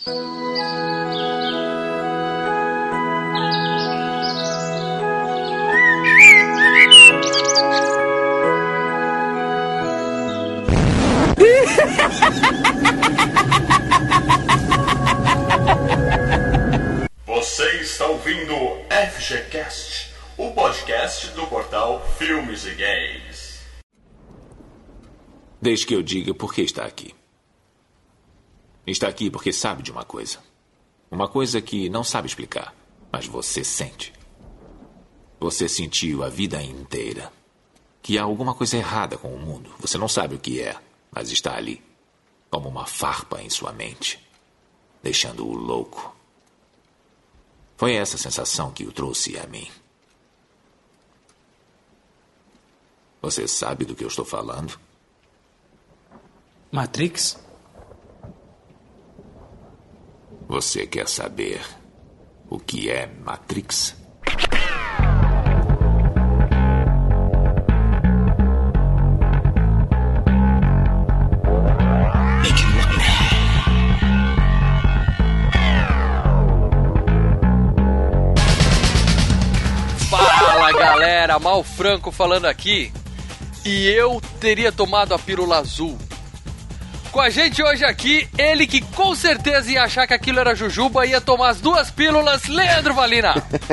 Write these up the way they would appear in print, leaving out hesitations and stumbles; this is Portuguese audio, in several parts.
Você está ouvindo FGCast, o podcast do portal Filmes e Games. Deixe que eu diga por que está aqui. Está aqui porque sabe de uma coisa. Uma coisa que não sabe explicar, mas você sente. Você sentiu a vida inteira que há alguma coisa errada com o mundo. Você não sabe o que é, mas está ali, como uma farpa em sua mente, deixando-o louco. Foi essa sensação que o trouxe a mim. Você sabe do que eu estou falando? Matrix? Você quer saber o que é Matrix? Fala galera, Mal Franco falando aqui. E eu teria tomado a pílula azul. Com a gente hoje aqui, ele que com certeza ia achar que aquilo era jujuba, ia tomar as 2 pílulas, Leandro Valina.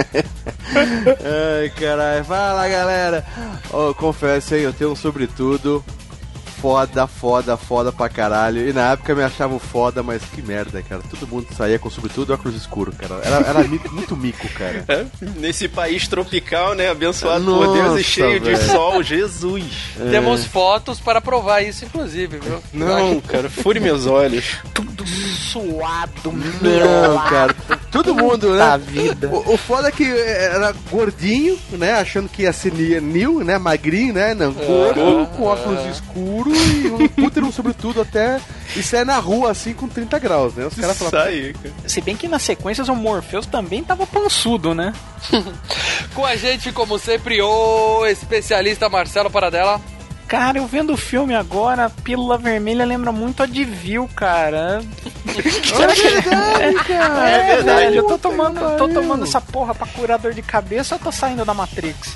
Ai, caralho. Fala, galera. Confesso, hein, eu tenho um sobretudo foda pra caralho. E na época eu me achava foda, mas que merda, cara. Todo mundo saía com sobretudo e óculos escuros, cara. Era muito mico, cara. É, nesse país tropical, né, abençoado por Deus e cheio de sol, Jesus. Temos fotos para provar isso, inclusive, viu? Não, cara, fure meus olhos. Tudo suado, Não, cara. Todo mundo, né? Vida. O foda é que era gordinho, né? Achando que ia ser Nil, né? Magrinho, né? Não, gordo, com óculos escuros e um puta sobretudo até. Isso é na rua, assim, com 30 graus, né? Os caras falavam. Aí, cara. Se bem que nas sequências o Morpheus também tava pançudo, né? Com a gente, como sempre, o especialista Marcelo Paradela. Cara, eu vendo o filme agora, a pílula vermelha lembra muito a Divil, cara. É verdade, cara. É verdade. velho, eu tô tomando essa porra pra curar dor de cabeça ou eu tô saindo da Matrix?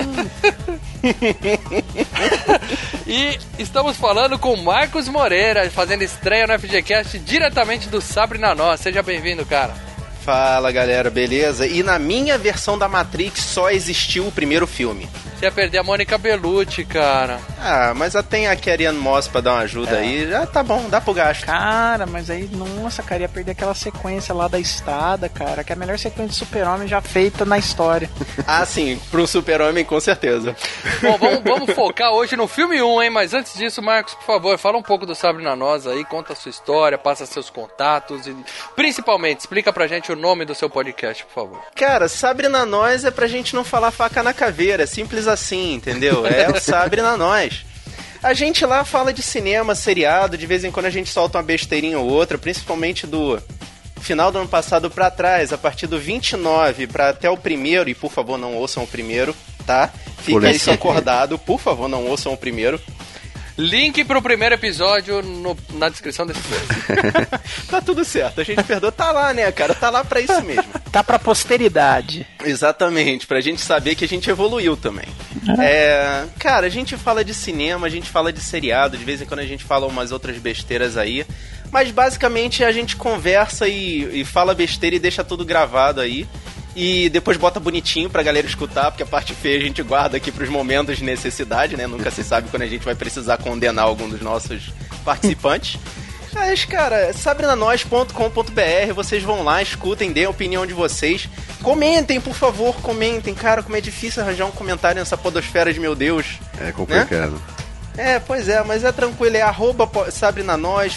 E estamos falando com Marcos Moreira, fazendo estreia no FGCast diretamente do Sabre na Noz. Seja bem-vindo, cara. Fala, galera, beleza? E na minha versão da Matrix só existiu o primeiro filme. Você ia perder a Mônica Bellucci, cara. Ah, mas já tem a Carrie-Anne Moss pra dar uma ajuda aí. Já tá bom, dá pro gasto. Cara, mas aí, nossa, cara, ia perder aquela sequência lá da estada, cara, que é a melhor sequência de Super-Homem já feita na história. Ah, sim, pro Super-Homem, com certeza. Bom, vamos focar hoje no filme 1, hein? Mas antes disso, Marcos, por favor, fala um pouco do Sabre na Noz aí, conta a sua história, passa seus contatos e, principalmente, explica pra gente o nome do seu podcast, por favor. Cara, Sabre na Noz é pra gente não falar faca na caveira, é simples assim, entendeu? É o Sabre na Noz. A gente lá fala de cinema, seriado, de vez em quando a gente solta uma besteirinha ou outra, principalmente do final do ano passado pra trás, a partir do 29 pra até o primeiro, e por favor não ouçam o primeiro, tá? Fica isso acordado, por favor não ouçam o primeiro. Link pro primeiro episódio na descrição desse vídeo. Tá tudo certo, a gente perdoa, tá lá, né, cara? Tá lá pra isso mesmo. Tá pra posteridade. Exatamente, pra gente saber que a gente evoluiu também. Cara, a gente fala de cinema, a gente fala de seriado, de vez em quando a gente fala umas outras besteiras aí, mas basicamente a gente conversa e fala besteira e deixa tudo gravado aí. E depois bota bonitinho pra galera escutar, porque a parte feia a gente guarda aqui pros momentos de necessidade, né? Nunca se sabe quando a gente vai precisar condenar algum dos nossos participantes. Mas, cara, sabrenanois.com.br, vocês vão lá, escutem, deem a opinião de vocês. Comentem, por favor, comentem. Cara, como é difícil arranjar um comentário nessa podosfera de meu Deus. É complicado. Né? Pois é, mas é tranquilo, é @sabrenanois,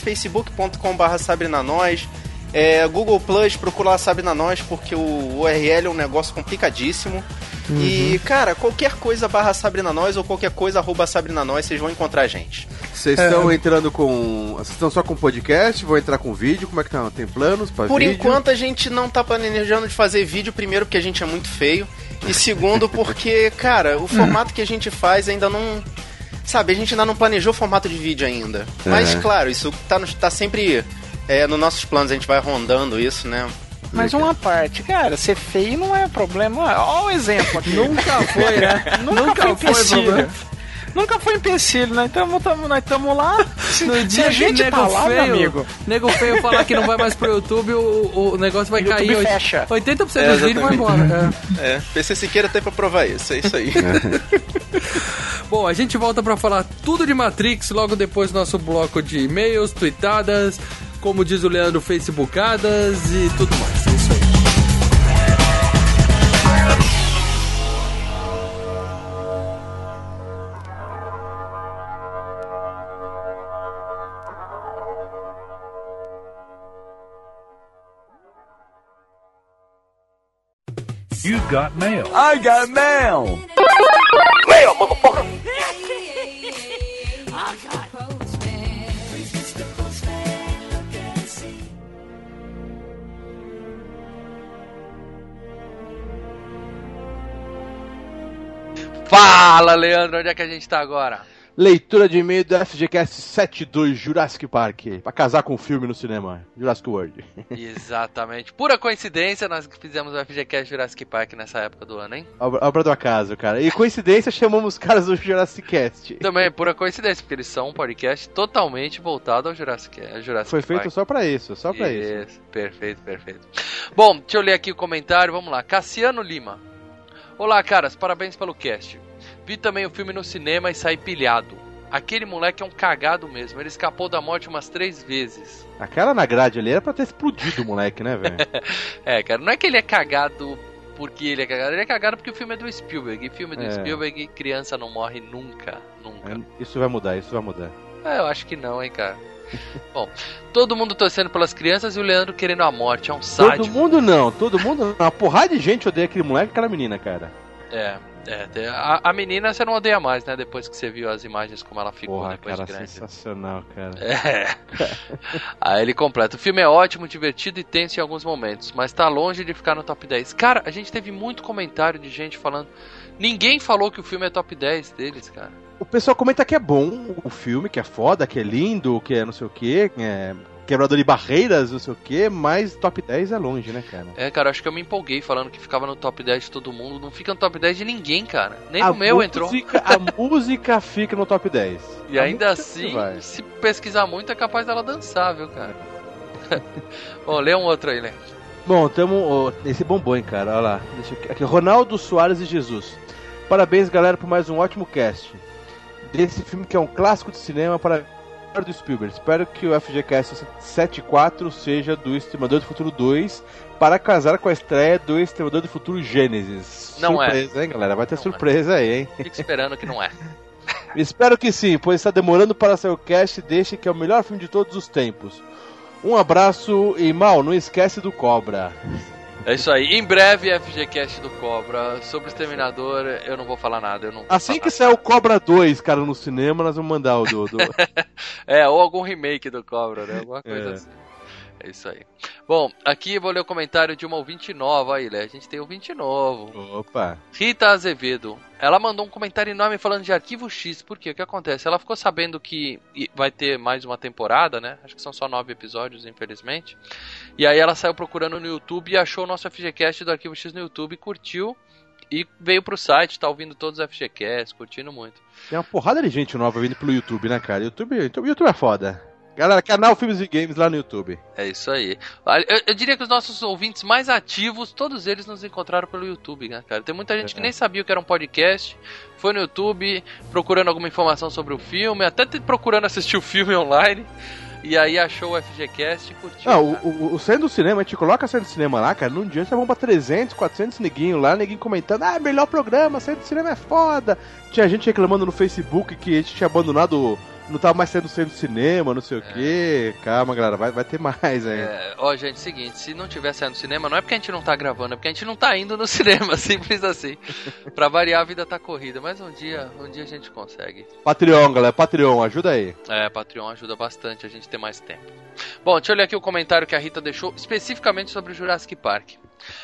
facebook.com/sabrenanois. Google Plus, procura lá Sabre na Noz, porque o URL é um negócio complicadíssimo. E, cara, qualquer coisa /Sabre na Noz ou qualquer coisa @Sabre na Noz, vocês vão encontrar a gente. Vocês estão entrando com... Vocês estão só com podcast? Vão entrar com vídeo? Como é que tá? Tem planos pra vídeo? Por enquanto a gente não tá planejando de fazer vídeo, primeiro porque a gente é muito feio, e segundo porque, cara, o formato que a gente faz ainda não... Sabe, a gente ainda não planejou o formato de vídeo ainda. Mas, claro, isso tá sempre Nos nossos planos a gente vai rondando isso, né? Mas uma parte, cara, ser feio não é problema. Olha o exemplo aqui. Nunca foi, né? Nunca foi empecilho. Nunca foi empecilho, né? Nós estamos lá. No dia a gente nego tá lá, feio, meu amigo. Nego feio falar que não vai mais pro YouTube, o negócio vai cair. YouTube fecha. 80% dos vídeos vai embora. PC Siqueira tem pra provar isso, é isso aí. Bom, a gente volta pra falar tudo de Matrix logo depois do nosso bloco de e-mails, tweetadas, como diz o Leandro, facebookadas e tudo mais. É isso aí. You got mail. I got mail. Mail, motherfucker! Fala, Leandro, onde é que a gente tá agora? Leitura de e-mail do FGCast 72 Jurassic Park. Pra casar com o filme no cinema. Jurassic World. Exatamente. Pura coincidência, nós fizemos o FGCast Jurassic Park nessa época do ano, hein? Obra do acaso, cara. E coincidência, chamamos os caras do Jurassic Cast. Também é pura coincidência, porque eles são um podcast totalmente voltado ao Jurassic Foi feito Park. só pra isso, só pra isso. Perfeito. Bom, deixa eu ler aqui o comentário, vamos lá. Cassiano Lima. Olá, caras, parabéns pelo cast. Vi também o filme no cinema e saí pilhado. Aquele moleque é um cagado mesmo, ele escapou da morte umas 3 vezes. Aquela na grade ali era pra ter explodido o moleque, né, velho? Cara, não é que ele é cagado porque ele é cagado porque o filme é do Spielberg. E filme do Spielberg, criança não morre nunca. Isso vai mudar. Eu acho que não, hein, cara. Bom, todo mundo torcendo pelas crianças e o Leandro querendo a morte, é um sádico. Todo mundo não. Uma porrada de gente odeia aquele moleque e aquela menina, cara. A menina você não odeia mais, né? Depois que você viu as imagens como ela ficou. Porra, depois cara, de grande. sensacional, cara. Aí ele completa. O filme é ótimo, divertido e tenso em alguns momentos, mas tá longe de ficar no top 10. Cara, a gente teve muito comentário de gente falando. Ninguém falou que o filme é top 10 deles, cara. O pessoal comenta que é bom o filme, que é foda, que é lindo, que é não sei o que, quebrador de barreiras, não sei o que, mas top 10 é longe, né, cara? Cara, acho que eu me empolguei falando que ficava no top 10 de todo mundo. Não fica no top 10 de ninguém, cara. Nem no meu entrou. A música fica no top 10. E ainda assim, se pesquisar muito, é capaz dela dançar, viu, cara? Bom, lê um outro aí, né? Bom, esse bombom, hein, cara, olha lá. Aqui, Ronaldo Soares e Jesus. Parabéns, galera, por mais um ótimo cast. Desse filme que é um clássico de cinema para do Spielberg. Espero que o FGCast 74 seja do Exterminador do Futuro 2 para casar com a estreia do Exterminador do Futuro Gênesis. Não surpresa, hein, galera? Vai ter surpresa aí, hein? Fico esperando que não é. Espero que sim, pois está demorando para sair o cast. Deixe que é o melhor filme de todos os tempos. Um abraço e, Mal, não esquece do Cobra. É isso aí. Em breve, FGCast do Cobra. Sobre o Exterminador, eu não vou falar nada. Assim que sair o Cobra 2, cara, no cinema, nós vamos mandar o do... ou algum remake do Cobra, né? Alguma coisa assim. É isso aí. Bom, aqui eu vou ler o comentário de uma ouvinte nova aí, Lé. A gente tem ouvinte novo. Opa. Rita Azevedo. Ela mandou um comentário enorme falando de Arquivo X. Por quê? O que acontece? Ela ficou sabendo que vai ter mais uma temporada, né? Acho que são só 9 episódios, infelizmente. E aí ela saiu procurando no YouTube e achou o nosso FGCast do Arquivo X no YouTube, curtiu e veio pro site, tá ouvindo todos os FGCasts, curtindo muito. Tem uma porrada de gente nova vindo pelo YouTube, né, cara? YouTube é foda. Galera, canal Filmes e Games lá no YouTube. É isso aí. Eu diria que os nossos ouvintes mais ativos, todos eles nos encontraram pelo YouTube, né, cara? Tem muita gente que nem sabia o que era um podcast, foi no YouTube procurando alguma informação sobre o filme, até procurando assistir o filme online, e aí achou o FGCast e curtiu. O Saindo do Cinema, a gente coloca Saindo do Cinema lá, cara, num dia já vão pra 300, 400 neguinhos lá, neguinho comentando, melhor programa, Saindo do Cinema é foda. Tinha gente reclamando no Facebook que a gente tinha abandonado... Não tava mais saindo do cinema, não sei o quê. Calma, galera, vai ter mais aí. Gente, seguinte, se não tiver saindo do cinema, não é porque a gente não tá gravando, é porque a gente não tá indo no cinema, simples assim. Pra variar, a vida tá corrida, mas um dia a gente consegue. Patreon, galera, Patreon, ajuda aí. Patreon ajuda bastante a gente ter mais tempo. Bom, deixa eu ler aqui o comentário que a Rita deixou, especificamente sobre o Jurassic Park.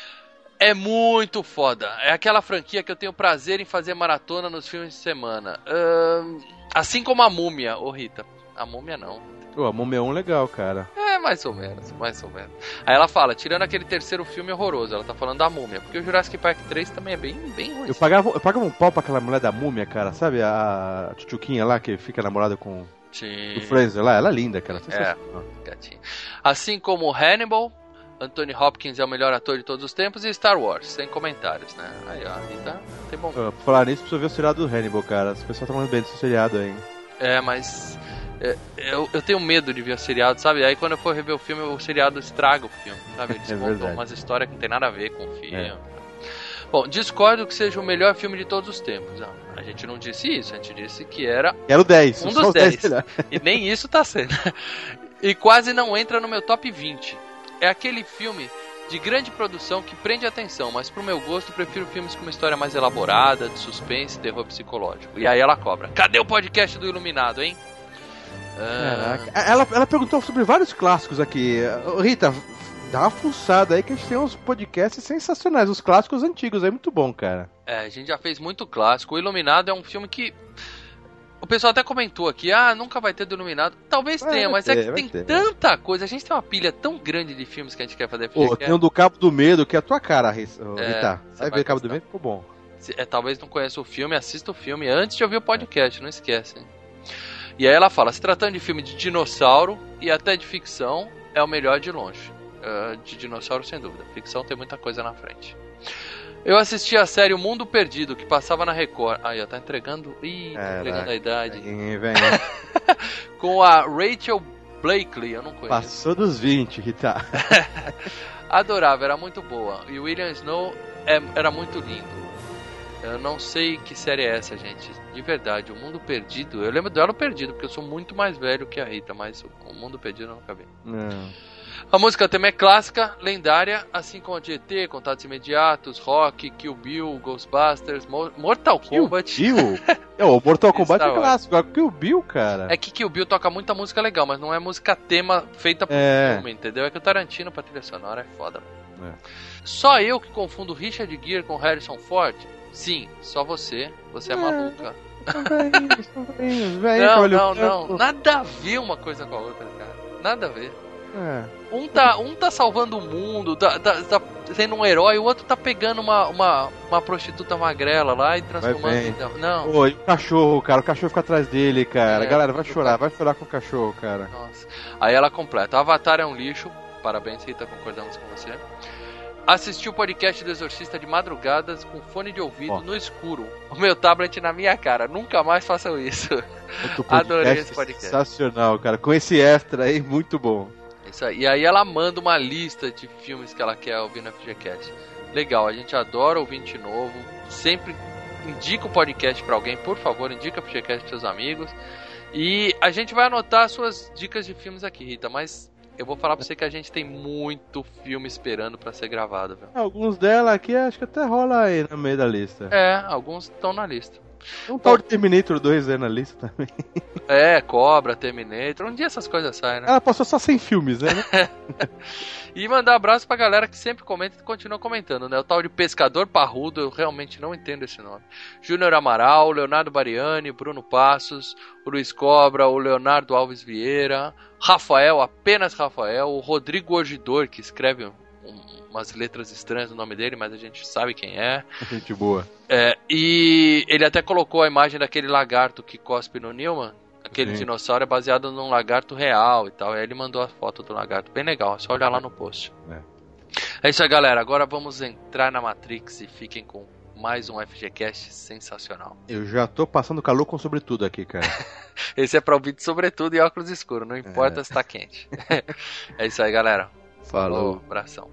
É muito foda. É aquela franquia que eu tenho prazer em fazer maratona nos filmes de semana. Assim como a Múmia, Rita. A Múmia não. Pô, a Múmia 1 legal, cara. É, mais ou menos. Aí ela fala, tirando aquele terceiro filme horroroso, ela tá falando da Múmia, porque o Jurassic Park 3 também é bem ruim. Eu pagava um pau pra aquela mulher da Múmia, cara, sabe? A tchutchuquinha lá que fica namorada com o Fraser lá, ela é linda, cara. Gatinha. Assim como Hannibal, Anthony Hopkins é o melhor ator de todos os tempos, e Star Wars, sem comentários, né? Aí, ó, então tem bom. Por falar nisso, precisa ver o seriado do Hannibal, cara. As pessoas estão falando bem desse seriado aí. Mas eu tenho medo de ver o seriado, sabe? Aí quando eu for rever o filme, o seriado estraga o filme, sabe? Eles contam umas histórias que não tem nada a ver com o filme. Bom, discordo que seja o melhor filme de todos os tempos. A gente não disse isso, a gente disse que era o 10. Um dos 10. E nem isso tá sendo. E quase não entra no meu top 20. É aquele filme de grande produção que prende a atenção, mas pro meu gosto prefiro filmes com uma história mais elaborada, de suspense e terror psicológico. E aí ela cobra. Cadê o podcast do Iluminado, hein? Ela perguntou sobre vários clássicos aqui. Rita, dá uma fuçada aí que a gente tem uns podcasts sensacionais. Os clássicos antigos, é muito bom, cara. A gente já fez muito clássico. O Iluminado é um filme que... O pessoal até comentou aqui, nunca vai ter do Iluminado. Talvez tenha, mas tem tanta coisa. A gente tem uma pilha tão grande de filmes que a gente quer fazer. Tem o do Cabo do Medo, que é a tua cara, Rita. Vai ver o Cabo do Medo, ficou bom. Talvez não conheça o filme, assista o filme antes de ouvir o podcast, não esquece. Hein? E aí ela fala, se tratando de filme de dinossauro e até de ficção, é o melhor de longe. De dinossauro, sem dúvida. Ficção tem muita coisa na frente. Eu assisti a série O Mundo Perdido, que passava na Record. Aí, ó, tá entregando... tá entregando a idade. Vem. Com a Rachel Blakely, eu não conheço. Passou dos 20, Rita. Adorava, era muito boa. E o William Snow era muito lindo. Eu não sei que série é essa, gente. De verdade, O Mundo Perdido... Eu lembro dela Perdido, porque eu sou muito mais velho que a Rita, mas O Mundo Perdido eu nunca vi. Não. A música também é clássica, lendária, assim como a de ET, Contatos Imediatos, Rock, Kill Bill, Ghostbusters, Mortal Kombat. Kill Bill? O Mortal Kombat é clássico, agora Kill Bill, cara. É que Kill Bill toca muita música legal, mas não é música tema feita pro filme, entendeu? É que o Tarantino pra trilha sonora é foda. Só eu que confundo Richard Gere com Harrison Ford? Sim, só você. Você é maluca. Não. Nada a ver uma coisa com a outra, cara. Nada a ver. Um tá salvando o mundo, tá sendo um herói, o outro tá pegando uma prostituta magrela lá e transformando em... Não. Pô, e o cachorro, cara, o cachorro fica atrás dele, cara. Galera, vai chorar com o cachorro, cara. Nossa. Aí ela completa, Avatar é um lixo, parabéns, Rita, concordamos com você. Assisti o podcast do Exorcista de madrugadas com fone de ouvido no escuro. O meu tablet na minha cara. Nunca mais façam isso. Adorei esse podcast. Sensacional, cara. Com esse extra aí, muito bom. Isso aí. E aí ela manda uma lista de filmes que ela quer ouvir no FGCast. Legal, a gente adora ouvinte novo. Sempre indica o podcast pra alguém, por favor, indica o FGCast pros seus amigos. E a gente vai anotar as suas dicas de filmes aqui, Rita, mas eu vou falar pra você que a gente tem muito filme esperando pra ser gravado, viu? Alguns dela aqui acho que até rola aí no meio da lista. Alguns estão na lista. Tem um tal de Terminator 2 aí na lista também. Cobra, Terminator, um dia essas coisas saem, né? Ela passou só 100 filmes, né? E mandar abraço pra galera que sempre comenta e continua comentando, né? O tal de Pescador Parrudo, eu realmente não entendo esse nome. Júnior Amaral, Leonardo Bariani, Bruno Passos, o Luiz Cobra, o Leonardo Alves Vieira, Rafael, apenas Rafael, o Rodrigo Orgidor, que escreve umas letras estranhas no nome dele, mas a gente sabe quem é. Gente boa. E ele até colocou a imagem daquele lagarto que cospe no Newman. Aquele dinossauro é baseado num lagarto real e tal. Aí ele mandou a foto do lagarto. Bem legal, é só olhar lá no post. É isso aí, galera. Agora vamos entrar na Matrix e fiquem com mais um FGCast sensacional. Eu já tô passando calor com sobretudo aqui, cara. Esse é pra ouvir de sobretudo e óculos escuros. Não importa se tá quente. É isso aí, galera. Falou. Abração.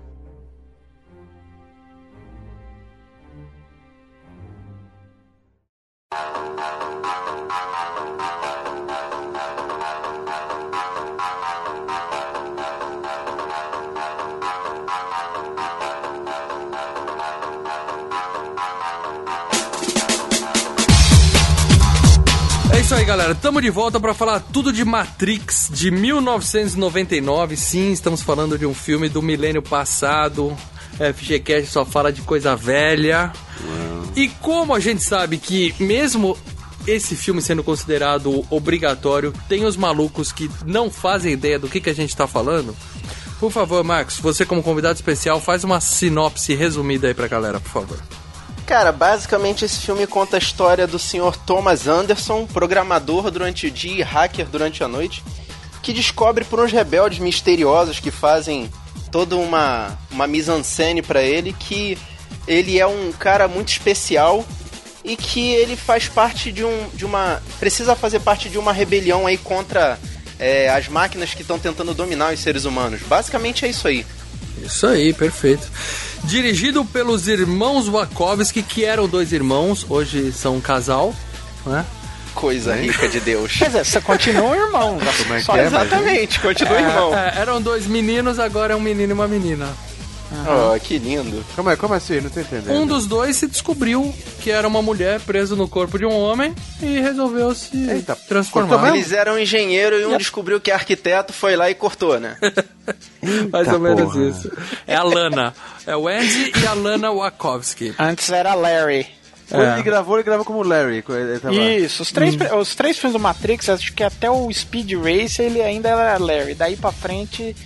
É isso aí, galera. Tamo de volta pra falar tudo de Matrix de 1999. Sim, estamos falando de um filme do milênio passado. FGCast só fala de coisa velha. E como a gente sabe que mesmo esse filme sendo considerado obrigatório, tem os malucos que não fazem ideia do que a gente tá falando? Por favor, Marcos, você como convidado especial, faz uma sinopse resumida aí pra galera, por favor. Cara, basicamente esse filme conta a história do Sr. Thomas Anderson, programador durante o dia e hacker durante a noite, que descobre por uns rebeldes misteriosos que fazem toda uma mise-en-scène pra ele, que ele é um cara muito especial e que ele faz parte precisa fazer parte de uma rebelião aí contra as máquinas que estão tentando dominar os seres humanos. Basicamente é isso aí. Isso aí, perfeito. Dirigido pelos irmãos Wachowski, que eram 2 irmãos, hoje são um casal, né? Coisa rica de Deus. Quer dizer, você continua irmão. Como é que Só é, exatamente, continua irmão. Eram 2 meninos, agora é um menino e uma menina. Oh, que lindo. Como assim? Não tô entendendo. Um dos 2 se descobriu que era uma mulher presa no corpo de um homem e resolveu se transformar. Eles eram engenheiro e um descobriu que é arquiteto, foi lá e cortou, né? Mais ou menos isso. É a Lana. É o Andy e a Lana Wachowski. Antes era Larry. Quando ele gravou como Larry. Isso, os três filmes do Matrix, acho que até o Speed Racer ele ainda era Larry. Daí pra frente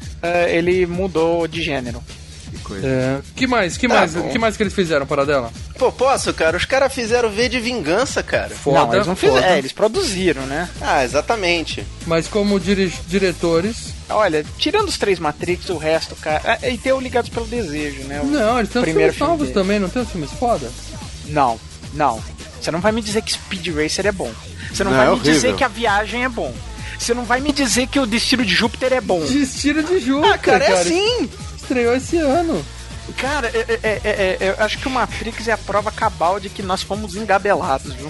ele mudou de gênero. Que coisa. Que mais que eles fizeram, Paradela? Pô, posso, cara? Os caras fizeram V de Vingança, cara. Foda, não, eles não fizeram. Eles produziram, né? Ah, exatamente. Mas como diretores... Olha, tirando os 3 Matrix, o resto, cara... E tem o Ligados pelo Desejo, né? Não, eles têm os filmes novos também, não tem os filmes foda? Não. Você não vai me dizer que Speed Racer é bom. Você não vai me dizer que A Viagem é bom. Você não vai me dizer que o Destino de Júpiter é bom. Destino de Júpiter, cara, é assim! Estreou esse ano. Cara, eu acho que o Matrix é a prova cabal de que nós fomos engabelados, viu?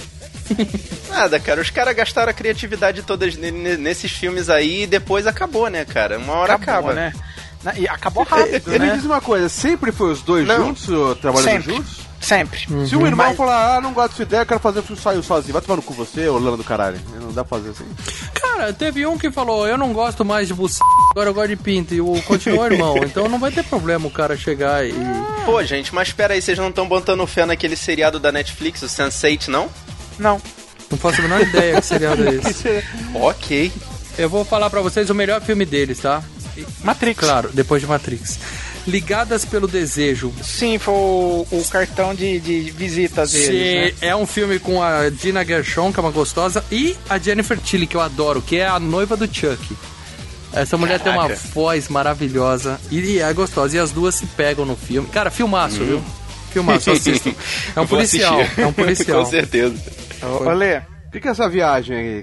Nada, cara, os caras gastaram a criatividade toda nesses filmes aí e depois acabou, né, cara? Uma hora acaba, né? E acabou rápido, né? Me diz uma coisa, sempre foi os 2 juntos, trabalhando juntos? Sempre. Se um irmão falar, não gosto dessa ideia, eu quero fazer o filme sozinho, vai tomar no cu você, ô lana do caralho. Não dá pra fazer assim. Cara, teve um que falou, eu não gosto mais de buceta, agora eu gosto de pinto, e continuou irmão. Então não vai ter problema o cara chegar e... Pô, gente, mas pera aí, vocês não estão botando fé naquele seriado da Netflix, o Sense8, não? Não. Não faço a menor ideia que seriado é esse. Ok. Eu vou falar pra vocês o melhor filme deles, tá? Matrix. Claro, depois de Matrix. Ligadas pelo Desejo. Sim, foi o cartão de visitas deles, né? É um filme com a Gina Gershon, que é uma gostosa, e a Jennifer Tilly, que eu adoro, que é a noiva do Chuck. Essa mulher tem uma voz maravilhosa e é gostosa. E as duas se pegam no filme. Cara, filmaço, viu? Filmaço, assistam. É um policial. É um policial. Com certeza. Olê. O que é essa viagem aí?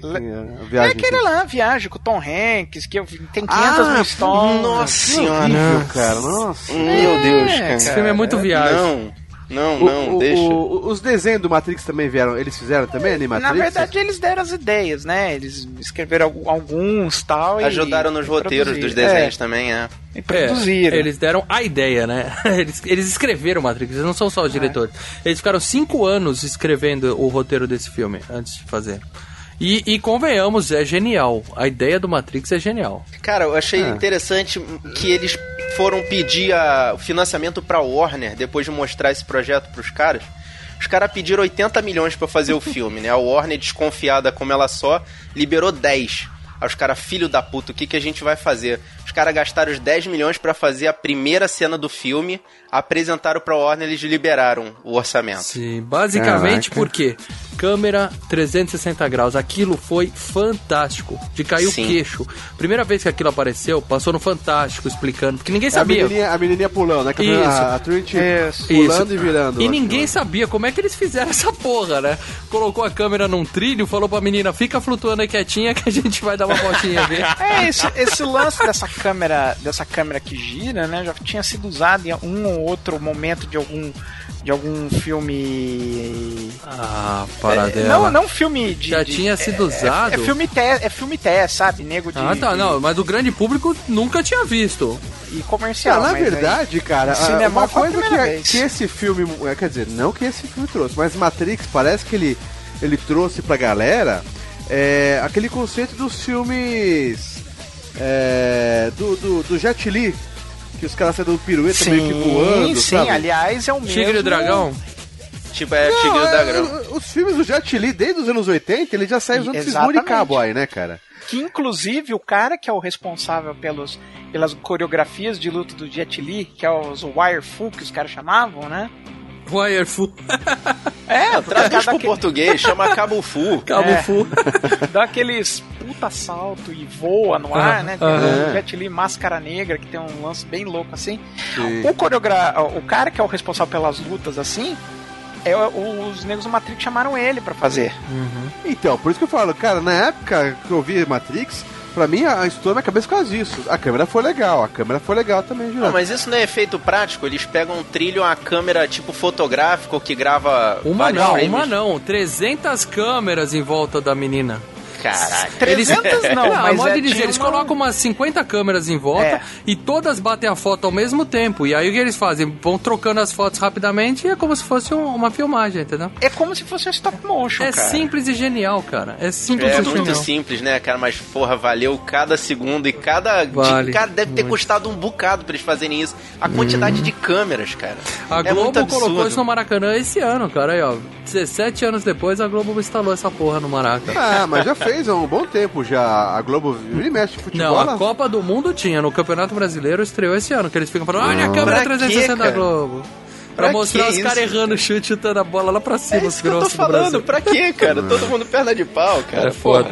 É aquele lá, viagem com o Tom Hanks, que tem 500 mil histórias. Nossa senhora. Cara, nossa. Meu Deus, cara. Esse filme é muito viagem. Não, deixa. Os desenhos do Matrix também vieram, eles fizeram também, Animatrix? Na verdade, eles deram as ideias, né? Eles escreveram alguns tal e... Ajudaram nos roteiros dos desenhos também, E produziram. Eles deram a ideia, né? Eles escreveram Matrix, eles não são só os diretores. Eles ficaram 5 anos escrevendo o roteiro desse filme, antes de fazer. E convenhamos, é genial. A ideia do Matrix é genial. Cara, eu achei interessante que eles foram pedir o financiamento pra Warner depois de mostrar esse projeto pros caras. Os caras pediram 80 milhões pra fazer o filme, né? A Warner, desconfiada como ela só, liberou 10. Aí os caras, filho da puta, o que a gente vai fazer? Os caras gastaram os 10 milhões pra fazer a primeira cena do filme, apresentaram pra Warner, eles liberaram o orçamento. Sim, basicamente porque câmera 360 graus, aquilo foi fantástico, de cair o queixo. Primeira vez que aquilo apareceu, passou no Fantástico explicando, porque ninguém sabia. A menininha pulando, né? A Trinity pulando e virando. E ninguém sabia como é que eles fizeram essa porra, né? Colocou a câmera num trilho, falou pra menina, fica flutuando aí quietinha que a gente vai dar uma voltinha aqui. Esse lance dessa câmera que gira, né, já tinha sido usado em um ou outro momento de algum filme. Paradela. Não filme de. Já tinha sido usado. É filme teste, sabe? Nego de. Não, mas o grande público nunca tinha visto. E comercial. Na verdade, cara, cinema uma coisa que esse filme. Quer dizer, não que esse filme trouxe, mas Matrix parece que ele trouxe pra galera aquele conceito dos filmes. Do Jet Li. Que os caras saem do pirueta meio que voando, sim, sabe? Aliás, é o mesmo... Tigre e Dragão? Tipo, Tigre da Grama. Os filmes do Jet Li, desde os anos 80, ele já sai usando esses Cowboy, né, cara? Que, inclusive, o cara que é o responsável pelas coreografias de luta do Jet Li, que é os Wirefu, que os caras chamavam, né? Wirefu. Traduz pro português, chama Cabo Fu. Cabo Fu. Dá aqueles puta salto e voa no ar, né? O Jet Li Máscara Negra, que tem um lance bem louco assim. O cara que é o responsável pelas lutas, assim, os negros do Matrix chamaram ele pra fazer. Então, por isso que eu falo, cara, na época que eu vi Matrix, pra mim a estourou minha cabeça por causa disso. A câmera foi legal também, Jurandir. Não, mas isso não é efeito prático? Eles pegam um trilho, uma câmera tipo fotográfico que grava Uma não, 300 câmeras em volta da menina. Caraca. 300 não, mas pode dizer, eles colocam umas 50 câmeras em volta e todas batem a foto ao mesmo tempo. E aí o que eles fazem? Vão trocando as fotos rapidamente e é como se fosse uma filmagem, entendeu? É como se fosse um stop motion, cara. Simples e genial, cara. É simples e genial. Muito simples, né, cara? Mas, porra, valeu cada segundo e cada... Cara, deve ter custado um bocado pra eles fazerem isso. A quantidade de câmeras, cara. A Globo colocou isso no Maracanã esse ano, cara. Aí, ó, 17 anos depois a Globo instalou essa porra no Maracanã. Mas já fez há um bom tempo já. A Globo mexe futebol. Não, a Copa do Mundo tinha. No Campeonato Brasileiro estreou esse ano, que eles ficam falando, olha a câmera 360 da Globo. Pra mostrar os caras errando o chute, chutando a bola lá pra cima. É isso que eu tô falando. Pra quê, cara? Todo mundo perna de pau, cara.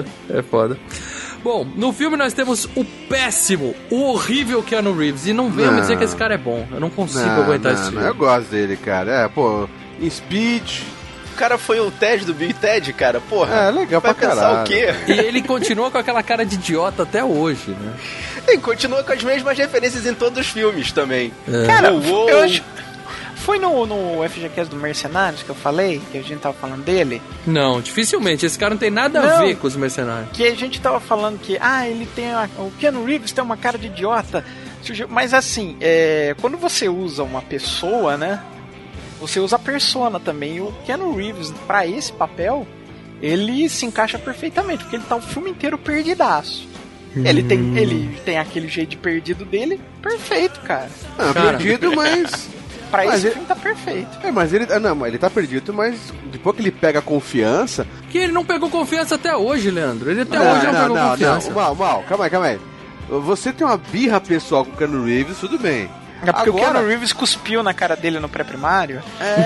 É foda. Bom, no filme nós temos o péssimo, o horrível Keanu Reeves. E não venham me dizer que esse cara é bom. Eu não consigo aguentar esse filme. Eu gosto dele, cara. Em Speed... O cara foi o Ted do Bill e Ted, cara. Porra. Legal vai pra pensar caralho. o quê? E ele continua com aquela cara de idiota até hoje, né? E continua com as mesmas referências em todos os filmes também. Cara, eu acho... Foi no FGCast do Mercenários que eu falei, que a gente tava falando dele? Não, dificilmente. Esse cara não tem nada a ver com os Mercenários. Que a gente tava falando que, ele tem... O Keanu Reeves tem uma cara de idiota. Mas assim, quando você usa uma pessoa, né? Você usa a persona também. E o Keanu Reeves, pra esse papel, ele se encaixa perfeitamente, porque ele tá o filme inteiro perdidaço. Ele tem aquele jeito de perdido dele perfeito, cara. Perdido, mas... Pra esse filme tá perfeito. Mas ele... ele tá perdido, mas depois que ele pega confiança... Que ele não pegou confiança até hoje, Leandro. Ele até hoje não pegou confiança. Mal, calma aí. Você tem uma birra pessoal com o Keanu Reeves, tudo bem. É porque agora... o Keanu Reeves cuspiu na cara dele no pré-primário.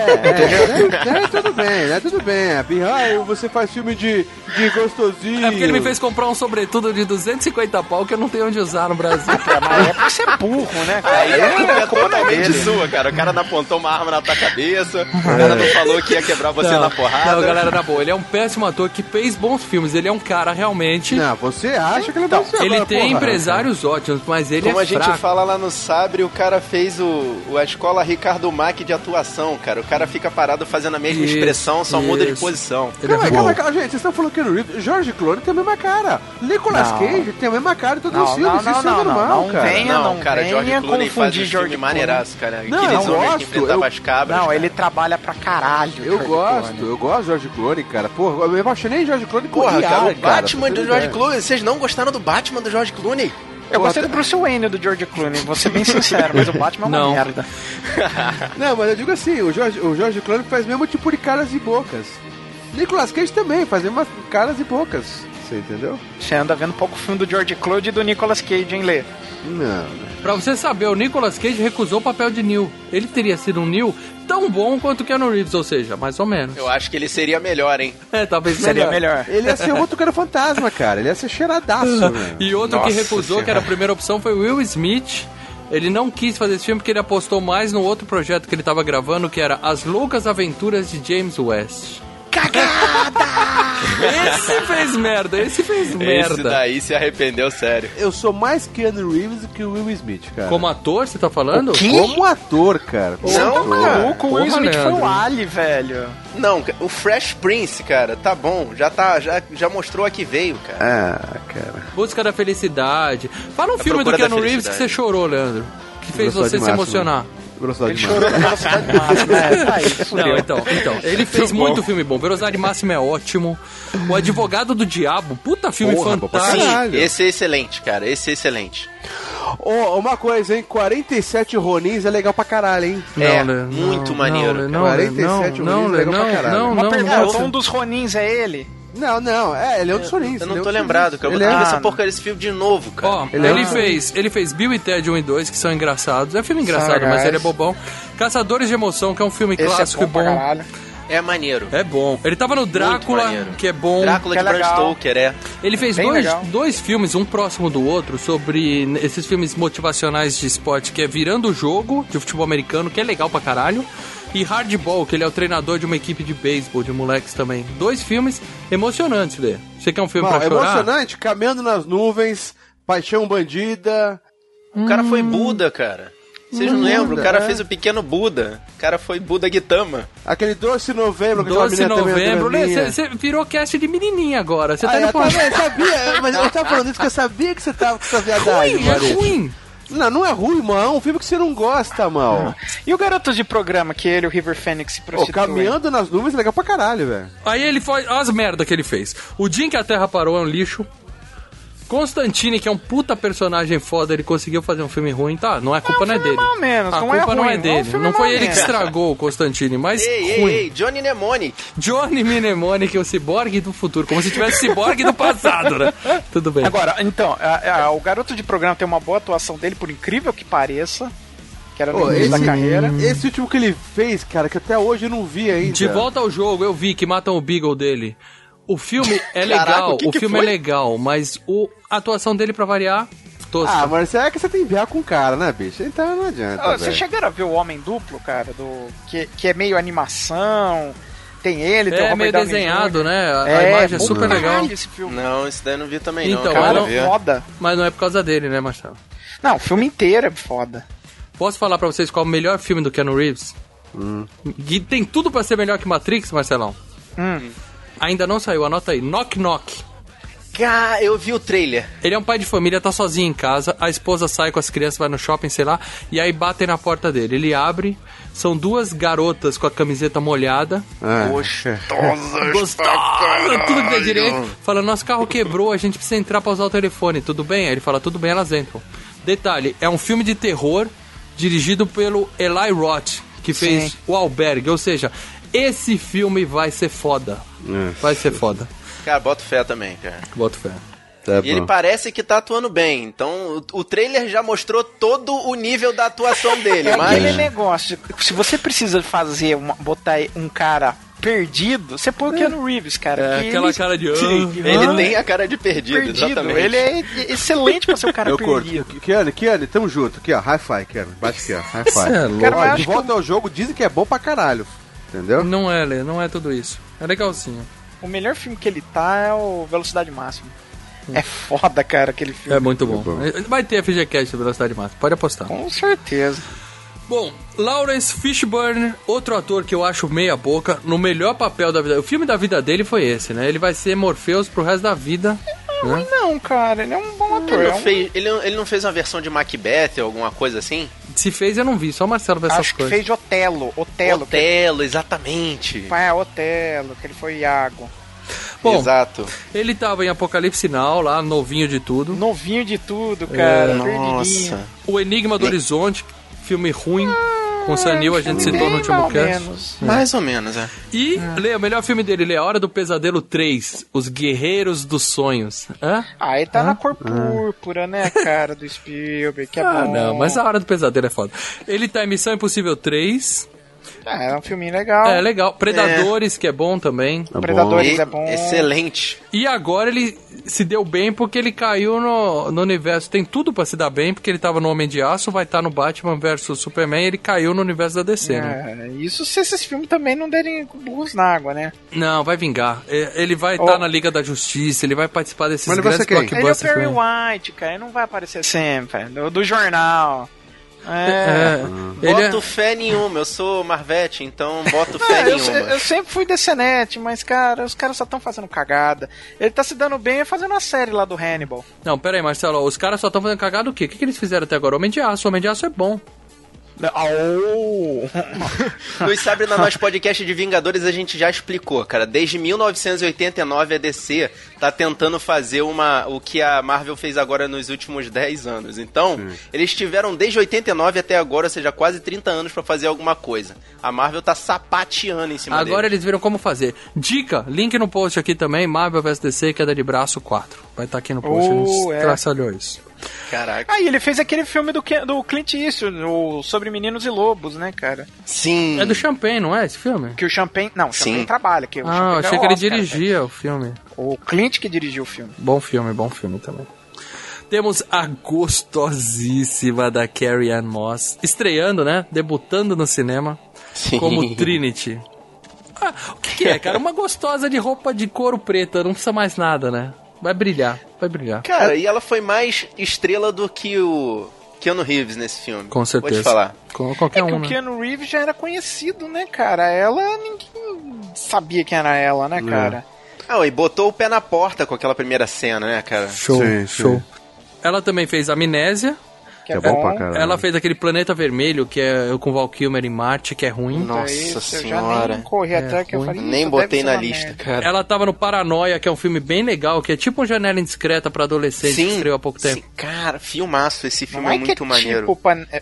Tudo bem. Você faz filme de gostosinho. É porque ele me fez comprar um sobretudo de 250 pau que eu não tenho onde usar no Brasil. Mas é porque você é burro, né, cara? Aí é totalmente sua, cara. O cara não apontou uma arma na tua cabeça, o cara não falou que ia quebrar você na porrada. Não, galera, na boa, ele é um péssimo ator que fez bons filmes. Ele é um cara realmente... Não, você acha que ele vai ser Ele tem empresários ótimos, mas ele Como é a gente fraco. fala lá no Sabre, o cara fez a escola Ricardo Mack de atuação, cara. O cara fica parado fazendo a mesma expressão, só muda de posição. Calma, gente, vocês estão falando que no Reeves, George Clooney tem a mesma cara. Nicolas Cage tem a mesma cara de todos os filmes. Isso é normal, cara. Não, cara, George Clooney faz um filme maneiraço, cara. Aqueles homens que enfrentavam as cabras. Não, cara. ele trabalha pra caralho. Eu gosto de George Clooney, cara. Porra, eu me apaixonei em George Clooney por cara, o Batman do George Clooney. Vocês não gostaram do Batman do George Clooney? Eu gostei do Bruce Wayne do George Clooney, vou ser bem sincero, mas o Batman é uma merda. Não, mas eu digo assim, o George Clooney faz mesmo tipo de caras e bocas. Nicolas Cage também faz mesmo caras e bocas. Você entendeu? Você anda vendo pouco filme do George Clooney e do Nicolas Cage, hein, Lê? Não. Pra você saber, o Nicolas Cage recusou o papel de Neo. Ele teria sido um Neo tão bom quanto o Keanu Reeves, ou seja, mais ou menos. Eu acho que ele seria melhor, hein? Talvez seria melhor. Ele ia ser outro cara fantasma, cara. Ele ia ser cheiradaço, velho. E outro que recusou, que era a primeira opção, foi o Will Smith. Ele não quis fazer esse filme porque ele apostou mais no outro projeto que ele tava gravando, que era As Loucas Aventuras de James West. Cagada! Esse fez merda. Esse daí se arrependeu, sério. Eu sou mais Keanu Reeves do que o Will Smith, cara. Como ator, você tá falando? Como ator, cara. Não, maluco, o Will Smith foi o Ali, velho. Não, o Fresh Prince, cara, tá bom. Já mostrou a que veio, cara. Cara. Busca da Felicidade. Fala um filme do Keanu Reeves que você chorou, Leandro. Que fez você se emocionar. Velocidade Chorou com velocidade máxima, né? Tá aí, fudeu. Não, então, ele fez muito filme bom. Velocidade Máxima é ótimo. O Advogado do Diabo, puta filme fantástico. Caralho. Esse é excelente, cara. Esse é excelente. Uma coisa, hein? 47 Ronins é legal pra caralho, hein? Muito maneiro. Não, 47 Ronins é legal pra caralho. Uma pergunta, não. um dos Ronins é ele? Não, ele é um dos Ronins. Eu não tô lembrado, cara. Eu vou ter que ver essa porcaria desse filme de novo, cara. Ó, ele fez Bill e Ted 1 e 2, que são engraçados. É um filme engraçado, mas ele é bobão. Caçadores de Emoção, que é um filme clássico e bom. É maneiro. É bom. Ele tava no Drácula, que é bom. Drácula de Bram Stoker, Ele fez dois filmes, um próximo do outro, sobre esses filmes motivacionais de esporte, que é Virando o Jogo, de futebol americano, que é legal pra caralho. E Hardball, que ele é o treinador de uma equipe de beisebol, de moleques também. 2 filmes emocionantes, Lê. Você quer um filme pra chorar? Emocionante, Caminhando nas Nuvens, Paixão Bandida. O cara foi Buda, cara. Vocês não lembram? O cara fez o Pequeno Buda. O cara foi Buda Gitama. Aquele Doce Novembro. 12 de novembro. Você virou cast de menininha agora. Você tá indo pra... Eu sabia, mas eu tava falando isso que eu sabia que você tava com essa viadagem. É ruim. Não é ruim, mano. É um filme que você não gosta, mal. E o Garotos de Programa, que ele e o River Phoenix se prostituem? Caminhando nas Nuvens é legal pra caralho, velho. Aí ele foi... Olha as merda que ele fez. O Dia em que a Terra Parou é um lixo. Constantine, que é um puta personagem foda, ele conseguiu fazer um filme ruim, tá? Não é culpa, não é dele. Não, menos, a não culpa é ruim, não é dele. Não foi ele que estragou o Constantine, mas Ei, Johnny Mnemonic. Johnny Mnemonic, o ciborgue do futuro, como se tivesse ciborgue do passado, né? Tudo bem. Agora, então, o Garoto de Programa tem uma boa atuação dele, por incrível que pareça. Que era no início da carreira. Esse último que ele fez, cara, que até hoje eu não vi ainda. De Volta ao Jogo, eu vi que matam o Beagle dele. O filme é legal, Caraca, o filme é legal, mas a atuação dele, pra variar, tosca. Mas é que você tem VR com o cara, né, bicho? Então não adianta. Você chegaram a ver o Homem Duplo, cara? Que é meio animação. Tem ele, tem o Robert meio Downey desenhado, Jr. né? A imagem é super legal. Esse filme. Não, esse daí eu não vi também, então, não. Cara, Ver. foda. Mas não é por causa dele, né, Marcelo? Não, o filme inteiro é foda. Posso falar pra vocês qual é o melhor filme do Keanu Reeves? Que tem tudo pra ser melhor que Matrix, Marcelão. Ainda não saiu, anota aí. Knock Knock. Eu vi o trailer. Ele é um pai de família, tá sozinho em casa, a esposa sai com as crianças, vai no shopping, sei lá, e aí batem na porta dele. Ele abre, são 2 garotas com a camiseta molhada. Gostosa, tudo que tem direito. Fala, nosso carro quebrou, a gente precisa entrar pra usar o telefone, tudo bem? Aí ele fala, tudo bem, elas entram. Detalhe, é um filme de terror dirigido pelo Eli Roth, que fez O Albergue, ou seja, esse filme vai ser foda. Vai ser foda. Cara, boto fé também, cara. Boto fé. E ele parece que tá atuando bem. Então, o trailer já mostrou todo o nível da atuação dele. Aquele negócio, se você precisa fazer botar um cara perdido, você põe o Keanu Reeves, cara. Aquela cara de... Ele tem a cara de perdido, exatamente. Ele é excelente pra ser o cara perdido. Keanu, tamo junto. Aqui, ó, hi-fi, Keanu. Bate aqui, ó, hi-fi. Cara, de volta ao jogo, dizem que é bom pra caralho. Entendeu? Não é, Lê, não é tudo isso. É legalzinho. O melhor filme que ele tá é o Velocidade Máxima. É foda, cara, aquele filme. É muito bom. Vai ter FGCast da Velocidade Máxima, pode apostar. Com certeza. Bom, Lawrence Fishburne, outro ator que eu acho meia boca, no melhor papel da vida. O filme da vida dele foi esse, né? Ele vai ser Morpheus pro resto da vida. Né? Não, cara, ele é um bom ator. Ele não fez uma versão de Macbeth ou alguma coisa assim? Se fez, eu não vi, só o Marcelo vê essas coisas. Acho coisas. que fez de Otelo. Otelo, exatamente. Otelo, que ele foi Iago. Bom, exato. Ele tava em Apocalipse Now, lá, novinho de tudo. Novinho de tudo, cara. Nossa. O Enigma do Horizonte, filme ruim. Com o Sanil, a gente citou no último cast. Mais ou menos, é. E, Lê, o melhor filme dele, Lê, A Hora do Pesadelo 3, Os Guerreiros dos Sonhos. Ele tá na cor púrpura, né, cara, do Spielberg, que é bom. Não, mas A Hora do Pesadelo é foda. Ele tá em Missão Impossível 3. É um filminho legal. É legal. Predadores, que é bom também. Predadores é bom. Excelente. E agora ele se deu bem porque ele caiu no universo. Tem tudo pra se dar bem, porque ele tava no Homem de Aço, vai estar no Batman vs Superman, e ele caiu no universo da DC, né? Isso se esses filmes também não derem burros na água, né? Não, vai vingar. Ele vai estar na Liga da Justiça, ele vai participar desses grandes blockbusters. Ele é o Perry White, cara, ele não vai aparecer sempre, do jornal. Boto fé nenhuma, eu sou Marvete, então boto fé nenhuma. Eu sempre fui DCNet, mas cara, os caras só estão fazendo cagada. Ele tá se dando bem fazendo a série lá do Hannibal. Não, pera aí, Marcelo, os caras só estão fazendo cagada o quê? O que eles fizeram até agora? Homem de Aço é bom. Luiz Sabre, no nosso podcast de Vingadores, a gente já explicou, cara. Desde 1989 a DC tá tentando fazer o que a Marvel fez agora nos últimos 10 anos. Então, eles tiveram desde 89 até agora, ou seja, quase 30 anos pra fazer alguma coisa. A Marvel tá sapateando em cima Agora deles. eles viram como fazer. Dica, link no post aqui também, Marvel vs DC, Queda de Braço 4. Vai estar aqui no post, traçalhou isso. Caraca. Ah, e ele fez aquele filme do Clint Eastwood, sobre Meninos e Lobos, né, cara? Sim. É do Champagne, não é esse filme? Que o Champagne... Não, o Champagne trabalha. Que o Ah, Champagne achei é que ele Oscar, dirigia cara. o filme. O Clint que dirigiu o filme. Bom filme também. Temos a gostosíssima da Carrie Ann Moss, estreando, né? Debutando no cinema, como Trinity. Ah, o que é, cara? Uma gostosa de roupa de couro preta, não precisa mais nada, né? Vai brilhar. Cara, e ela foi mais estrela do que o Keanu Reeves nesse filme. Com certeza. Vou te falar. Qualquer que um, o né? Keanu Reeves já era conhecido, né, cara? Ela, ninguém sabia quem era ela, né, cara? Ah, e botou o pé na porta com aquela primeira cena, né, cara? Show. Ela também fez Amnésia. Que é bom bom. pra caralho. Ela fez aquele Planeta Vermelho, que é com Val Kilmer em Marte, que é ruim. Nossa Isso, senhora. Eu já nem corri até que eu ruim. falei, Nem isso botei deve ser na uma lista, merda. cara. Ela tava no Paranoia, que é um filme bem legal, que é tipo uma Janela Indiscreta pra adolescente, que estreou há pouco tempo. Sim, cara, filmaço. Esse filme Não é é que muito maneiro.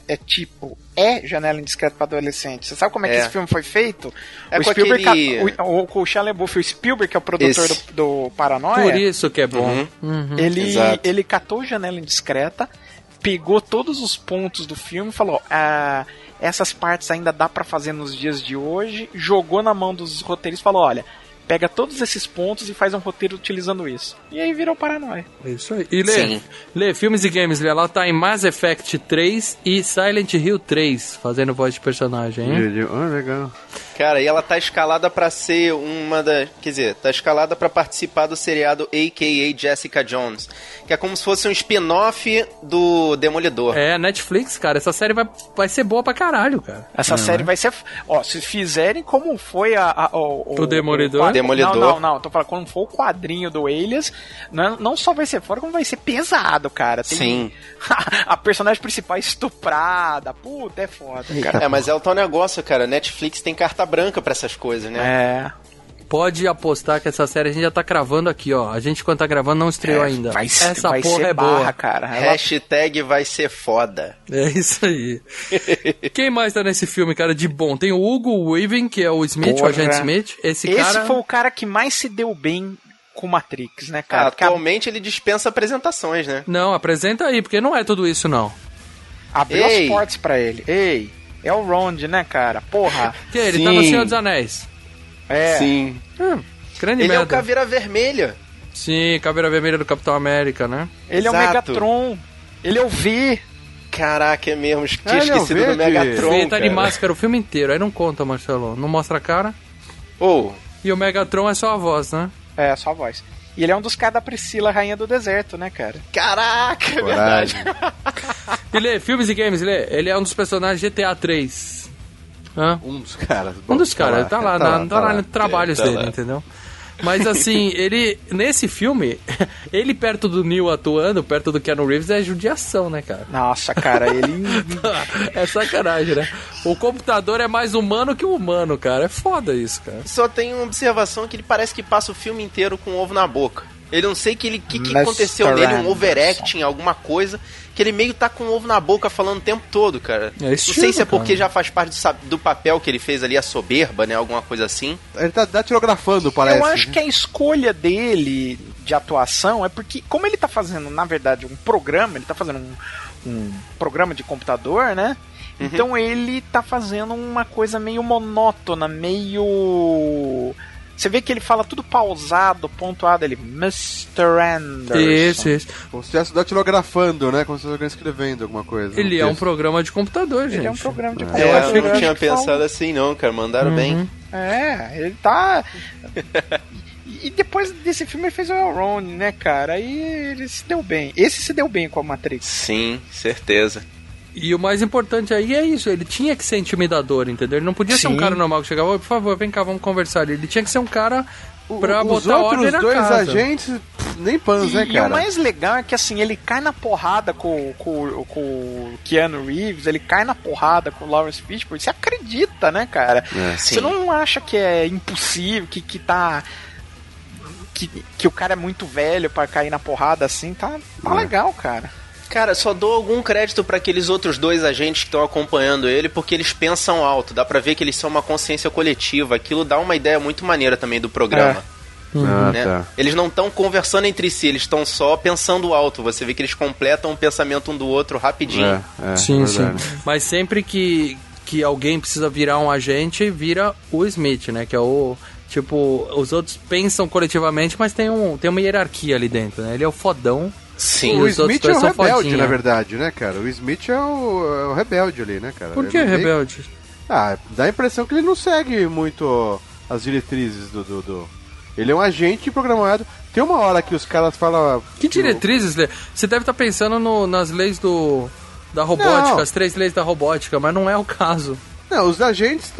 É Janela Indiscreta pra adolescente. Você sabe como é que esse filme foi feito? É o com Spielberg, aquele- o Shia LaBeouf, o Spielberg, que é o produtor do Paranoia, Por isso que é bom. Exato. ele catou Janela Indiscreta, pegou todos os pontos do filme e falou: essas partes ainda dá pra fazer nos dias de hoje, jogou na mão dos roteiristas e falou: olha, pega todos esses pontos e faz um roteiro utilizando isso. E aí virou Paranoia. Isso aí. E Sim. Lê, filmes e games, Lê, ela tá em Mass Effect 3 e Silent Hill 3, fazendo voz de personagem, hein? Legal. Cara, e ela tá escalada pra ser uma da... Quer dizer, tá escalada pra participar do seriado A.K.A. Jessica Jones, que é como se fosse um spin-off do Demolidor. É, Netflix, cara, essa série vai ser boa pra caralho, cara. Essa série vai ser... Ó, se fizerem como foi O Demolidor. Demolidor. Não, tô falando, quando for o quadrinho do Alias, não só vai ser fora, como vai ser pesado, cara. Tem Sim. a personagem principal estuprada, puta, é foda, cara. É, mas é o tal negócio, cara. Netflix tem carta branca pra essas coisas, né? É... Pode apostar que essa série a gente já tá cravando aqui, ó. A gente, quando tá gravando, não estreou ainda. Essa vai porra ser é barra, boa. cara. Hashtag vai ser foda. É isso aí. Quem mais tá nesse filme, cara, de bom? Tem o Hugo Weaving, que é o Smith, Porra. o agente Smith. Esse cara... foi o cara que mais se deu bem com Matrix, né, Cara, cara? Porque atualmente ele dispensa apresentações, né? Não, apresenta aí, porque não é tudo isso, não. abriu Ei. as portas pra ele. Ei, é o Rond, né, cara? Porra. Que ele Sim. tá no Senhor dos Anéis. É. Sim. Grande Ele é o merda. Caveira Vermelha. Sim, Caveira Vermelha do Capitão América, né? Ele é o Exato. Megatron. Ele é o V. Caraca, é mesmo. Tinha Ele é o esquecido do verde. Megatron, Ele tá de cara. máscara o filme inteiro, aí não conta, Marcelo. Não mostra a cara. Ô, E o Megatron é só a voz, né? É, só a voz. E ele é um dos caras da Priscila, Rainha do Deserto, né, cara? caraca, é verdade. E Lê, filmes e games, Lê. Ele é um dos personagens de GTA 3. Hã? Um dos caras. Um dos caras, ele tá lá, tá lá no trabalhos Tá dele, lá. entendeu? Mas assim, ele, nesse filme, ele perto do Neo atuando, perto do Keanu Reeves, é judiação, né, cara? Nossa, cara, ele... É sacanagem, né? O computador é mais humano que o humano, cara. É foda isso, cara. Só tem uma observação que ele parece que passa o filme inteiro com ovo na boca. Ele não sei que Mr. aconteceu nele, um Anderson. overacting, alguma coisa, que ele meio tá com o ovo na boca falando o tempo todo, cara. É Não estilo, sei se é cara. porque já faz parte do papel que ele fez ali, a soberba, né? Alguma coisa assim. Ele tá datilografando, parece. Eu acho que a escolha dele de atuação é porque, como ele tá fazendo, na verdade, um programa, ele tá fazendo um programa de computador, né? Então ele tá fazendo uma coisa meio monótona, meio... Você vê que ele fala tudo pausado, pontuado, ele... Mr. Anderson. Isso. Como se estivesse datilografando, né? Como se estivesse escrevendo alguma coisa. Ele é um programa de computador, gente. Ele é um programa de Eu computador. acho que eu não acho tinha que fala- pensado assim, não, cara. Mandaram bem. É, ele tá... E depois desse filme ele fez o Elrond, né, cara? Aí ele se deu bem. Esse se deu bem com a Matrix. Sim, certeza. E o mais importante aí é isso, ele tinha que ser intimidador, entendeu? Ele não podia ser um Sim. cara normal que chegava, "Oi, por favor, vem cá, vamos conversar." Ele tinha que ser um cara pra Os botar ordem outros na dois casa. agentes nem pans, né, E cara? o mais legal é que, assim, ele cai na porrada com o Keanu Reeves, ele cai na porrada com o Lawrence Fishburne, você acredita, né, cara? Você não acha que é impossível, que tá... Que o cara é muito velho pra cair na porrada assim, tá legal, cara. Cara, só dou algum crédito pra aqueles outros dois agentes que estão acompanhando ele, porque eles pensam alto, dá pra ver que eles são uma consciência coletiva, aquilo dá uma ideia muito maneira também do programa. Né? Tá. Eles não estão conversando entre si, eles estão só pensando alto, você vê que eles completam o pensamento um do outro rapidinho. Sim. Mas sempre que alguém precisa virar um agente, vira o Smith, né, que é o... Tipo, os outros pensam coletivamente, mas tem uma hierarquia ali dentro, né? Ele é o fodão. Sim. O Smith é o rebelde, fodinha. na verdade, né, cara? O Smith é o rebelde ali, né, cara? Por que rebelde? Dá a impressão que ele não segue muito as diretrizes do... Ele é um agente programado. Tem uma hora que os caras falam... Que diretrizes, Lê? Você deve estar pensando nas leis da robótica, as 3 leis da robótica, mas não é o caso. Não, os agentes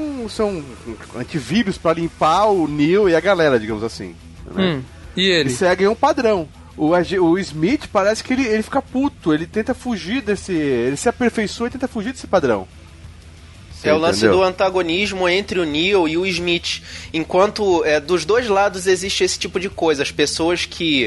são antivírus pra limpar o Neo e a galera, digamos assim. Né? E ele? Eles seguem um padrão. O Smith parece que ele fica puto, ele tenta fugir desse... Ele se aperfeiçoa e tenta fugir desse padrão. Você o lance entendeu? do antagonismo entre o Neo e o Smith. Enquanto dos dois lados existe esse tipo de coisa. As pessoas que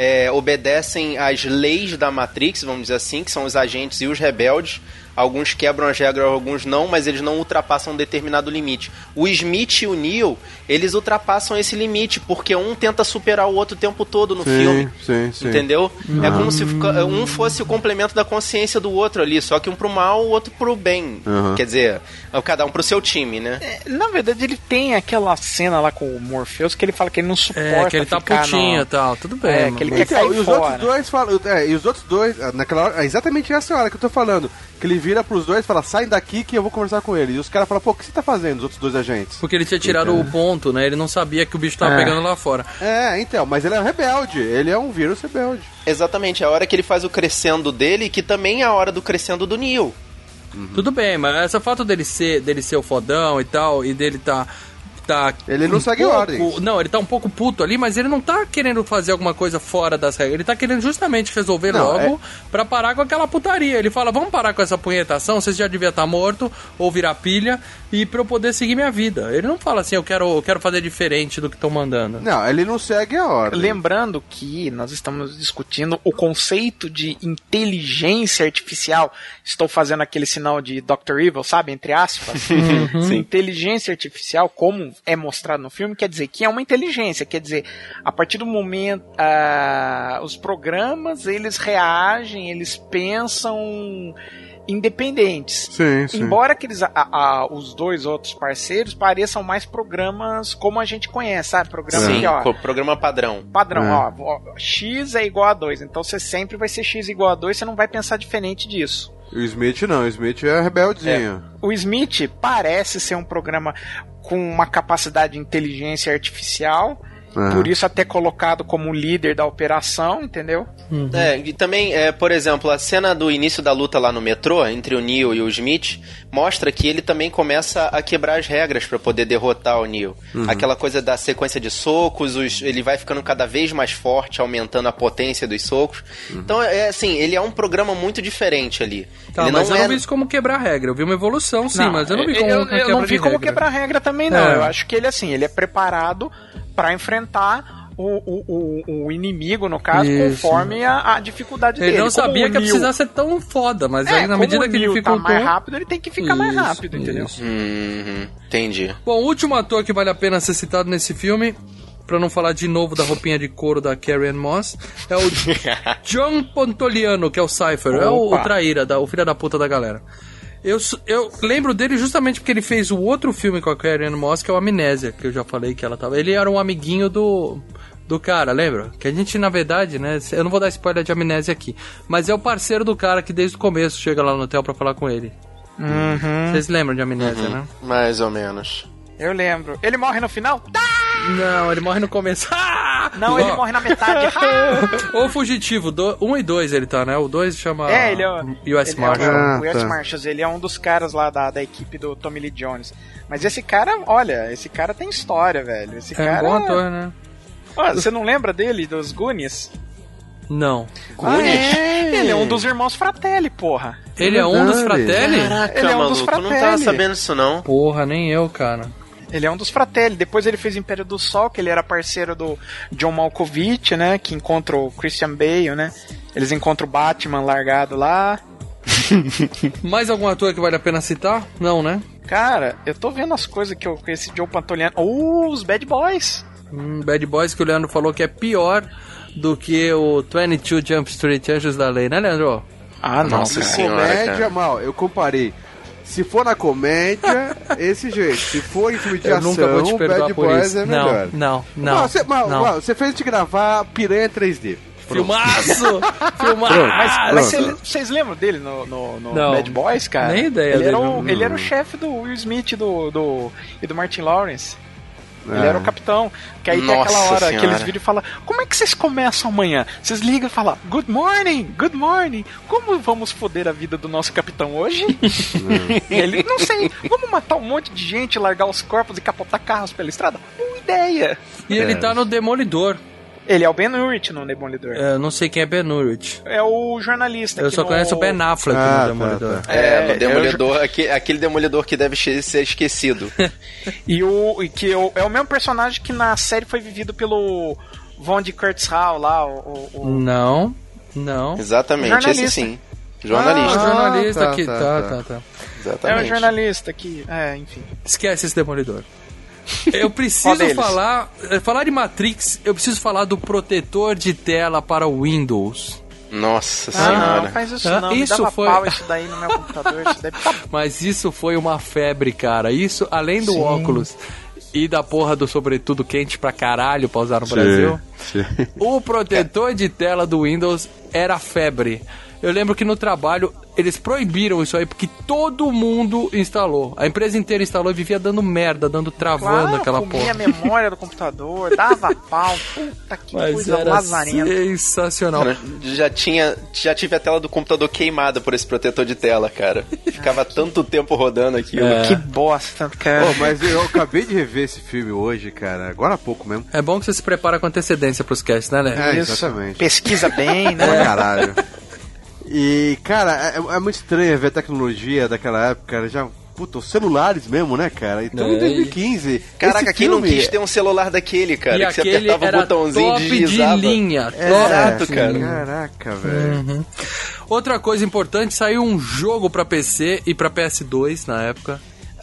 obedecem às leis da Matrix, vamos dizer assim, que são os agentes e os rebeldes. Alguns quebram as regras, alguns não, mas eles não ultrapassam um determinado limite. O Smith e o Neo, eles ultrapassam esse limite, porque um tenta superar o outro o tempo todo no filme. Sim. Entendeu? É como se um fosse o complemento da consciência do outro ali, só que um pro mal, o outro pro bem. Quer dizer, cada um pro seu time, né? Na verdade, ele tem aquela cena lá com o Morpheus que ele fala que ele não suporta que ele tá putinho e tal, tudo bem. Que ele quer cair e os fora. outros dois falam... e os outros dois, naquela hora, exatamente essa hora que eu tô falando, que ele vira pros dois e fala, saem daqui que eu vou conversar com ele. E os caras falam, pô, o que você tá fazendo, os outros dois agentes? Porque ele tinha tirado o ponto, né? Ele não sabia que o bicho tava pegando lá fora. Então, mas ele é um rebelde. Ele é um vírus rebelde. Exatamente, é a hora que ele faz o crescendo dele, que também é a hora do crescendo do Neo. Tudo bem, mas essa foto dele ser o fodão e tal, e dele tá ele não segue ordens. Não, ele tá um pouco puto ali, mas ele não tá querendo fazer alguma coisa fora das regras. Ele tá querendo justamente resolver logo pra parar com aquela putaria. Ele fala, vamos parar com essa punhetação, vocês já deviam estar morto ou virar pilha, e pra eu poder seguir minha vida. Ele não fala assim, eu quero fazer diferente do que estão mandando. Não, ele não segue a ordem. Lembrando que nós estamos discutindo o conceito de inteligência artificial. Estou fazendo aquele sinal de Dr. Evil, sabe? Entre aspas. Inteligência artificial, como é mostrado no filme, quer dizer que é uma inteligência, quer dizer, a partir do momento os programas, eles reagem, eles pensam independentes. Sim. Embora que os dois outros parceiros pareçam mais programas como a gente conhece, sabe? Programa que, programa padrão. X é igual a 2, então você sempre vai ser X igual a 2, você não vai pensar diferente disso. O Smith não, o Smith é rebeldezinho. O Smith parece ser um programa com uma capacidade de inteligência artificial, por isso até colocado como líder da operação, entendeu? E também, por exemplo, a cena do início da luta lá no metrô, entre o Neo e o Smith, mostra que ele também começa a quebrar as regras para poder derrotar o Neo. Aquela coisa da sequência de socos, ele vai ficando cada vez mais forte, aumentando a potência dos socos. Então, assim, ele é um programa muito diferente ali. Tá, mas eu não vi isso como quebrar regra, eu vi uma evolução, sim, mas eu não vi como eu não vi como quebrar regra também, não. Eu acho que ele, assim, ele é preparado para enfrentar o inimigo, no caso, conforme a dificuldade dele. Ele não sabia que ia precisar ser tão foda, mas aí na medida que ele dificultou... tá mais rápido, ele tem que ficar mais rápido, entendeu? Entendi. Bom, o último ator que vale a pena ser citado nesse filme, pra não falar de novo da roupinha de couro da Carrie-Anne Moss, é o John Pontoliano, que é o Cypher, é o traíra, o filho da puta da galera. Eu lembro dele justamente porque ele fez o outro filme com a Carrie-Anne Moss, que é o Amnésia, que eu já falei que ela tava... Ele era um amiguinho do cara, lembra? Que a gente, na verdade, né... Eu não vou dar spoiler de Amnésia aqui, mas é o parceiro do cara que desde o começo chega lá no hotel pra falar com ele. Vocês lembram de Amnésia, né? Mais ou menos. Eu lembro. Ele morre no final? Não, ele morre no começo. Não, ele morre na metade. O Fugitivo, 1 e 2 ele tá, né? O 2 chama ele é o US Marshal. O US Marshals, ele é um dos caras lá da equipe do Tommy Lee Jones. Mas esse cara, olha, esse cara tem história, velho. Esse cara um bom ator, né? Ó, você não lembra dele, dos Goonies? Não. Ele é um dos irmãos Fratelli, porra. Ele é um dos Fratelli? Caraca, Ele é um maluco, dos eu não tava Fratelli. sabendo isso não. Porra, nem eu, cara. Ele é um dos Fratelli. Depois ele fez Império do Sol, que ele era parceiro do John Malkovich, né? Que encontra o Christian Bale, né? Eles encontram o Batman largado lá. Mais algum ator que vale a pena citar? Não, né? Cara, eu tô vendo as coisas que eu com esse Joe Pantoliano. Os Bad Boys. Bad Boys, que o Leandro falou que é pior do que o 22 Jump Street Anjos da Lei, né, Leandro? Ah, não, Nossa cara. senhora, Comédia, cara. mal, eu comparei. Se for na comédia, esse jeito. Se for em filme de Eu ação, nunca vou te perdoar Bad por Boys isso. é melhor. Não. Você fez de gravar Piranha 3D. Filmaço! Mas vocês lembram dele no Não. Bad Boys, cara? Nem ideia ele dele, era não. ele era o chefe do Will Smith e do Martin Lawrence. Ele Ah. era o capitão. Que aí tem Nossa aquela hora senhora. que eles viram e falam: como é que vocês começam amanhã? Vocês ligam e falam: good morning. Como vamos foder a vida do nosso capitão hoje? Ele, não sei, vamos matar um monte de gente, largar os corpos e capotar carros pela estrada? Boa ideia. E ele tá no Demolidor. Ele é o Ben Urich no Demolidor. Eu não sei quem é Ben Urich. É o jornalista. Eu que só no- conheço o Ben Affleck no Demolidor. No Demolidor, aquele Demolidor que deve ser esquecido. É o mesmo personagem que na série foi vivido pelo Von de Curtis Hall lá, Não. Exatamente, Jornalista. esse sim. Ah, Jornalista. jornalista tá, que... tá, Tá. é Exatamente. um jornalista que, enfim. Esquece esse Demolidor. Eu Qual preciso deles? falar de Matrix, eu preciso falar do protetor de tela para o Windows. Nossa Não, senhora. faz isso Ah, não. Me isso dava foi- pau isso daí no meu computador. Isso daí tá... Mas isso foi uma febre, cara. Isso, além do óculos e da porra do sobretudo quente pra caralho pra usar no Brasil, o protetor de tela do Windows era febre. Eu lembro que no trabalho eles proibiram isso aí porque todo mundo instalou. A empresa inteira instalou e vivia dando merda, travando aquela comia porra. a memória do computador, dava pau. Puta que Mas coisa era lazarenta. sensacional. Já tive a tela do computador queimada por esse protetor de tela, cara. Ficava tanto tempo rodando aquilo. Que bosta, cara. Pô, mas eu acabei de rever esse filme hoje, cara. Agora há pouco mesmo. É bom que você se prepara com antecedência pros casts, né, Léo? É, Isso. exatamente. Pesquisa bem, né? Pra caralho. E, cara, é muito estranho ver a tecnologia daquela época, cara. Já, puta, os celulares mesmo, né, cara? Então, em 2015. Caraca, esse quem não filme- quis ter um celular daquele, cara? E Que você aquele apertava o era botãozinho top e de deslizava. linha. Exato, top de cara. linha. Caraca, velho. Outra coisa importante, saiu um jogo pra PC e pra PS2 na época.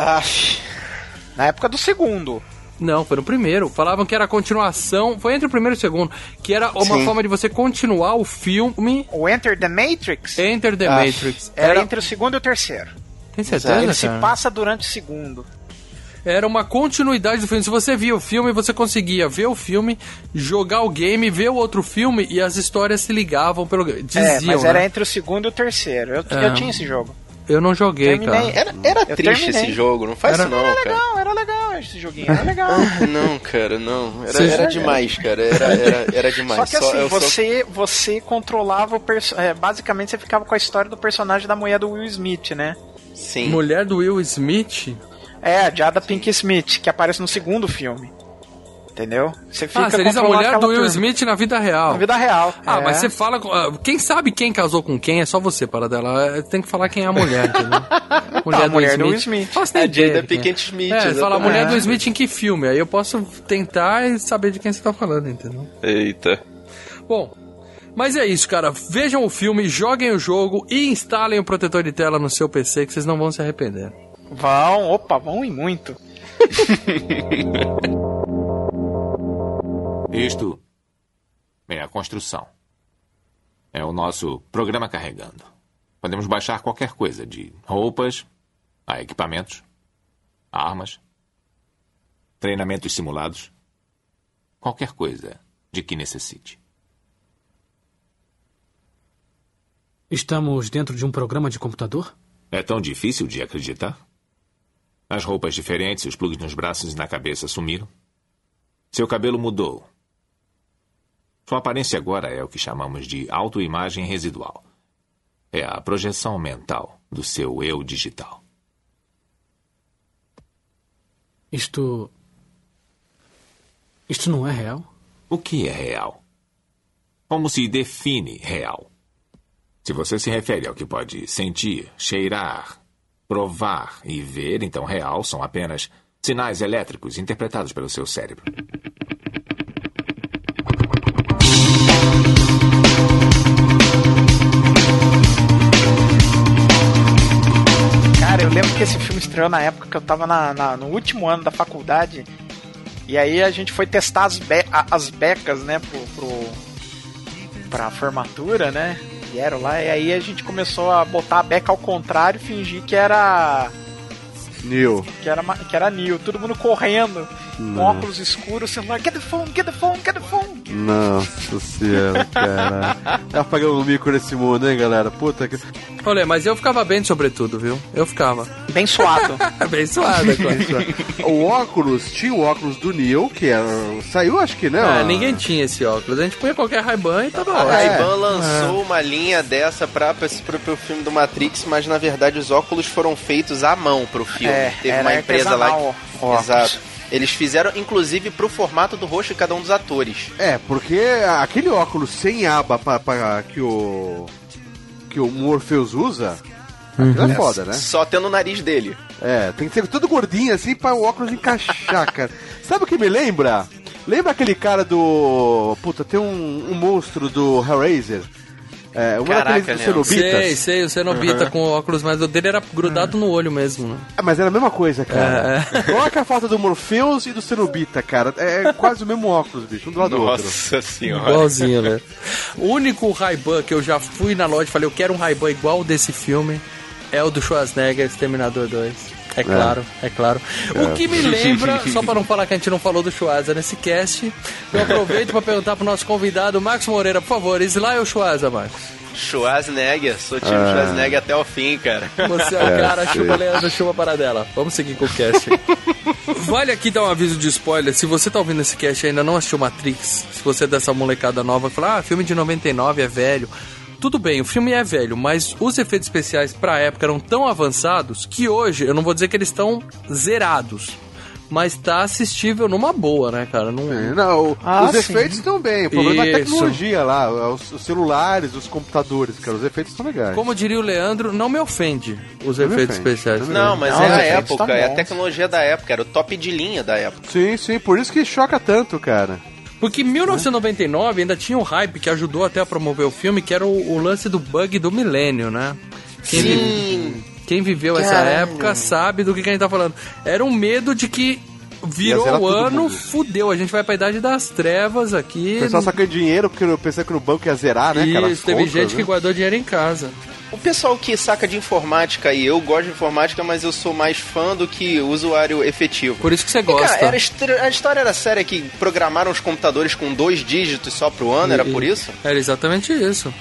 Na época do segundo. Não, foi no primeiro. Falavam que era a continuação, foi entre o primeiro e o segundo, que era uma Sim. forma de você continuar o filme O Enter the Matrix Enter the Matrix. era entre o segundo e o terceiro. Tem certeza, Ele se cara? passa durante o segundo. Era uma continuidade do filme. Se você via o filme, você conseguia ver o filme, jogar o game, ver o outro filme e as histórias se ligavam pelo... Diziam, Mas era né? entre o segundo e o terceiro. Eu tinha esse jogo. Eu não joguei, Terminei. cara. Era Eu triste terminei. esse jogo, não faz Era- isso não, cara. Era legal esse joguinho, era legal. Não, cara, não. Você- Era demais, cara. Era demais. Só que assim, eu só- você controlava o basicamente você ficava com a história do personagem da mulher do Will Smith, né? Sim. Mulher do Will Smith? É, a Jada Pinkett Smith, que aparece no segundo filme. Entendeu? Você fica Você diz a controlando mulher aquela do Will turma. Smith na vida real. Na vida real. Ah, é. mas você fala. Quem sabe quem casou com quem é só você, para dela. Tem que falar quem é a mulher, entendeu? A mulher do Will Smith. Faço A nem ideia Jada de quem é. Pinkett Smith. É, fala a exatamente. mulher do Smith em que filme? Aí eu posso tentar e saber de quem você tá falando, entendeu? Eita. Bom, mas é isso, cara. Vejam o filme, joguem o jogo e instalem o protetor de tela no seu PC que vocês não vão se arrepender. Vão e muito. Isto é a construção. É o nosso programa carregando. Podemos baixar qualquer coisa, de roupas a equipamentos, armas, treinamentos simulados, qualquer coisa de que necessite. Estamos dentro de um programa de computador? É tão difícil de acreditar? As roupas diferentes, os plugs nos braços e na cabeça sumiram. Seu cabelo mudou. Sua aparência agora é o que chamamos de autoimagem residual. É a projeção mental do seu eu digital. Isto não é real? O que é real? Como se define real? Se você se refere ao que pode sentir, cheirar, provar e ver, então real são apenas sinais elétricos interpretados pelo seu cérebro. Cara, eu lembro que esse filme estreou na época que eu tava no último ano da faculdade. E aí a gente foi testar as becas, né, pra formatura, né? Vieram lá, e aí a gente começou a botar a beca ao contrário e fingir que era... Neil. Que era Neil. Todo mundo correndo, com óculos escuros, celular, get the phone, get the phone, get the phone. Nossa senhora, cara. Tá pagando um mico nesse mundo, hein, galera? Puta que... Olha, mas eu ficava bem sobretudo, viu? Eu ficava. Bem suado. Bem suado, claro. O óculos, tinha o óculos do Neil, que era... Saiu, acho que não. Ninguém tinha esse óculos. A gente punha qualquer Ray-Ban e tava ótimo. A Ray-Ban lançou uma linha dessa pro filme do Matrix, mas na verdade os óculos foram feitos à mão pro filme. Teve uma empresa lá que... Exato. Eles fizeram, inclusive, pro formato do rosto de cada um dos atores. Porque aquele óculos sem aba que o Morpheus usa, aquilo é foda, né? Só tendo o nariz dele. Tem que ser todo gordinho assim pra o óculos encaixar, cara. Sabe o que me lembra? Lembra aquele cara do... Puta, tem um monstro do Hellraiser? Caraca, do Cenobitas. Sei, o Cenobita com óculos, mas o dele era grudado no olho mesmo, né? Mas era a mesma coisa, cara. Coloca a foto do Morpheus e do Cenobita, cara. É quase o mesmo óculos, bicho, um do lado do outro. Nossa senhora. Igualzinho, né? O único Ray-Ban que eu já fui na loja e falei, eu quero um Ray-Ban igual desse filme, é o do Schwarzenegger, Exterminador 2. É claro. O que me lembra, só pra não falar que a gente não falou do Schwarza nesse cast, eu aproveito pra perguntar pro nosso convidado, Marcos Moreira, por favor, Sly ou Schwarza, Marcos? Schwarzenegger, sou time Schwarzenegger até o fim, cara. Você é o cara, chupa Leandro, chupa Paradela. Vamos seguir com o cast. Vale aqui dar um aviso de spoiler, se você tá ouvindo esse cast e ainda não assistiu Matrix, se você é dessa molecada nova e falar, filme de 99 é velho... Tudo bem, o filme é velho, mas os efeitos especiais pra época eram tão avançados que hoje, eu não vou dizer que eles estão zerados, mas tá assistível numa boa, né, cara? Os efeitos estão bem, o problema é a tecnologia lá, os celulares, os computadores, cara, os efeitos estão legais. Como diria o Leandro, não me ofende os efeitos especiais. Não, mas é a época, é a tecnologia da época, era o top de linha da época. Sim, por isso que choca tanto, cara. Porque em 1999 ainda tinha um hype que ajudou até a promover o filme, que era o lance do bug do milênio, né? Quem viveu essa época sabe do que a gente tá falando. Era um medo de que virou o ano, fudeu. A gente vai pra Idade das Trevas aqui. O pessoal sacando dinheiro porque eu pensei que no banco ia zerar, né? Isso, teve gente que guardou dinheiro em casa. O pessoal que saca de informática, e eu gosto de informática, mas eu sou mais fã do que usuário efetivo. Por isso que você gosta. Cara, a história era séria que programaram os computadores com 2 dígitos só pro ano, era por isso? Era exatamente isso.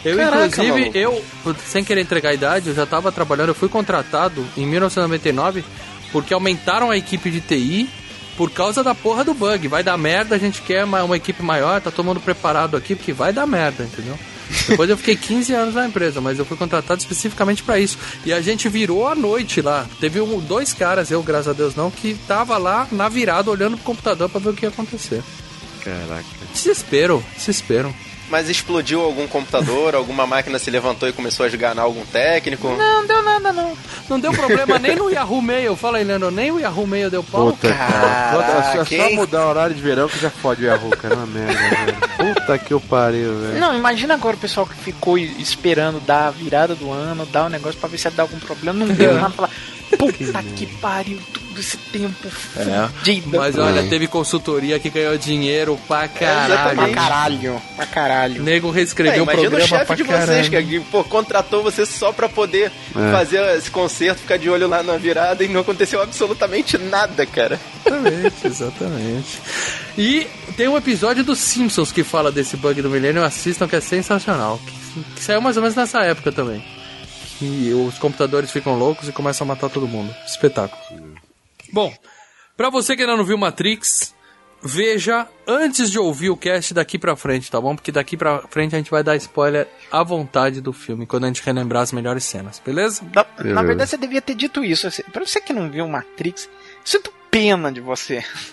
Sem querer entregar a idade, eu já tava trabalhando, eu fui contratado em 1999, porque aumentaram a equipe de TI por causa da porra do bug. Vai dar merda, a gente quer uma equipe maior, tá todo mundo preparado aqui, porque vai dar merda, entendeu? Depois eu fiquei 15 anos na empresa, mas eu fui contratado especificamente pra isso. E a gente virou à noite lá. Teve 2 caras, eu, graças a Deus não, que tava lá na virada olhando pro computador pra ver o que ia acontecer. Caraca. Desespero. Mas explodiu algum computador, alguma máquina se levantou e começou a esganar algum técnico? Não deu nada, não. Não deu problema nem no Yahoo Mail. Fala aí, Leandro, nem o Yahoo Mail deu pau. Puta, cara. Só mudar o horário de verão que já fode o Yahoo, cara. Uma merda, velho. Puta que eu pariu, velho. Não, imagina agora o pessoal que ficou esperando dar a virada do ano, dar um negócio pra ver se ia dar algum problema. Não deu nada, falar, puta que pariu, tudo esse tempo fudido. Mas olha, teve consultoria que ganhou dinheiro pra caralho. Pra caralho. O nego reescreveu o programa pra caralho. Imagina o chefe de vocês, que contratou você só pra poder fazer esse concerto, ficar de olho lá na virada e não aconteceu absolutamente nada, cara. Exatamente. E tem um episódio dos Simpsons que fala desse bug do milênio, assistam, que é sensacional. Que saiu mais ou menos nessa época também. Que os computadores ficam loucos e começam a matar todo mundo. Espetáculo. Bom, pra você que ainda não viu Matrix, veja antes de ouvir o cast daqui pra frente, tá bom? Porque daqui pra frente a gente vai dar spoiler à vontade do filme, quando a gente relembrar as melhores cenas, beleza? Na verdade, você devia ter dito isso. Pra você que não viu Matrix, sinto pena de você.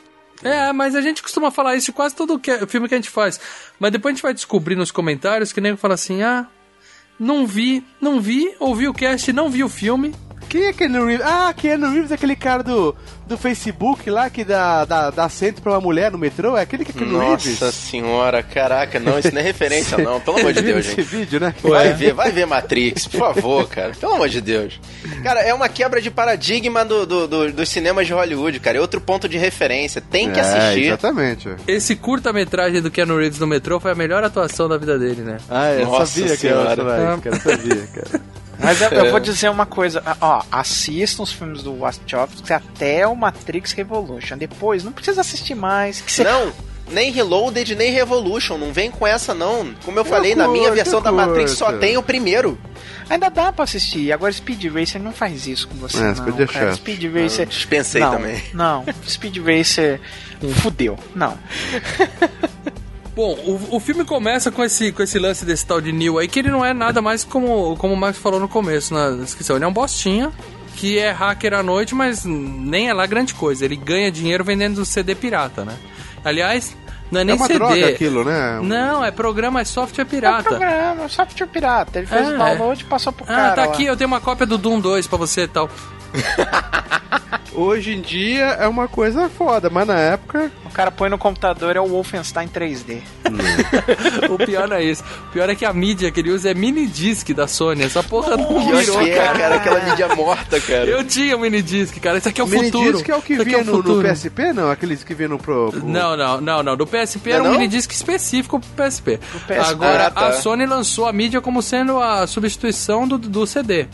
Mas a gente costuma falar isso em quase todo filme que a gente faz. Mas depois a gente vai descobrir nos comentários que o nego fala assim, não vi, ouvi o cast, não vi o filme. Quem é Keanu Reeves? Keanu Reeves é aquele cara do Facebook lá que dá assento pra uma mulher no metrô? É aquele que é Keanu Reeves? Nossa senhora, caraca, não, isso não é referência não, pelo amor de Deus, gente. Esse vídeo, né? Vai ver Matrix, por favor, cara, pelo amor de Deus. Cara, é uma quebra de paradigma dos cinemas de Hollywood, cara, é outro ponto de referência, tem que assistir. Exatamente. Esse curta-metragem do Keanu Reeves no metrô foi a melhor atuação da vida dele, né? Eu sabia que era isso, cara, sabia, cara. Mas eu vou dizer uma coisa, assistam os filmes do Wachowski até o Matrix Revolution. Depois, não precisa assistir mais. Não, nem Reloaded, nem Revolution. Não vem com essa, não. Como eu falei, na minha versão da Matrix só tem o primeiro. Ainda dá pra assistir. Agora, Speed Racer não faz isso com você, não, cara. Speed Racer... Dispensei também. Não, Speed Racer fudeu. Não. Bom, o filme começa com esse lance desse tal de Neo aí, que ele não é nada mais como o Max falou no começo, na descrição. Ele é um bostinha, que é hacker à noite, mas nem é lá grande coisa. Ele ganha dinheiro vendendo CD pirata, né? Aliás, não é nem CD. É uma droga aquilo, né? Não, é software pirata. É software pirata. Ele fez o download e passou pro cara. Tá aqui, eu tenho uma cópia do Doom 2 pra você e tal. Hoje em dia é uma coisa foda, mas na época... O cara põe no computador, é o Wolfenstein 3D. O pior não é isso. O pior é que a mídia que ele usa é minidisc da Sony. Essa porra não virou, cara. Aquela mídia morta, cara. Eu tinha minidisc, cara. Isso aqui é o futuro. Minidisc é o que vinha no PSP, não? Aqueles que vinham no Pro... Não. Do PSP era um minidisc específico pro PSP. Agora, a Sony lançou a mídia como sendo a substituição do CD.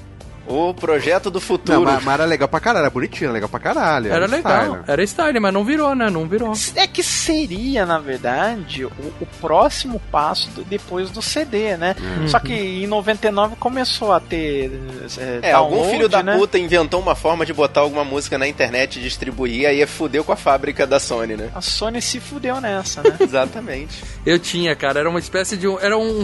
O projeto do futuro. Não, mas era legal pra caralho, era bonitinho, legal pra caralho. Era legal, style. Era style, mas não virou, né? Não virou. É que seria, na verdade, o próximo passo depois do CD, né? Só que em 99 começou a ter download, algum filho da puta inventou uma forma de botar alguma música na internet e distribuir, aí fudeu com a fábrica da Sony, né? A Sony se fudeu nessa, né? Exatamente. Eu tinha, cara, era uma espécie de...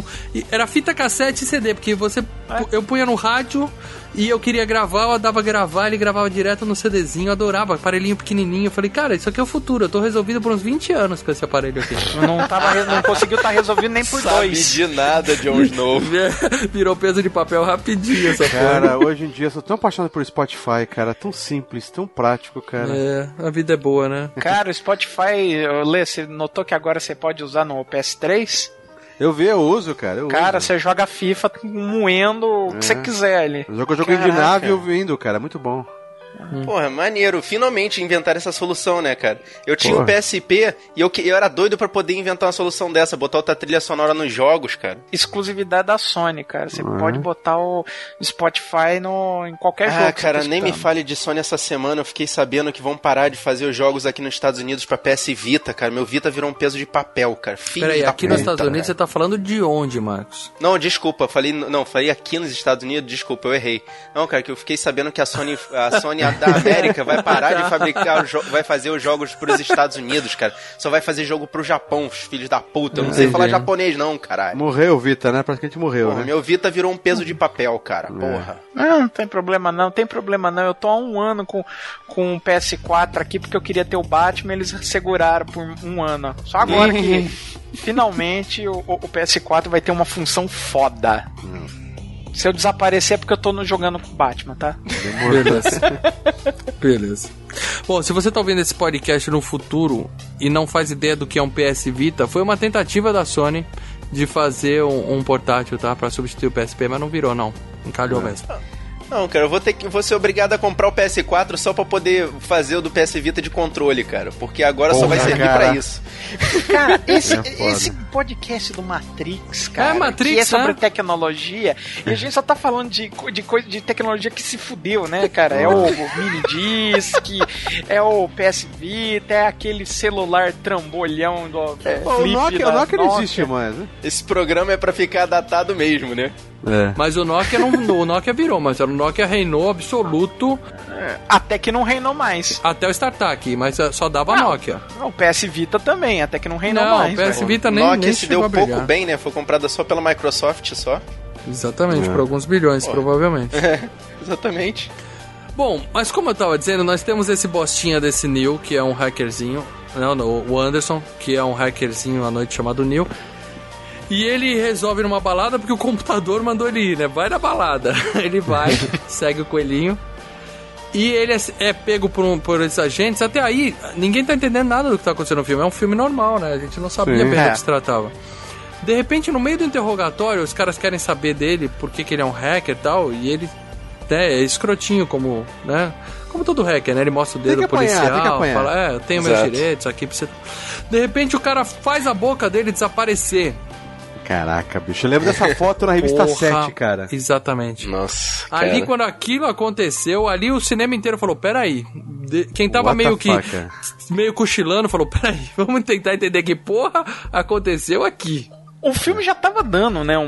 Era fita cassete e CD, porque eu punha no rádio... E eu queria gravar, eu dava gravar, ele gravava direto no CDzinho, eu adorava, aparelhinho pequenininho. Eu falei, cara, isso aqui é o futuro, eu tô resolvido por uns 20 anos com esse aparelho aqui. Não conseguiu estar resolvido nem por 2. Sabe de nada, Jon Snow. Virou peso de papel rapidinho essa porra. Cara, hoje em dia eu sou tão apaixonado por Spotify, cara, tão simples, tão prático, cara. A vida é boa, né? Cara, o Spotify, Lê, você notou que agora você pode usar no PS3? Eu uso, cara. Cara, você joga FIFA moendo o que você quiser ali. Eu jogo de nave ouvindo, cara, muito bom. Porra, maneiro. Finalmente inventaram essa solução, né, cara? Eu tinha um PSP e eu era doido pra poder inventar uma solução dessa, botar outra trilha sonora nos jogos, cara. Exclusividade da Sony, cara. Você pode botar o Spotify em qualquer jogo. Cara, nem me fale de Sony essa semana. Eu fiquei sabendo que vão parar de fazer os jogos aqui nos Estados Unidos pra PS Vita, cara. Meu Vita virou um peso de papel, cara. Peraí, aqui nos Estados Unidos você tá falando de onde, Marcos? Não, desculpa. Falei aqui nos Estados Unidos, desculpa, eu errei. Não, cara, que eu fiquei sabendo que a Sony da América vai parar de fabricar, vai fazer os jogos pros Estados Unidos, cara. Só vai fazer jogo pro Japão, os filhos da puta. Eu não sei falar japonês, não, caralho. Morreu o Vita, né? Praticamente morreu, né? Meu Vita virou um peso de papel, cara. Porra. Não tem problema não. Eu tô há 1 ano com o PS4 aqui porque eu queria ter o Batman, eles seguraram por 1 ano. Só agora que finalmente o PS4 vai ter uma função foda. Se eu desaparecer é porque eu tô jogando com o Batman, tá? Beleza. Bom, se você tá ouvindo esse podcast no futuro e não faz ideia do que é um PS Vita, foi uma tentativa da Sony de fazer um portátil, tá? Pra substituir o PSP, mas não virou, não. Encalhou mesmo. Não, cara, eu vou ser obrigado a comprar o PS4 só pra poder fazer o do PS Vita de controle, cara. Porque agora só vai servir pra isso. Cara, esse podcast do Matrix, cara, Matrix, que é sobre tecnologia, e a gente só tá falando de coisa de tecnologia que se fudeu, né, cara? É o minidisc, é o PS Vita, é aquele celular trambolhão do flip o Nokia não existe mais, né? Esse programa é pra ficar datado mesmo, né? Mas o Nokia virou, mas o Nokia reinou absoluto. Até que não reinou mais. Até o StarTAC, mas só dava Nokia. O PS Vita também, até que não reinou mais. O PS Vita nem Nokia se chegou deu a pouco bem, né? Foi comprada só pela Microsoft, só. Exatamente, por alguns bilhões, provavelmente. Exatamente. Bom, mas como eu tava dizendo, nós temos esse bostinha desse Neil, que é um hackerzinho, o Anderson, que é um hackerzinho à noite chamado Neil. E ele resolve numa balada porque o computador mandou ele ir, né? Vai na balada. Ele vai, segue o coelhinho. E ele é pego por esses agentes. Até aí, ninguém tá entendendo nada do que tá acontecendo no filme. É um filme normal, né? A gente não sabia bem do que se tratava. De repente, no meio do interrogatório, os caras querem saber dele por que ele é um hacker e tal. E ele é escrotinho como, né? Como todo hacker, né? Ele mostra o dedo policial, fala, eu tenho meus direitos aqui pra você... De repente, o cara faz a boca dele desaparecer. Caraca, bicho, eu lembro dessa foto na revista 7, cara. Exatamente. Nossa, ali, cara. quando aquilo aconteceu, ali o cinema inteiro falou, peraí. Quem tava meio cochilando falou, peraí, vamos tentar entender que porra aconteceu aqui. O filme já tava dando, né,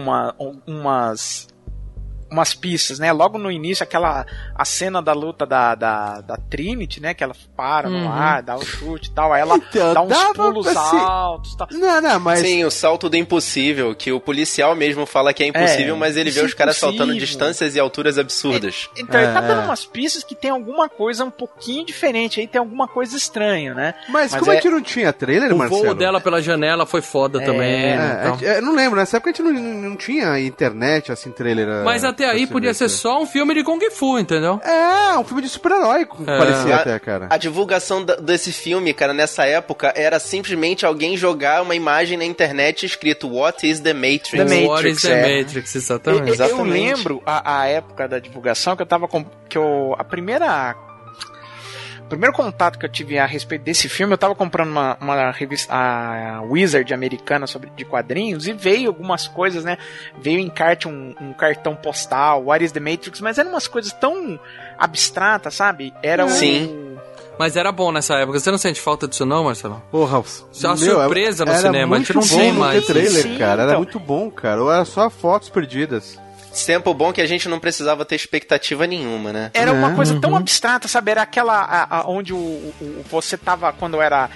umas pistas, né? Logo no início, a cena da luta da Trinity, né? Que ela para no ar, dá o chute e tal, aí ela dá uns pulos altos e tal. Não, mas... Sim, o salto do impossível, que o policial mesmo fala que é impossível, mas ele vê os caras saltando distâncias e alturas absurdas. Então ele tá dando umas pistas que tem alguma coisa um pouquinho diferente, aí tem alguma coisa estranha, né? Mas como a gente não tinha trailer, Marcelo? O voo dela pela janela foi foda também. Então. Eu não lembro, nessa época a gente não tinha internet, assim, trailer... Mas até aí podia ser só um filme de Kung Fu, entendeu? Um filme de super-herói, parecia até, cara. A divulgação desse filme, cara, nessa época, era simplesmente alguém jogar uma imagem na internet escrito What is the Matrix? What is the Matrix, exatamente. Eu lembro a época da divulgação que eu tava com... O primeiro contato que eu tive a respeito desse filme, eu tava comprando uma revista, a Wizard americana de quadrinhos, e veio algumas coisas, né? Veio em encarte um cartão postal, What is the Matrix, mas eram umas coisas tão abstratas, sabe? Era Mas era bom nessa época. Você não sente falta disso não, Marcelo? Porra, uma surpresa no cinema. A gente não tem mais. Trailer, sim, cara. então. Era muito bom, cara. Ou era só fotos perdidas. Tempo bom que a gente não precisava ter expectativa nenhuma, né? Era uma coisa tão abstrata, sabe? Era aquela onde você tava quando era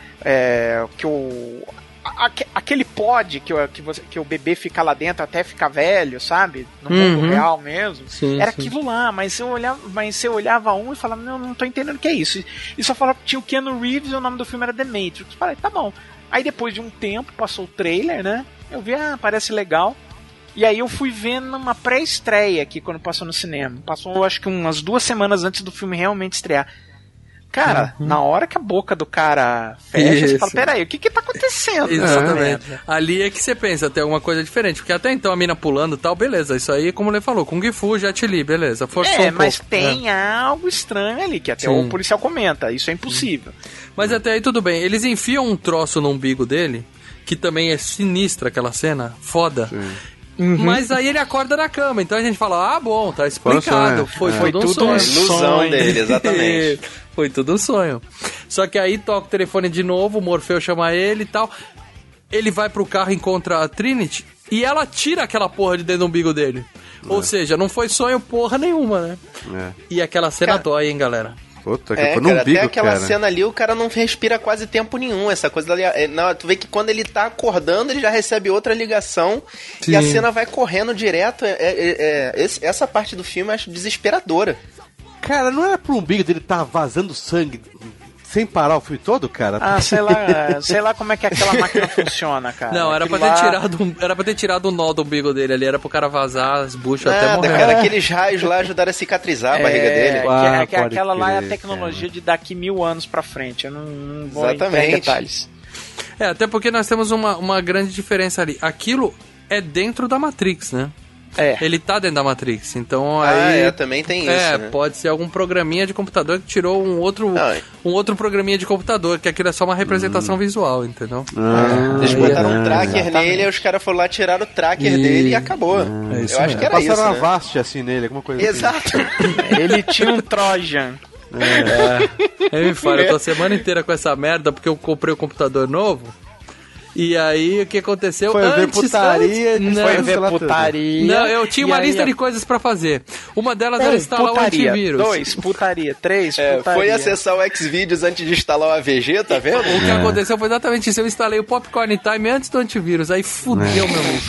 aquele pod que o bebê fica lá dentro até ficar velho, sabe? No mundo real mesmo. Sim, era aquilo lá, mas você olhava um e falava, não tô entendendo o que é isso. E só falava que tinha o Keanu Reeves e o nome do filme era The Matrix. Falei, tá bom. Aí depois de um tempo, passou o trailer, né? Eu vi, parece legal. E aí eu fui vendo uma pré-estreia aqui quando passou no cinema. Passou acho que umas 2 semanas antes do filme realmente estrear. Cara, na hora que a boca do cara fecha, você fala, peraí, o que tá acontecendo? Exatamente. Ali é que você pensa, tem alguma coisa diferente. Porque até então a mina pulando e tal, beleza. Isso aí, como ele falou, Kung Fu, Jet Li, beleza. Forçou mas tem algo estranho ali, que até o policial comenta. Isso é impossível. Mas até aí tudo bem. Eles enfiam um troço no umbigo dele, que também é sinistra aquela cena, foda. Sim. Mas aí ele acorda na cama, então a gente fala, bom, tá explicado. Foi tudo um sonho. Ilusão dele, exatamente. Foi tudo um sonho. Só que aí toca o telefone de novo, o Morfeu chama ele e tal. Ele vai pro carro e encontra a Trinity e ela tira aquela porra de dentro do umbigo dele. Ou seja, não foi sonho porra nenhuma, né? E aquela cena dói, hein, galera? Puta, que foi no umbigo, até aquela cena ali, o cara não respira quase tempo nenhum. Essa coisa ali, tu vê que quando ele tá acordando, ele já recebe outra ligação. Sim. E a cena vai correndo direto. Essa parte do filme eu acho desesperadora. Cara, não era pro umbigo dele tá vazando sangue sem parar o filme todo, cara? Sei lá como é que aquela máquina funciona, cara. Não, era pra ter tirado o nó do umbigo dele ali, era pro cara vazar as buchas até morrer. Cara, aqueles raios lá ajudaram a cicatrizar a barriga dele. Aquela lá é a tecnologia de daqui 1000 anos pra frente. Eu não vou entrar em detalhes. Até porque nós temos uma grande diferença ali. Aquilo é dentro da Matrix, né? Ele tá dentro da Matrix, então aí... também tem isso, né? Pode ser algum programinha de computador que tirou um outro programinha de computador, que aquilo é só uma representação visual, entendeu? Eles botaram um tracker nele, aí os caras foram lá, tiraram o tracker dele e acabou. Eu acho que era isso, passaram né? uma Vast assim nele, alguma coisa Exato. assim. Ele tinha um Trojan. Eu me falo, eu tô a semana inteira com essa merda, porque eu comprei um computador novo. E aí, o que aconteceu? Foi ver putaria. Não, eu tinha uma lista de coisas pra fazer. Uma delas era instalar o antivírus. 2, putaria. 3, putaria. Foi acessar o Xvideos antes de instalar o AVG, tá vendo? O que aconteceu foi exatamente isso. Eu instalei o Popcorn Time antes do antivírus. Aí fudeu, meu amigo.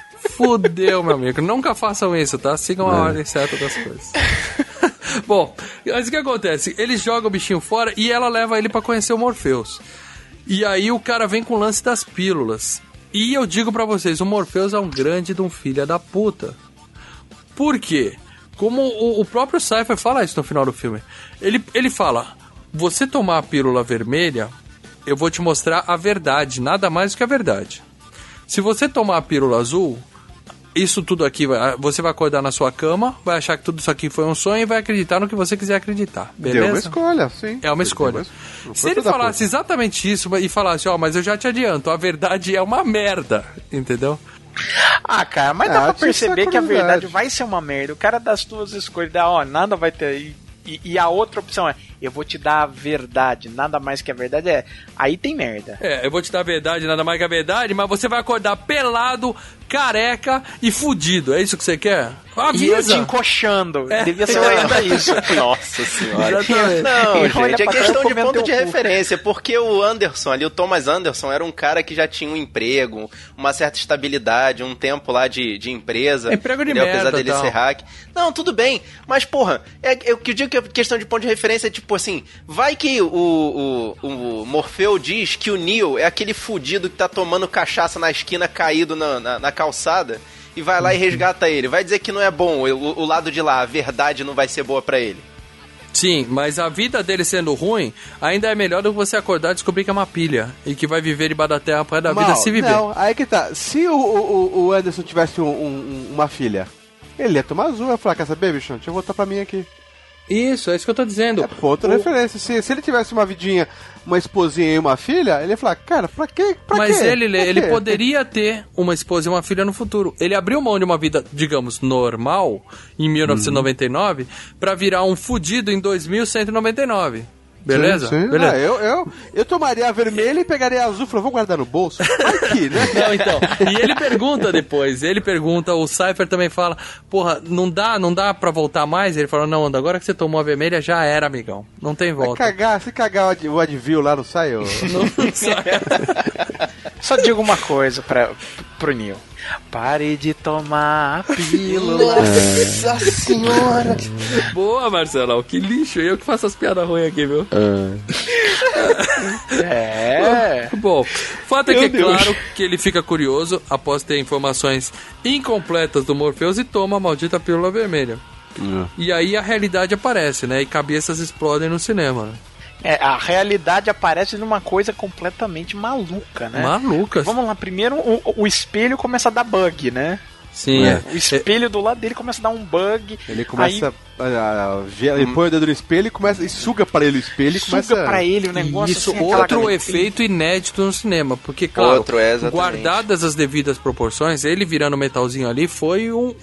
Fudeu, meu amigo. Nunca façam isso, tá? Sigam a ordem certa das coisas. Bom, Mas o que acontece? Eles jogam o bichinho fora e ela leva ele pra conhecer o Morpheus. E aí o cara vem com o lance das pílulas. E eu digo pra vocês, o Morpheus é um grande de um filho da puta. Por quê? Como o próprio Cypher fala isso no final do filme. Ele fala, você tomar a pílula vermelha, eu vou te mostrar a verdade, nada mais do que a verdade. Se você tomar a pílula azul, isso tudo aqui, você vai acordar na sua cama, vai achar que tudo isso aqui foi um sonho e vai acreditar no que você quiser acreditar, beleza? É uma escolha, sim. É uma escolha. Se ele falasse exatamente isso e falasse, mas eu já te adianto, a verdade é uma merda, entendeu? Ah, cara, mas dá pra perceber que a verdade vai ser uma merda. O cara das tuas escolhas dá, nada vai ter aí. E a outra opção é, eu vou te dar a verdade, nada mais que a verdade aí tem merda. Eu vou te dar a verdade, nada mais que a verdade, mas você vai acordar pelado, careca e fudido, é isso que você quer? Avisa. E eu te encoxando, devia ser ainda isso. Nossa senhora. Exatamente. Não, gente, é questão de ponto de referência, porque o Anderson ali, o Thomas Anderson, era um cara que já tinha um emprego, uma certa estabilidade, um tempo lá de empresa. Emprego de merda, apesar dele tal. ser hack. Não, tudo bem, mas porra, o que eu digo que é questão de ponto de referência é tipo assim, vai que o Morfeu diz que o Neo é aquele fudido que tá tomando cachaça na esquina caído na calçada e vai lá e resgata ele. Vai dizer que não é bom, o lado de lá, a verdade não vai ser boa pra ele. Sim, mas a vida dele sendo ruim ainda é melhor do que você acordar e descobrir que é uma pilha e que vai viver debaixo da terra para da vida se viver. Não, aí que tá. Se o Anderson tivesse uma filha, ele ia tomar azul, ia falar, quer saber, bichão? Deixa eu voltar pra mim aqui. Isso, é isso que eu tô dizendo. É ponto de referência. Se ele tivesse uma vidinha, uma esposinha e uma filha, ele ia falar, cara, pra quê? Mas ele poderia ter uma esposa e uma filha no futuro. Ele abriu mão de uma vida, digamos, normal, em 1999, pra virar um fudido em 2199. Beleza? Sim. Beleza. Eu tomaria a vermelha e pegaria a azul e falaria, vou guardar no bolso. Aqui, né? Não, então. E ele pergunta depois, o Cypher também fala, porra, não dá pra voltar mais? Ele fala, não, agora que você tomou a vermelha, já era, amigão. Não tem volta. Se cagar o Advil lá, não sai? Não sai. Só digo uma coisa pro Neo. Pare de tomar a pílula. Nossa senhora! Boa, Marcelão, que lixo. Eu que faço as piadas ruins aqui, viu? Bom, o fato é que claro que ele fica curioso após ter informações incompletas do Morpheus e toma a maldita pílula vermelha. E aí a realidade aparece, né? E cabeças explodem no cinema, né? A realidade aparece numa coisa completamente maluca, né? Maluca. Vamos lá, primeiro o espelho começa a dar bug, né? Sim, O espelho do lado dele começa a dar um bug. Ele começa ele põe o dedo no espelho e começa e suga para ele o espelho e começa pra ele o negócio. Isso, assim, outro efeito inédito no cinema, porque claro, guardadas as devidas proporções, ele virando metalzinho ali foi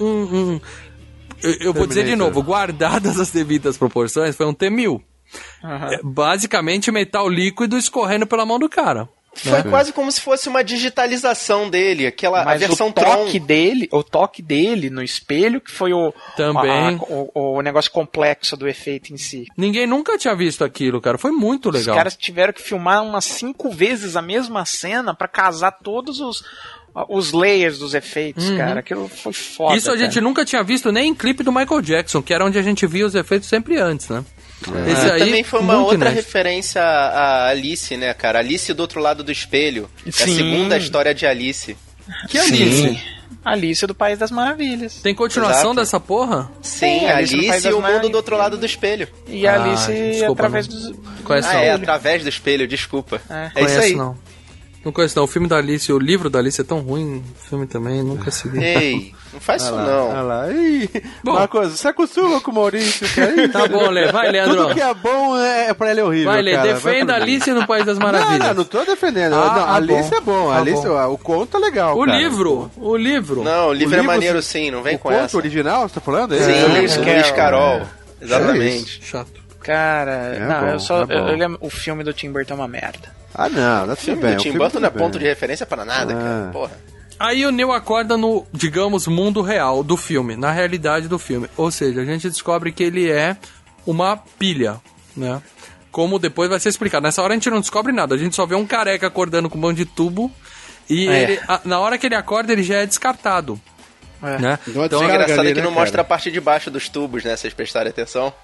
eu vou dizer de novo, guardadas as devidas proporções, foi um T-1000. Basicamente metal líquido escorrendo pela mão do cara. Foi quase como se fosse uma digitalização dele, a versão Tron. O toque dele no espelho, que foi o negócio complexo do efeito em si. Ninguém nunca tinha visto aquilo, cara. Foi muito legal. Os caras tiveram que filmar umas 5 vezes a mesma cena pra casar todos os layers dos efeitos, cara. Aquilo foi foda. Isso a gente nunca tinha visto nem em clipe do Michael Jackson, que era onde a gente via os efeitos sempre antes, né? Esse aí também foi uma outra referência a Alice, né, cara? Alice do outro lado do espelho. Sim. É a segunda história de Alice. Que Alice? Alice do País das Maravilhas. Tem continuação dessa porra? Sim, Alice e o mundo do outro lado do espelho. E Alice através do... através do espelho, desculpa. É isso aí. Não conheço não. O filme da Alice, o livro da Alice é tão ruim. O filme também, nunca se viu. Ei, não faz isso não. Olha lá. Marcos, você acostuma com o Maurício, cara. Tá bom, Lê. Vai, Leandro. Tudo que é bom pra ele é horrível, vai, Lê. Cara. Defenda a Alice no País das Maravilhas. Não tô defendendo. Alice é bom. Alice, o conto é legal, o livro. Não, o livro é maneiro sim, não vem com essa. O conto original, você tá falando? Sim, Luiz Carol. Exatamente. Chato. Cara, o filme do Tim Burton é uma merda. Não é tudo bem. O Tim Burton não é ponto de referência pra nada, cara. Porra. Aí o Neo acorda no, digamos, mundo real do filme, na realidade do filme. Ou seja, a gente descobre que ele é uma pilha, né? Como depois vai ser explicado. Nessa hora a gente não descobre nada, a gente só vê um careca acordando com um monte de tubo e ele, na hora que ele acorda ele já é descartado. Né? Então é engraçado que não mostra a parte de baixo dos tubos, né? Vocês prestarem atenção.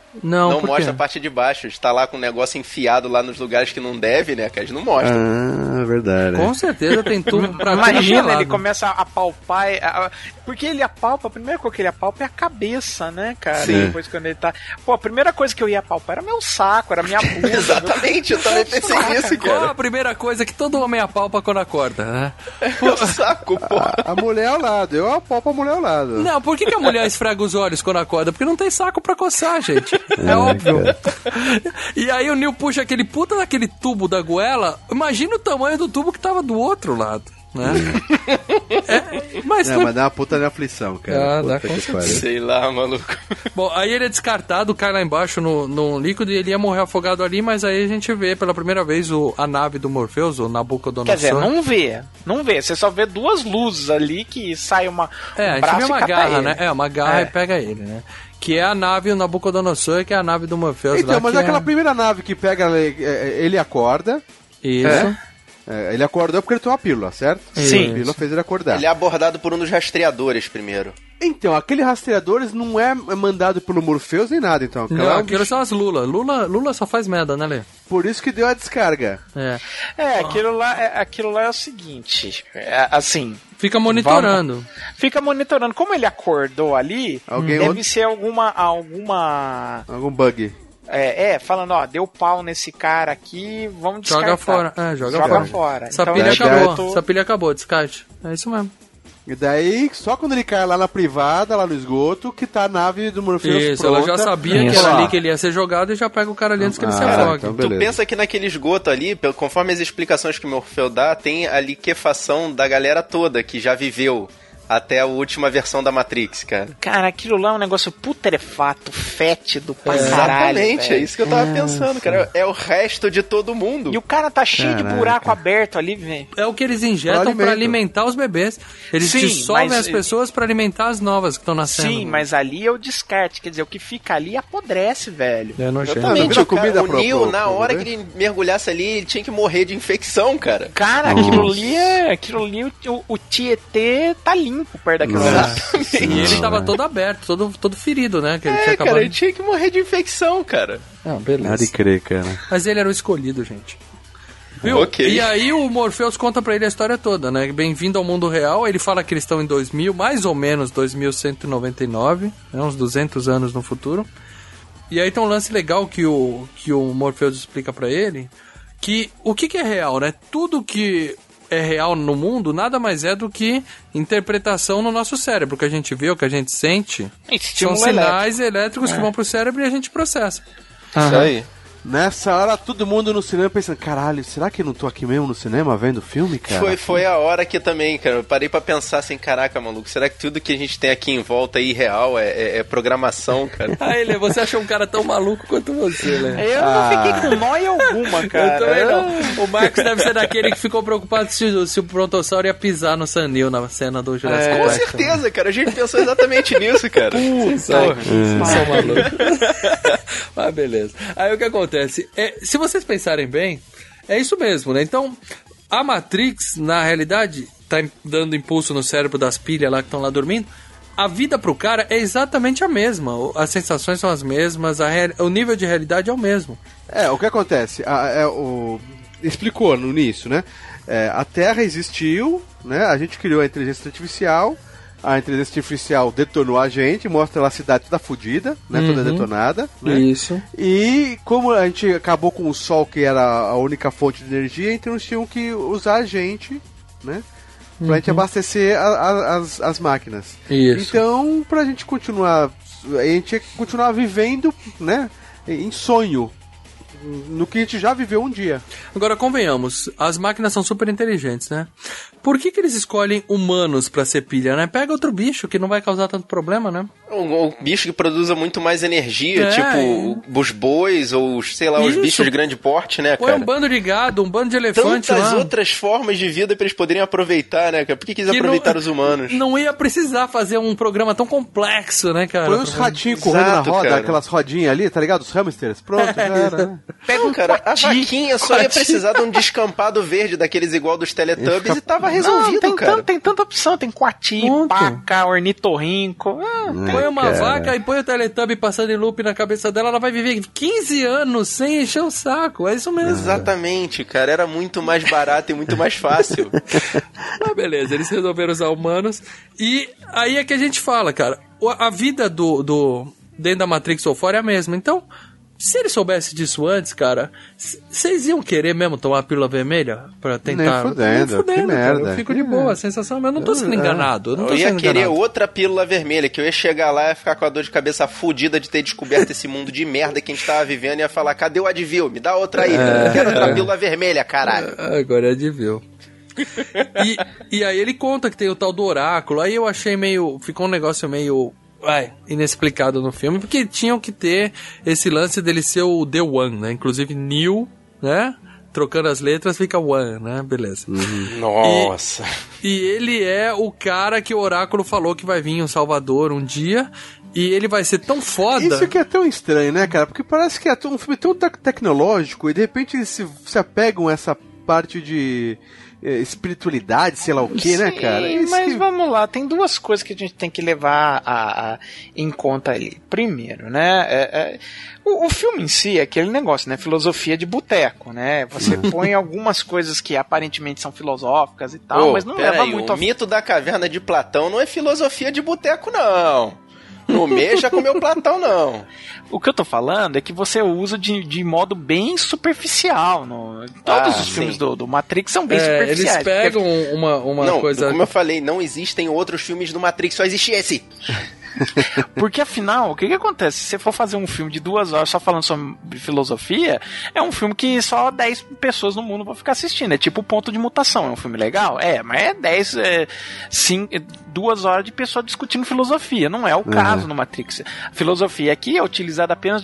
Não mostra a parte de baixo. Está lá com o negócio enfiado lá nos lugares que não deve, né, cara? Eles não mostram. Ah, verdade. Com certeza tem tudo pra Imagina, ele começa a apalpar. Porque ele apalpa, a primeira coisa que ele apalpa é a cabeça, né, cara? Sim. Depois quando ele tá. Pô, a primeira coisa que eu ia apalpar era meu saco, era minha bunda. Exatamente, eu também pensei nisso, Qual cara. a primeira coisa que todo homem apalpa quando acorda, né? Meu saco, pô. A mulher ao lado, eu apalpo a mulher ao lado. Não, por que a mulher esfrega os olhos quando acorda? Porque não tem saco pra coçar, gente. É óbvio. E aí o Neil puxa aquele puta daquele tubo da goela. Imagina o tamanho do tubo que tava do outro lado, né? Mas dá uma puta de aflição, cara. Dá Puta com que certeza. pariu. Sei lá, maluco. Bom, aí ele é descartado, cai lá embaixo no líquido e ele ia morrer afogado ali, mas aí a gente vê pela primeira vez a nave do Morpheus, o Nabucodonosor. Quer dizer, não vê. Você só vê duas luzes ali que sai uma. A gente vê uma garra, né? Uma garra e pega ele, né? Que é a nave, o Nabucodonosor, que é a nave do Morpheus. Então, lá, mas que aquela primeira nave que pega, ele acorda. Isso. Ele acordou porque ele tomou a pílula, certo? Sim. A pílula fez ele acordar. Ele é abordado por um dos rastreadores primeiro. Então, aquele rastreadores não é mandado pelo Morpheus nem nada, então. Não, aquilo são as Lula. Lula só faz merda, né, Lê? Por isso que deu a descarga. Aquilo lá é o seguinte, assim... Fica monitorando. Fica monitorando. Como ele acordou ali, deve ser algum bug. Falando, ó, deu pau nesse cara aqui, vamos descartar. Joga fora. Joga fora. Essa Então, pilha acabou. Essa pilha acabou, descarte. É isso mesmo. E daí, só quando ele cai lá na privada, lá no esgoto, que tá a nave do Morpheus Isso, pronta. ela já sabia que era ali que ele ia ser jogado e já pega o cara ali antes que ele se afogue. Então tu pensa que naquele esgoto ali, conforme as explicações que o Morpheus dá, tem a liquefação da galera toda que já viveu até a última versão da Matrix, cara. Cara, aquilo lá é um negócio putrefato, fétido pra caralho. Exatamente, é isso que eu tava pensando, cara. É o resto de todo mundo. E o cara tá cheio de buraco aberto ali, velho. É o que eles injetam pra alimentar os bebês. Eles dissolvem as pessoas pra alimentar as novas que estão nascendo. Sim, mas ali é o descarte. Quer dizer, o que fica ali apodrece, velho. É nojento. Exatamente, o Neo, na hora que ele mergulhasse ali, ele tinha que morrer de infecção, cara. Cara, aquilo ali, o Tietê tá limpo perto daquilo lá. E ele tava todo aberto, todo ferido, né? Que ele tinha acabado... cara, ele tinha que morrer de infecção, cara. Beleza. Nada de crer, cara. Mas ele era o escolhido, gente. Viu? Ok. E aí o Morpheus conta pra ele a história toda, né? Bem-vindo ao mundo real. Ele fala que eles estão em 2000, mais ou menos 2199, né? Uns 200 anos no futuro. E aí tem um lance legal que o Morpheus explica pra ele, que o que é real, né? Tudo que é real no mundo nada mais é do que interpretação no nosso cérebro. O que a gente vê, o que a gente sente, são sinais elétricos que vão pro cérebro e a gente processa. Isso aí. Nessa hora, todo mundo no cinema pensando, caralho, será que eu não tô aqui mesmo no cinema vendo filme, cara? Foi a hora que também, cara, eu parei pra pensar assim, caraca, maluco, será que tudo que a gente tem aqui em volta aí real é programação, cara? Aí, Lê, você achou um cara tão maluco quanto você, Lê? Eu não fiquei com nóia alguma, cara. Eu também não. O Marcos deve ser daquele que ficou preocupado se o Brontossauro ia pisar no Sanil na cena do Jurassic Park. Com certeza, cara, a gente pensou exatamente nisso, cara. São malucos. Mas beleza. Aí o que acontece? Se vocês pensarem bem, é isso mesmo, né? Então, a Matrix, na realidade, tá dando impulso no cérebro das pilhas lá que estão lá dormindo. A vida pro cara é exatamente a mesma. As sensações são as mesmas, o nível de realidade é o mesmo. O que acontece? Explicou no início, né? A Terra existiu, né? A gente criou a inteligência artificial. A inteligência artificial detonou a gente, mostra lá a cidade toda fodida, né? Toda detonada. Né? Isso. E como a gente acabou com o Sol, que era a única fonte de energia, então eles tinham que usar a gente, né? Pra gente abastecer as máquinas. Isso. Então, pra gente continuar... A gente ia continuar vivendo, né? Em sonho. No que a gente já viveu um dia. Agora, convenhamos, as máquinas são super inteligentes, né? Por que eles escolhem humanos pra ser pilha, né? Pega outro bicho que não vai causar tanto problema, né? Um bicho que produza muito mais energia, tipo os bois ou, sei lá, os bichos de grande porte, né, cara? Põe um bando de gado, um bando de elefante tantas lá. outras formas de vida pra eles poderem aproveitar, né, cara? Por que eles aproveitaram os humanos? Não ia precisar fazer um programa tão complexo, né, cara? Põe os ratinhos correndo na roda, cara. Aquelas rodinhas ali, tá ligado? Os hamsters. Pronto, cara. Pega Não, cara, a vaquinha só ia coati. precisar de um descampado verde daqueles igual dos Teletubbies e tava resolvido, tem cara. Tem tanta opção, tem coati, Pronto. paca, ornitorrinco. Põe uma cara. vaca e põe o Teletubby passando em loop na cabeça dela, ela vai viver 15 anos sem encher o saco. É isso mesmo. Exatamente, cara. Era muito mais barato e muito mais fácil. Ah, beleza, eles resolveram usar humanos. E aí é que a gente fala, cara, a vida do dentro da Matrix ou fora é a mesma. Então, se ele soubesse disso antes, cara, vocês iam querer mesmo tomar a pílula vermelha pra tentar... Nem fudendo, que merda. cara. Eu fico de boa, a sensação, mas eu não tô sendo enganado. Eu não tô Eu ia sendo querer enganado. outra pílula vermelha, que eu ia chegar lá e ia ficar com a dor de cabeça fudida de ter descoberto esse mundo de merda que a gente tava vivendo e ia falar, cadê o Advil? Me dá outra aí, eu quero outra pílula vermelha, caralho. Agora é de viu. E aí ele conta que tem o tal do oráculo. Aí eu achei meio... Ficou um negócio meio... inexplicado no filme, porque tinham que ter esse lance dele ser o The One, né? Inclusive Neo, né? Trocando as letras fica One, né? Beleza. Nossa. E ele é o cara que o oráculo falou que vai vir em um Salvador um dia. E ele vai ser tão foda. Isso que é tão estranho, né, cara? Porque parece que é um filme tão tecnológico e de repente eles se apegam a essa parte de espiritualidade, sei lá o que, né, cara? Isso Mas que... vamos lá, tem duas coisas que a gente tem que levar em conta ali. Primeiro, né, o filme em si é aquele negócio, né, filosofia de boteco, né, você põe algumas coisas que aparentemente são filosóficas e tal, mas não leva muito o mito da caverna de Platão não é filosofia de boteco, não. Não mexa com meu Platão, não. O que eu tô falando é que você usa de modo bem superficial. Todos os filmes do Matrix são bem superficiais. Eles pegam uma não, coisa... Como eu falei, não existem outros filmes do Matrix, só existe esse. Porque afinal, o que acontece? Se você for fazer um filme de 2 horas só falando sobre filosofia, é um filme que só 10 pessoas no mundo vão ficar assistindo. É tipo Ponto de Mutação. É um filme legal? Mas é 2 horas de pessoa discutindo filosofia. Não é o caso no Matrix. A filosofia aqui é utilizada apenas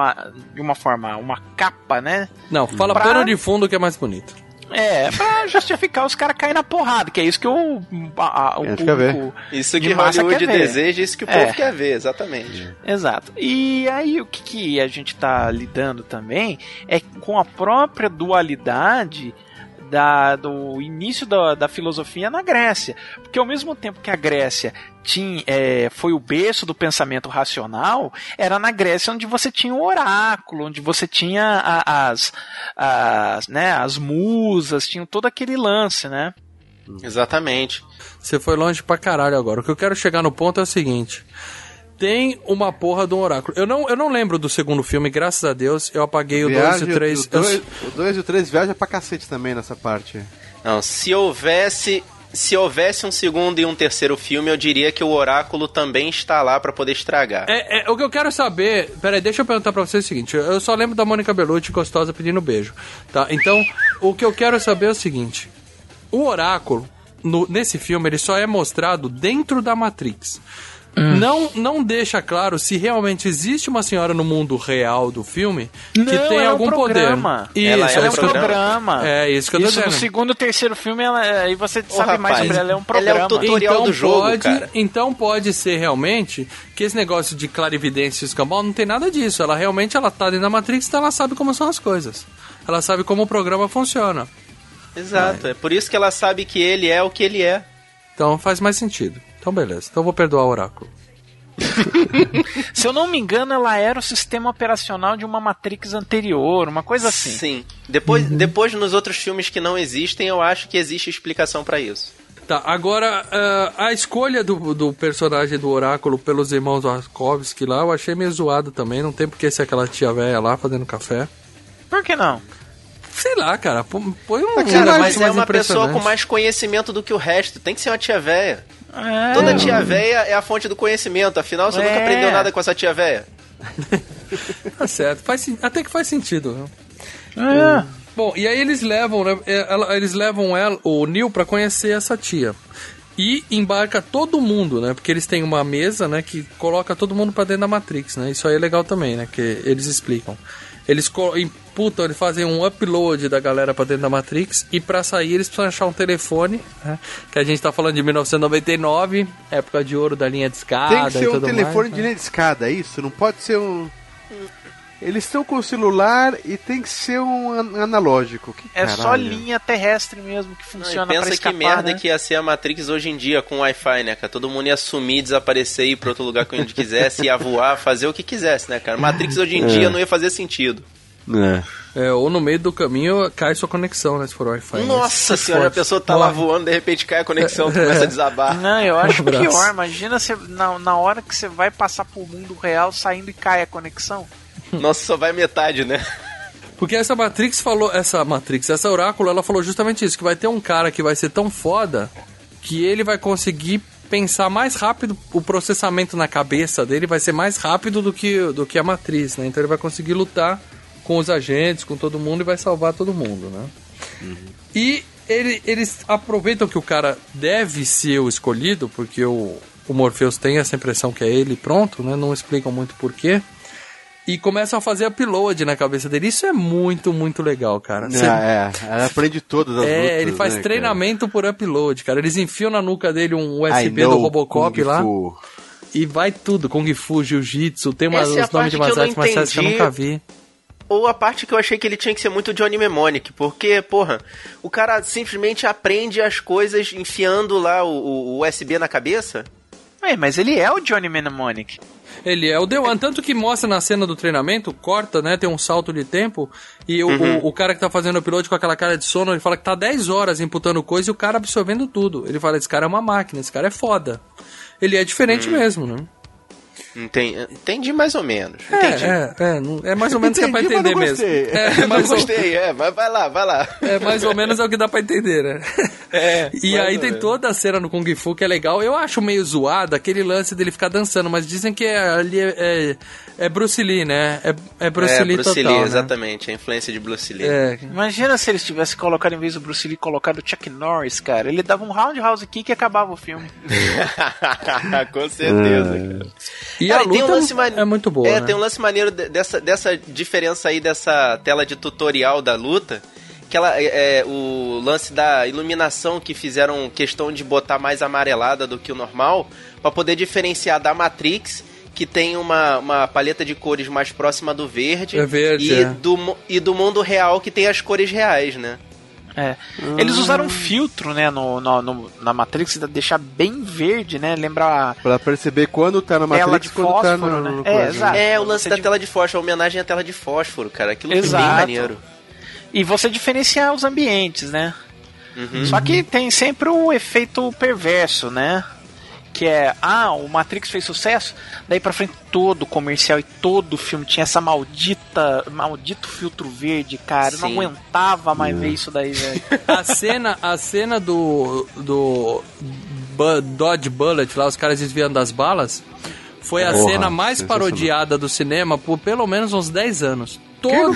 uma capa, né? Não, fala pano de fundo que é mais bonito. Pra justificar os caras caírem na porrada, que é isso que o público isso que de massa Hollywood quer ver. deseja, isso que o povo quer ver, exatamente. Exato. E aí o que a gente tá lidando também é com a própria dualidade do início da filosofia na Grécia. Porque ao mesmo tempo que a Grécia foi o berço do pensamento racional, era na Grécia onde você tinha o oráculo, onde você tinha as musas, tinha todo aquele lance, né? Exatamente. Você foi longe pra caralho agora. O que eu quero chegar no ponto é o seguinte... Tem uma porra de um oráculo. Eu não lembro do segundo filme, graças a Deus. Eu apaguei o 2 e o 3. O 2 e o 3 viaja pra cacete também nessa parte. Não, se houvesse um segundo e um terceiro filme, eu diria que o oráculo também está lá pra poder estragar. O que eu quero saber... Peraí, deixa eu perguntar pra você o seguinte. Eu só lembro da Mônica Bellucci gostosa pedindo beijo. Tá? Então, o que eu quero saber é o seguinte. O oráculo, nesse filme, ele só é mostrado dentro da Matrix. Não deixa claro se realmente existe uma senhora no mundo real do filme que tem algum poder. Ela é um programa. É isso que eu tô dizendo. No segundo e terceiro filme, aí você sabe mais sobre ela, é um programa. Ela é o tutorial do jogo, cara. Então pode ser realmente que esse negócio de clarividência e escambau não tem nada disso. Ela realmente tá dentro da Matrix, então ela sabe como são as coisas. Ela sabe como o programa funciona. Exato, é por isso que ela sabe que ele é o que ele é. Então faz mais sentido. Então beleza, então eu vou perdoar o oráculo. Se eu não me engano, ela era o sistema operacional de uma Matrix anterior, uma coisa assim. Sim. Depois nos outros filmes que não existem, eu acho que existe explicação pra isso. Tá, agora a escolha do personagem do oráculo pelos irmãos Wachowski lá, eu achei meio zoado também. Não tem porque ser aquela tia velha lá fazendo café. Por que não? Sei lá, cara, põe um... Cara, mas é uma pessoa com mais conhecimento do que o resto. Tem que ser uma tia velha. Toda tia velha é a fonte do conhecimento. Afinal, você nunca aprendeu nada com essa tia velha. Tá certo, até que faz sentido. Bom, e aí eles levam, né, o Neo pra conhecer essa tia. E embarca todo mundo, né? Porque eles têm uma mesa, né, que coloca todo mundo pra dentro da Matrix, né? Isso aí é legal também, né? Que eles explicam. Eles fazem um upload da galera pra dentro da Matrix e pra sair eles precisam achar um telefone, né? Que a gente tá falando de 1999, época de ouro da linha de escada. Tem que ser um telefone de linha de escada, é isso? Não pode ser um... Eles estão com o celular e tem que ser um analógico. Que É caralho. só linha terrestre mesmo que funciona pra Pensa escapar, que merda né? que ia ser a Matrix hoje em dia com Wi-Fi, né, cara? Todo mundo ia sumir, desaparecer, ir pra outro lugar que onde quisesse, ia voar, fazer o que quisesse, né, cara? Matrix hoje em dia não ia fazer sentido. Ou no meio do caminho cai sua conexão, né? Se for Wi-Fi. Nossa senhora, a pessoa tá lá voando, de repente cai a conexão, começa a desabar. Não, eu acho abraço. pior. Imagina você, na hora que você vai passar pro mundo real, saindo e cai a conexão. Nossa, só vai metade, né? Porque essa Oráculo, ela falou justamente isso, que vai ter um cara que vai ser tão foda que ele vai conseguir pensar mais rápido, o processamento na cabeça dele vai ser mais rápido do que a Matriz, né? Então ele vai conseguir lutar com os agentes, com todo mundo e vai salvar todo mundo, né? E eles aproveitam que o cara deve ser o escolhido, porque o Morpheus tem essa impressão que é ele, pronto, né? Não explicam muito porquê. E começam a fazer upload na cabeça dele. Isso é muito, muito legal, cara. Ela aprende todas as lutas. Ele faz treinamento por upload, cara. Eles enfiam na nuca dele um USB do know, Robocop Kung lá. Fu. E vai tudo. Kung Fu, Jiu-Jitsu, tem Essa é a os nomes de parte umas que eu artes não marciais que eu entendi. nunca vi. Ou a parte que eu achei que ele tinha que ser muito Johnny Mnemonic, porque, porra, o cara simplesmente aprende as coisas enfiando lá o USB na cabeça. Mas ele é o Johnny Mnemonic. Ele é o The One, tanto que mostra na cena do treinamento, corta, né, tem um salto de tempo, e o cara que tá fazendo o upload com aquela cara de sono, ele fala que tá 10 horas imputando coisa e o cara absorvendo tudo. Ele fala, esse cara é uma máquina, esse cara é foda. Ele é diferente mesmo, né? Entendi mais ou menos. Entendi. É mais ou menos que é pra entender mesmo. Mas gostei, mas vai lá. É mais ou menos é o que dá pra entender, né? E aí tem toda a cena no Kung Fu que é legal. Eu acho meio zoado aquele lance dele ficar dançando, mas dizem que ali é Bruce Lee, né? É Bruce Lee Bruce total, Lee, né? exatamente, a influência de Bruce Lee. Imagina se eles tivessem colocado, em vez do Bruce Lee, colocado o Chuck Norris, cara. Ele dava um roundhouse kick e acabava o filme. Com certeza, cara. E cara, a luta é muito boa, né? Tem um lance maneiro dessa diferença aí, dessa tela de tutorial da luta, que o lance da iluminação que fizeram questão de botar mais amarelada do que o normal, pra poder diferenciar da Matrix, que tem uma paleta de cores mais próxima do verde, e do mundo real, que tem as cores reais, né? Eles usaram um filtro, né, na Matrix, deixar bem verde, né? Lembra pra perceber quando tá na Matrix, quando fósforo, tá no né? exato. O lance da tela de fósforo, a homenagem à tela de fósforo, cara. Aquilo foi bem maneiro. E você diferenciar os ambientes, né? Só que tem sempre o efeito perverso, né? Que é, o Matrix fez sucesso, daí pra frente todo comercial e todo filme tinha essa maldito filtro verde, cara. Eu não aguentava mais ver isso daí, velho. A cena do Dodge Bullet, lá os caras desviando das balas, foi a cena mais parodiada do cinema por pelo menos uns 10 anos. Todo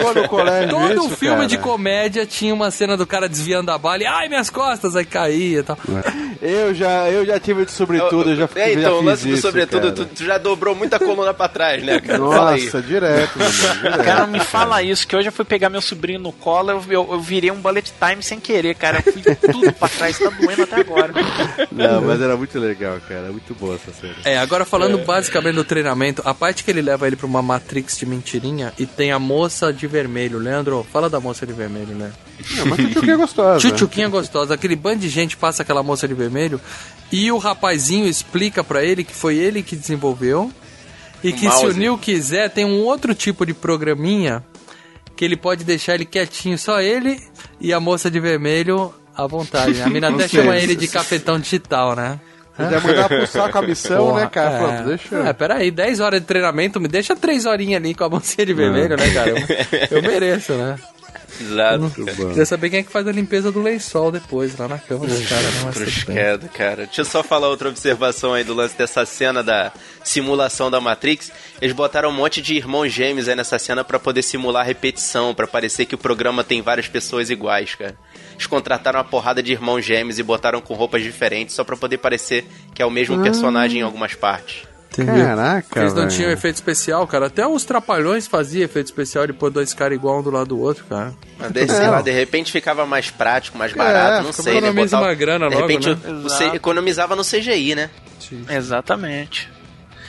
filme cara? de comédia tinha uma cena do cara desviando a bala e ai, minhas costas, aí caía e tal. Eu já tive de sobretudo, eu já fiz então, o lance do isso, sobretudo, cara. tu já dobrou muita coluna pra trás, né, cara? Nossa, direto, mano. Cara, não me fala isso, que hoje eu fui pegar meu sobrinho no colo, eu virei um bullet time sem querer, cara. Eu fui tudo pra trás, tá doendo até agora. Não, mas era muito legal, cara. Muito boa essa cena. Agora falando basicamente do treinamento, a parte que ele leva ele pra uma Matrix de mentirinha e tem a moça de vermelho. Leandro, fala da moça de vermelho, né? Mas Tchutchuquinha é gostosa. Tchutchuquinha é gostosa. Aquele bando de gente passa aquela moça de vermelho e o rapazinho explica pra ele que foi ele que desenvolveu e que se o Neo quiser, tem um outro tipo de programinha que ele pode deixar ele quietinho, só ele e a moça de vermelho à vontade, né? A mina até chama ele de cafetão digital, né? Você deve mandar pro saco a missão, né, cara? Pronto, deixa. Peraí, 10 horas de treinamento, me deixa 3 horinhas ali com a mocinha de vermelho, né, cara? Eu mereço, né? Exato. Queria saber quem é que faz a limpeza do lençol depois, lá na cama dos caras, né? Cara. Deixa eu só falar outra observação aí do lance dessa cena da simulação da Matrix. Eles botaram um monte de irmãos gêmeos aí nessa cena pra poder simular a repetição, pra parecer que o programa tem várias pessoas iguais, cara. Eles contrataram uma porrada de irmãos gêmeos e botaram com roupas diferentes só pra poder parecer que é o mesmo personagem em algumas partes. Entendeu? Caraca, eles não tinham efeito especial, cara. Até os Trapalhões faziam efeito especial de pôr 2 caras igual um do lado do outro, cara. Sei lá, de repente ficava mais prático, mais barato, não sei. Economiza uma grana de logo, repente né? Você economizava no CGI, né? Exatamente.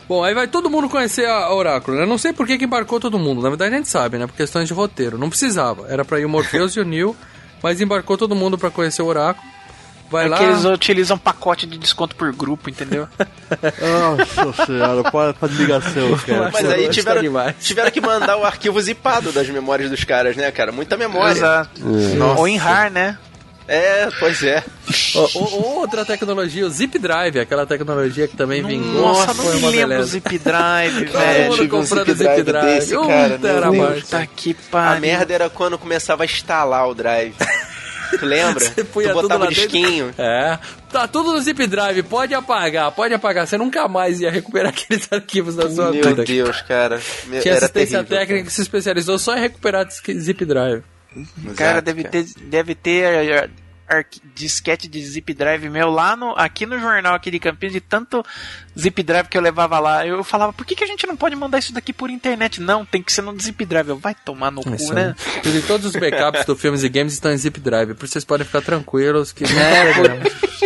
Bom, aí vai todo mundo conhecer a Oráculo. Eu não sei por que embarcou todo mundo. Na verdade a gente sabe, né? Por questões de roteiro. Não precisava. Era pra ir o Morpheus e o Neo, mas embarcou todo mundo pra conhecer o Oráculo. Vai lá. Que eles utilizam pacote de desconto por grupo, entendeu? Nossa senhora, para ligação, cara. Mas aí tiveram que mandar o arquivo zipado das memórias dos caras, né, cara? Muita memória. Exato. Ou em RAR, né? Pois é. Outra tecnologia, o Zip Drive, aquela tecnologia que também vingou. Nossa, não me lembro do Zip Drive, velho. Todo mundo comprando Zip Drive. Desse, cara, Puta que pariu. A merda era quando começava a instalar o Drive. Tu lembra? Você tu botava o disquinho. Tá tudo no Zip Drive, pode apagar. Você nunca mais ia recuperar aqueles arquivos da sua vida. Meu Deus, cara. Tinha assistência técnica que se especializou só em recuperar Zip Drive. Cara, deve ter disquete de Zip Drive meu lá aqui no jornal aqui de Campinas, de tanto Zip Drive que eu levava lá. Eu falava, por que a gente não pode mandar isso daqui por internet? Não, tem que ser no Zip Drive. Vai tomar no cu, né? E todos os backups do Filmes e Games estão em Zip Drive, por isso vocês podem ficar tranquilos que não tem problema.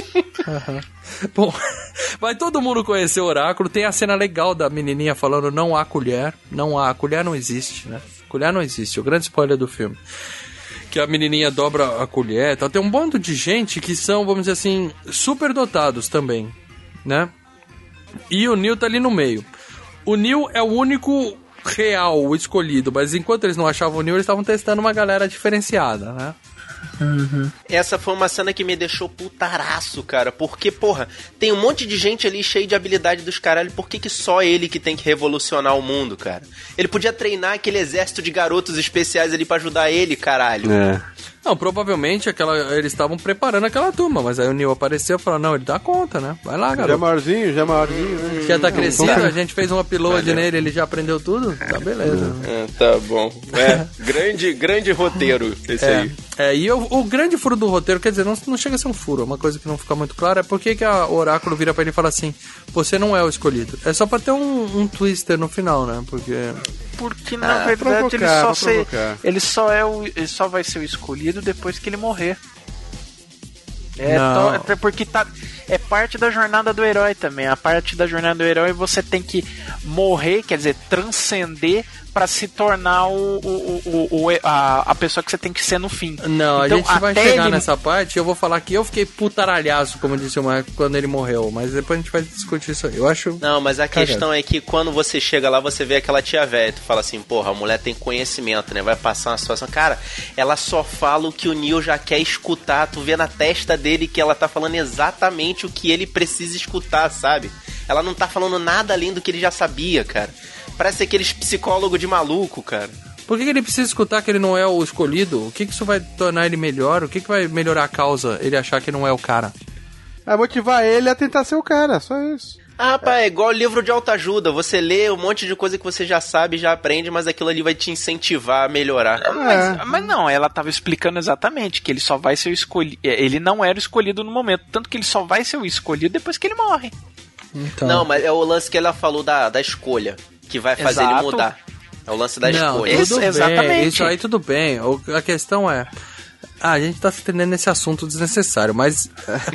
Bom, vai todo mundo conhecer o Oráculo. Tem a cena legal da menininha falando não há colher. A colher não existe, né? Colher não existe, o grande spoiler do filme. Que a menininha dobra a colher e tal. Tem um bando de gente que são, vamos dizer assim, superdotados também, né? E o Neo tá ali no meio. O Neo é o único real, o escolhido, mas enquanto eles não achavam o Neo, eles estavam testando uma galera diferenciada, né? Uhum. Essa foi uma cena que me deixou putaraço, cara. Porque, porra, tem um monte de gente ali cheio de habilidade dos caralho. Por que só ele que tem que revolucionar o mundo, cara? Ele podia treinar aquele exército de garotos especiais ali pra ajudar ele, caralho. Não, provavelmente eles estavam preparando aquela turma, mas aí o Neo apareceu e falou, não, ele dá conta, né? Vai lá, garoto. Já maiorzinho, né? Já tá crescido, a gente fez um upload nele, ele já aprendeu tudo, tá beleza. Tá bom. Grande roteiro esse aí. E o grande furo do roteiro, quer dizer, não chega a ser um furo, uma coisa que não fica muito clara é por que a Oráculo vira pra ele e fala assim, você não é o escolhido. É só pra ter um twister no final, né? Porque na verdade ele só vai ser o escolhido depois que ele morrer. Porque é parte da jornada do herói também. A parte da jornada do herói você tem que morrer, quer dizer, transcender pra se tornar a pessoa que você tem que ser no fim. Não, então, a gente vai chegar nessa parte. Eu vou falar que eu fiquei putaralhaço, como disse o Marco, quando ele morreu. Mas depois a gente vai discutir isso aí. Eu acho. Não, mas a questão é que quando você chega lá, você vê aquela tia velha. Tu fala assim, porra, a mulher tem conhecimento, né? Vai passar uma situação. Cara, ela só fala o que o Neo já quer escutar. Tu vê na testa dele que ela tá falando exatamente o que ele precisa escutar, sabe? Ela não tá falando nada além do que ele já sabia, cara. Parece aqueles psicólogos de maluco, cara. Por que ele precisa escutar que ele não é o escolhido? O que isso vai tornar ele melhor? O que vai melhorar a causa, ele achar que não é o cara? Vai motivar ele a tentar ser o cara, só isso. Rapaz, é igual livro de autoajuda. Você lê um monte de coisa que você já sabe, já aprende, mas aquilo ali vai te incentivar a melhorar. Mas não, ela tava explicando exatamente que ele só vai ser o escolhido. Ele não era o escolhido no momento, tanto que ele só vai ser o escolhido depois que ele morre. Então. Não, mas é o lance que ela falou da escolha, que vai fazer ele mudar. É o lance da escolha. Exatamente. Isso aí tudo bem. A questão é... a gente tá se entendendo nesse assunto desnecessário, mas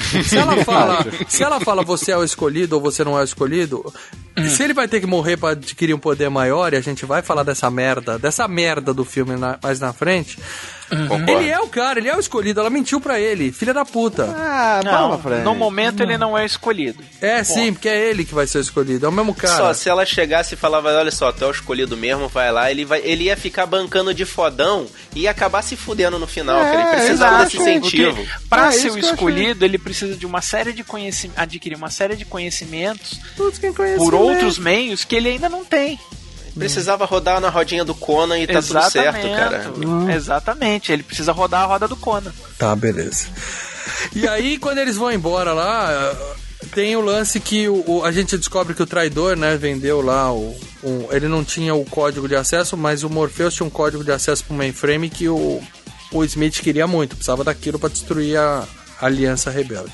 se ela fala você é o escolhido ou você não é o escolhido, se ele vai ter que morrer pra adquirir um poder maior, e a gente vai falar dessa merda do filme mais na frente, ele é o cara, ele é o escolhido, ela mentiu pra ele, filha da puta. No momento ele não é escolhido. Sim, porque é ele que vai ser o escolhido, é o mesmo cara. Só se ela chegasse e falava, olha só, tu é o escolhido mesmo, vai lá, ele ia ficar bancando de fodão e ia acabar se fudendo no final, cara. Ele precisava desse incentivo. Pra ser o escolhido, ele precisa de uma série de adquirir uma série de conhecimentos por outros meios que ele ainda não tem. Precisava rodar na rodinha do Conan e tá tudo certo, cara. Exatamente, ele precisa rodar a roda do Conan. Tá, beleza. E aí, quando eles vão embora lá, tem o lance que a gente descobre que o traidor, né, vendeu lá, ele não tinha o código de acesso, mas o Morpheus tinha um código de acesso pro mainframe que o Smith queria muito, precisava daquilo pra destruir a Aliança Rebelde.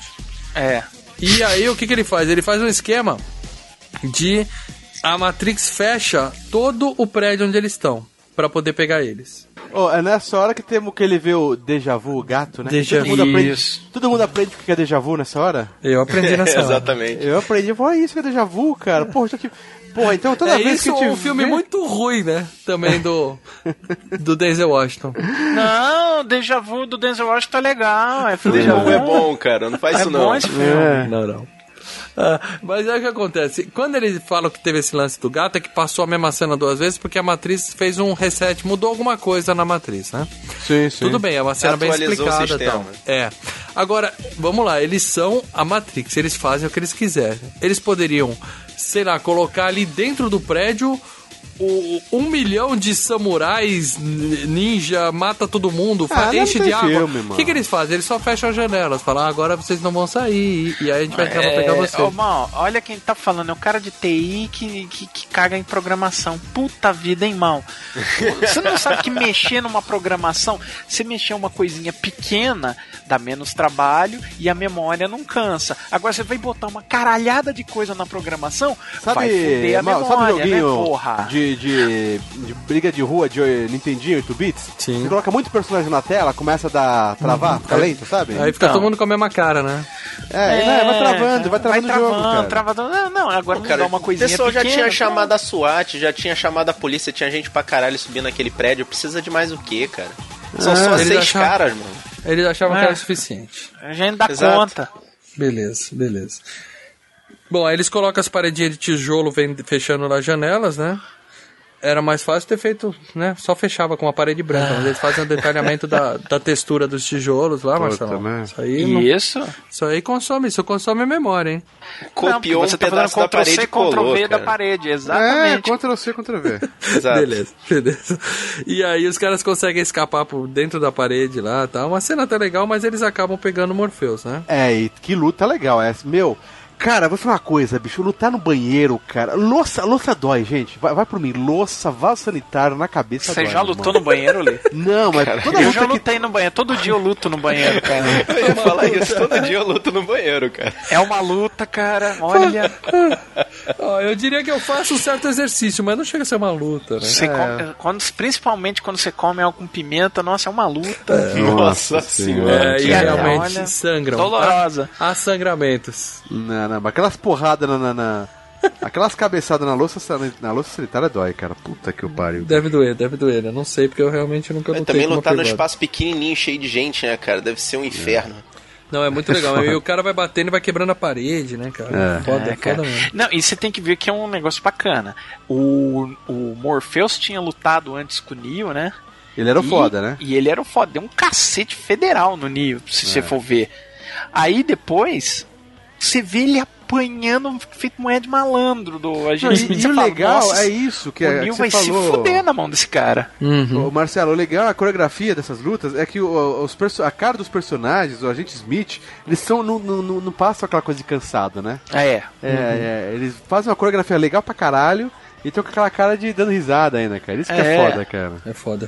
E aí, o que ele faz? Ele faz um esquema de... a Matrix fecha todo o prédio onde eles estão, pra poder pegar eles. É nessa hora que ele vê o déjà vu, o gato, né? Todo mundo aprende o que é déjà vu nessa hora? Eu aprendi nessa hora. Exatamente. Eu aprendi, isso que é déjà vu, cara. Pô, isso aqui... Porra, então toda vez isso que é um filme muito ruim, né? Também do Denzel Washington. Não, o Deja Vu do Denzel Washington é legal. É filme Deja bom. Vu é bom, cara. Não faz isso não. Bom esse filme. Não. Mas é o que acontece. Quando ele fala que teve esse lance do gato, é que passou a mesma cena 2 vezes porque a Matriz fez um reset, mudou alguma coisa na Matriz, né? Sim. Tudo bem, é uma cena bem Atualizou explicada o sistema. e tal. Agora, vamos lá, eles são a Matrix, eles fazem o que eles quiserem. Eles poderiam, sei lá, colocar ali dentro do prédio 1 milhão de samurais ninja, mata todo mundo, enche de água. O que eles fazem? Eles só fecham as janelas, falam, agora vocês não vão sair, e aí a gente vai entrar pra pegar vocês. Mal, olha quem tá falando, é o cara de TI que caga em programação. Puta vida, hein, mal. Você não sabe que mexer numa programação, se mexer uma coisinha pequena, dá menos trabalho e a memória não cansa. Agora você vai botar uma caralhada de coisa na programação, vai foder a memória, né, porra? De briga de rua de Nintendinho 8 bits. Sim. Você coloca muito personagem na tela, começa a dar travar, fica lento, sabe? Aí fica todo mundo com a mesma cara, né? Vai travando o jogo, cara. Não, agora Cara, dá uma coisinha o pessoal já pequena, tinha chamado a SWAT, já tinha chamado a polícia, tinha gente pra caralho subindo naquele prédio. Precisa de mais o quê, cara? São só 6 caras, mano. Eles achavam que era suficiente. A gente dá Exato. conta. Beleza. Bom, aí eles colocam as paredinhas de tijolo fechando nas janelas, né? Era mais fácil ter feito, né? Só fechava com uma parede branca, mas eles fazem o detalhamento da textura dos tijolos lá, Marcelo. Isso aí consome a memória, hein? Copiou você um pedaço da parede e colou, Ctrl V da cara. parede, exatamente. Ctrl C, Ctrl V. Exato. Beleza. E aí os caras conseguem escapar por dentro da parede lá, tá? Uma cena até legal, mas eles acabam pegando o Morpheus, né? E que luta legal essa. Meu, cara, vou falar uma coisa, bicho. Lutar no banheiro, cara. Louça dói, gente. Vai por mim. Louça, vaso sanitário na cabeça dói. Você já lutou no banheiro, Lê? Não, mas toda eu já lutei no banheiro. Todo dia eu luto no banheiro, cara. Eu ia falar isso. Todo dia eu luto no banheiro, cara. É uma luta, cara. Olha. Eu diria que eu faço um certo exercício, mas não chega a ser uma luta, né? Você principalmente quando você come algo com pimenta, nossa, é uma luta. Nossa senhora. E realmente sangram. Dolorosa. Há sangramentos. Não, mas aquelas porradas aquelas cabeçadas na louça sanitária dói, cara. Puta que o pariu. Deve doer, né? Não sei, porque eu realmente nunca lutei. Também lutar no privada. espaço pequenininho, cheio de gente, né, cara? Deve ser um inferno. Não, é muito legal. E o cara vai batendo e vai quebrando a parede, né, cara? Foda mesmo. Não, e você tem que ver que é um negócio bacana. O Morpheus tinha lutado antes com o Neo, né? Ele era o foda, né? E ele era o foda. Deu um cacete federal no Neo, se você for ver. Aí depois, você vê ele apanhando, feito moeda de malandro do agente. E o legal é isso que o Neo vai se fuder na mão desse cara. Ô, Marcelo, o legal, a coreografia dessas lutas é que a cara dos personagens, o agente Smith, eles não passam aquela coisa de cansado, né? Eles fazem uma coreografia legal pra caralho e estão com aquela cara de dando risada ainda, cara. Isso que é foda, cara. É foda.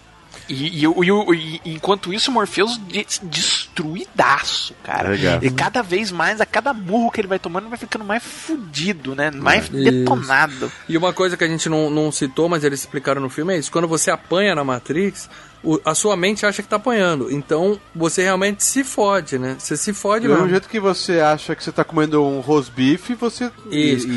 E enquanto isso, o Morpheus destruidaço, cara. E cada vez mais, a cada burro que ele vai tomando, vai ficando mais fudido, né? Mais detonado. E uma coisa que a gente não citou, mas eles explicaram no filme é isso. Quando você apanha na Matrix, a sua mente acha que tá apanhando. Então, você realmente se fode, né? Você se fode mesmo. Do jeito que você acha que você tá comendo um rosbife, você... Isso.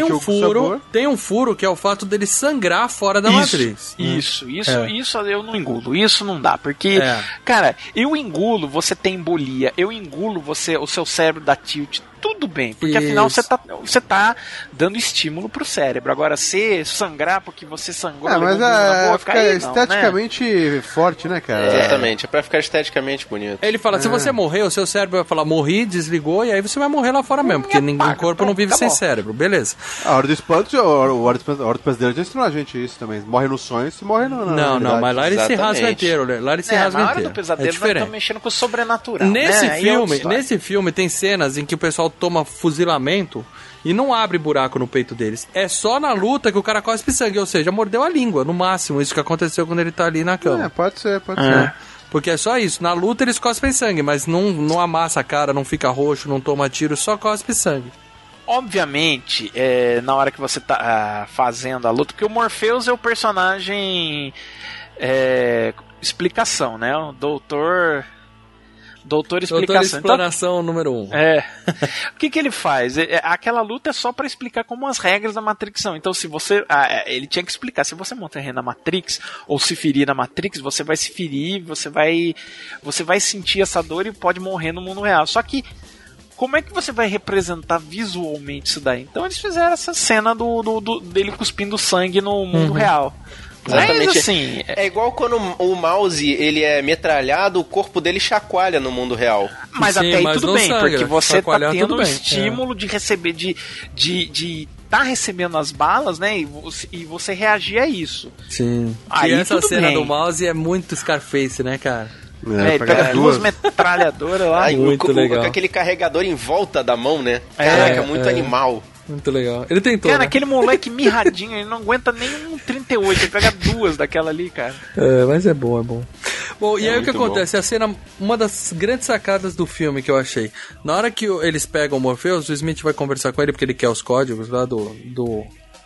Tem um furo que é o fato dele sangrar fora da matriz. Isso eu não engulo. Isso não dá, porque, cara, eu engulo, você tem embolia. Eu engulo, o seu cérebro dá tilt. Tudo bem, porque afinal você tá dando estímulo pro cérebro. Agora, se sangrar porque você sangrou... mas fica esteticamente forte, né, cara? Exatamente, é pra ficar esteticamente bonito. Ele fala, se você morrer, o seu cérebro vai falar, morri, desligou, e aí você vai morrer lá fora mesmo, porque o corpo não vive sem cérebro, beleza. A hora do espanto, a hora do pesadelo já ensinou a gente isso também. Morre no sonho, se morre na Não, mas lá ele se rasga inteiro, Lá ele se rasga inteiro. Na hora do pesadelo, nós estamos mexendo com o sobrenatural, Nesse filme tem cenas em que o pessoal toma fuzilamento e não abre buraco no peito deles. É só na luta que o cara cospe sangue, ou seja, mordeu a língua, no máximo. Isso que aconteceu quando ele tá ali na cama. Pode ser. Porque é só isso. Na luta eles cospem sangue, mas não amassa a cara, não fica roxo, não toma tiro, só cospe sangue. Obviamente, na hora que você tá fazendo a luta, porque o Morpheus é o personagem explicação, né? O doutor Doutor Explicação. Explanação número 1. O que ele faz? Aquela luta é só pra explicar como as regras da Matrix são. Então, se você... ele tinha que explicar. Se você morrer na Matrix, ou se ferir na Matrix, você vai se ferir, você vai sentir essa dor e pode morrer no mundo real. Só que, como é que você vai representar visualmente isso daí? Então, eles fizeram essa cena dele cuspindo sangue no mundo real. Exatamente. Mas, assim, é igual quando o mouse ele é metralhado, o corpo dele chacoalha no mundo real. Mas até aí tudo bem, sangra. porque você tá tendo um bem, estímulo de receber, de tá recebendo as balas, né? E você reagir a isso. Sim. Aí e essa tudo cena bem. do mouse é muito Scarface, né, cara? Ele pega duas metralhadoras lá. Muito legal. Com aquele carregador em volta da mão, né? Caraca, muito animal. Muito legal. Ele tentou, Cara, né? aquele moleque mirradinho, ele não aguenta nem um 38, ele pega duas daquela ali, cara. Mas é bom, é bom. Bom, e aí o que muito acontece? A cena, uma das grandes sacadas do filme que eu achei. Na hora que eles pegam o Morpheus, o Smith vai conversar com ele porque ele quer os códigos lá do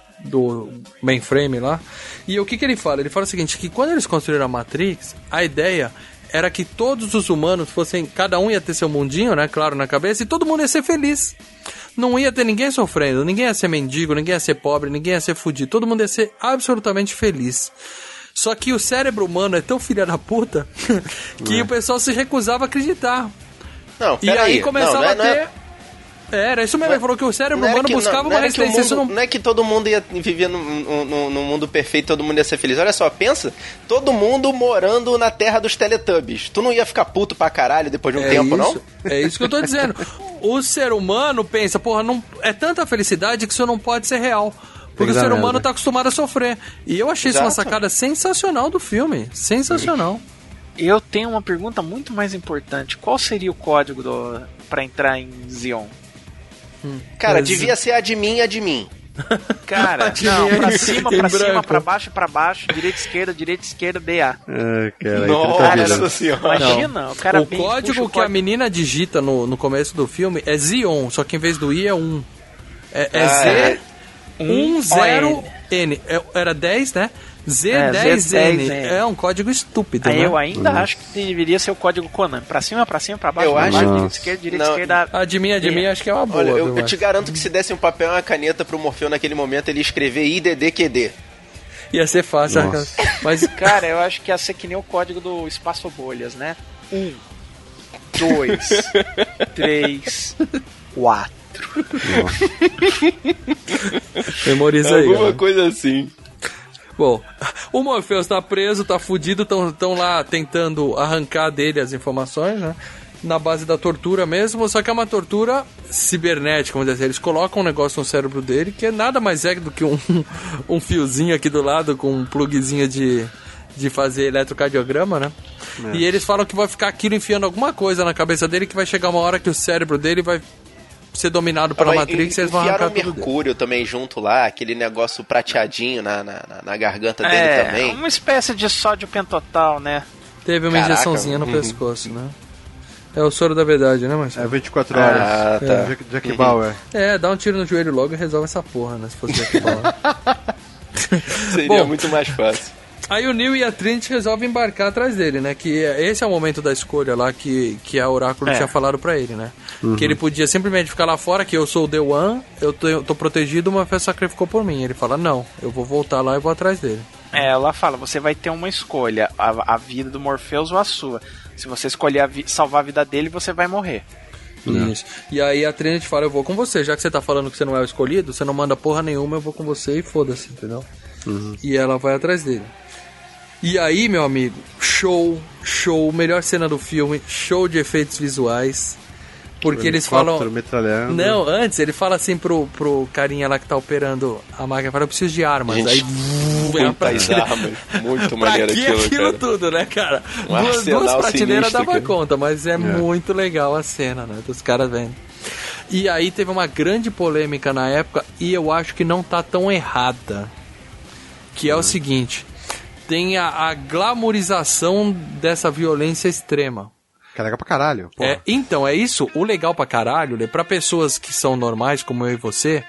mainframe lá. E o que ele fala? Ele fala o seguinte, que quando eles construíram a Matrix, a ideia era que todos os humanos fossem, cada um ia ter seu mundinho, né, claro, na cabeça, e todo mundo ia ser feliz. Não ia ter ninguém sofrendo, ninguém ia ser mendigo, ninguém ia ser pobre, ninguém ia ser fudido, todo mundo ia ser absolutamente feliz. Só que o cérebro humano é tão filha da puta que o pessoal se recusava a acreditar. Não, e aí começava a ter... Era isso mesmo, ele falou que o cérebro humano buscava uma resistência. Não é que todo mundo ia viver num mundo perfeito, todo mundo ia ser feliz. Olha só, pensa, todo mundo morando na terra dos Teletubbies. Tu não ia ficar puto pra caralho depois de um tempo, não? É isso que eu tô dizendo. O ser humano pensa, porra, não, é tanta felicidade que isso não pode ser real. Porque o ser humano tá acostumado a sofrer. E eu achei isso uma sacada sensacional do filme. Sensacional. Eu tenho uma pergunta muito mais importante. Qual seria o código pra entrar em Zion? Cara, devia ser admin. Cara, não, pra cima, pra baixo, direita, esquerda, DA. Cara, nossa senhora. Imagina, o cara o código que a menina digita no começo do filme é Zion, só que em vez do I é 1. É Z10N. Era 10, né? Z10N. É um código estúpido, né? Eu ainda acho que deveria ser o código Conan. Pra cima, pra baixo, eu acho. direita, esquerda. Admin, acho que é uma boa. Olha, eu te garanto que se desse um papel e uma caneta pro Morfeu naquele momento, ele ia escrever IDDQD. Ia ser fácil, mas, cara, eu acho que ia ser que nem o código do Espaço Bolhas, né? 1, 2, 3, 4. Memoriza aí. Alguma coisa assim. Bom, o Morpheus tá preso, tá fudido, estão lá tentando arrancar dele as informações, né? Na base da tortura mesmo, só que é uma tortura cibernética, vamos dizer assim. Eles colocam um negócio no cérebro dele que nada mais é do que um fiozinho aqui do lado com um plugzinho de fazer eletrocardiograma, né? E eles falam que vai ficar aquilo enfiando alguma coisa na cabeça dele, que vai chegar uma hora que o cérebro dele vai ser dominado pela Matrix e eles vão arrancar tudo mercúrio dele. Também junto lá, aquele negócio prateadinho na garganta dele também. Uma espécie de sódio pentotal, né? Teve uma injeçãozinha no pescoço, né? É o soro da verdade, né, Marcelo? É 24 horas. Tá. Jack Bauer. Dá um tiro no joelho logo e resolve essa porra, né? Se fosse Jack Bauer. Seria muito mais fácil. Aí o Neo e a Trinity resolvem embarcar atrás dele, né? Que esse é o momento da escolha lá que a Oráculo tinha falado pra ele, né? Que ele podia simplesmente ficar lá fora, que eu sou o The One, eu tô protegido, uma fé sacrificou por mim. Ele fala, não, eu vou voltar lá e vou atrás dele. Ela fala, você vai ter uma escolha, a vida do Morpheus ou a sua. Se você escolher salvar a vida dele, você vai morrer. Isso. E aí a Trinity fala, eu vou com você, já que você tá falando que você não é o escolhido, você não manda porra nenhuma, eu vou com você e foda-se, entendeu? E ela vai atrás dele. E aí, meu amigo, show, melhor cena do filme, show de efeitos visuais. Porque eles falam... metralhando. Não, antes ele fala assim pro carinha lá que tá operando a máquina, fala, eu preciso de armas. Gente, aí muitas armas, muito maneiro aquilo, cara. tudo, né, cara? Duas prateleiras dava conta, mas é muito legal a cena, né, dos caras vendo. E aí teve uma grande polêmica na época, e eu acho que não tá tão errada, que é o seguinte... Tem a glamorização dessa violência extrema. Que é legal pra caralho. Então, é isso. O legal pra caralho, pra pessoas que são normais, como eu e você,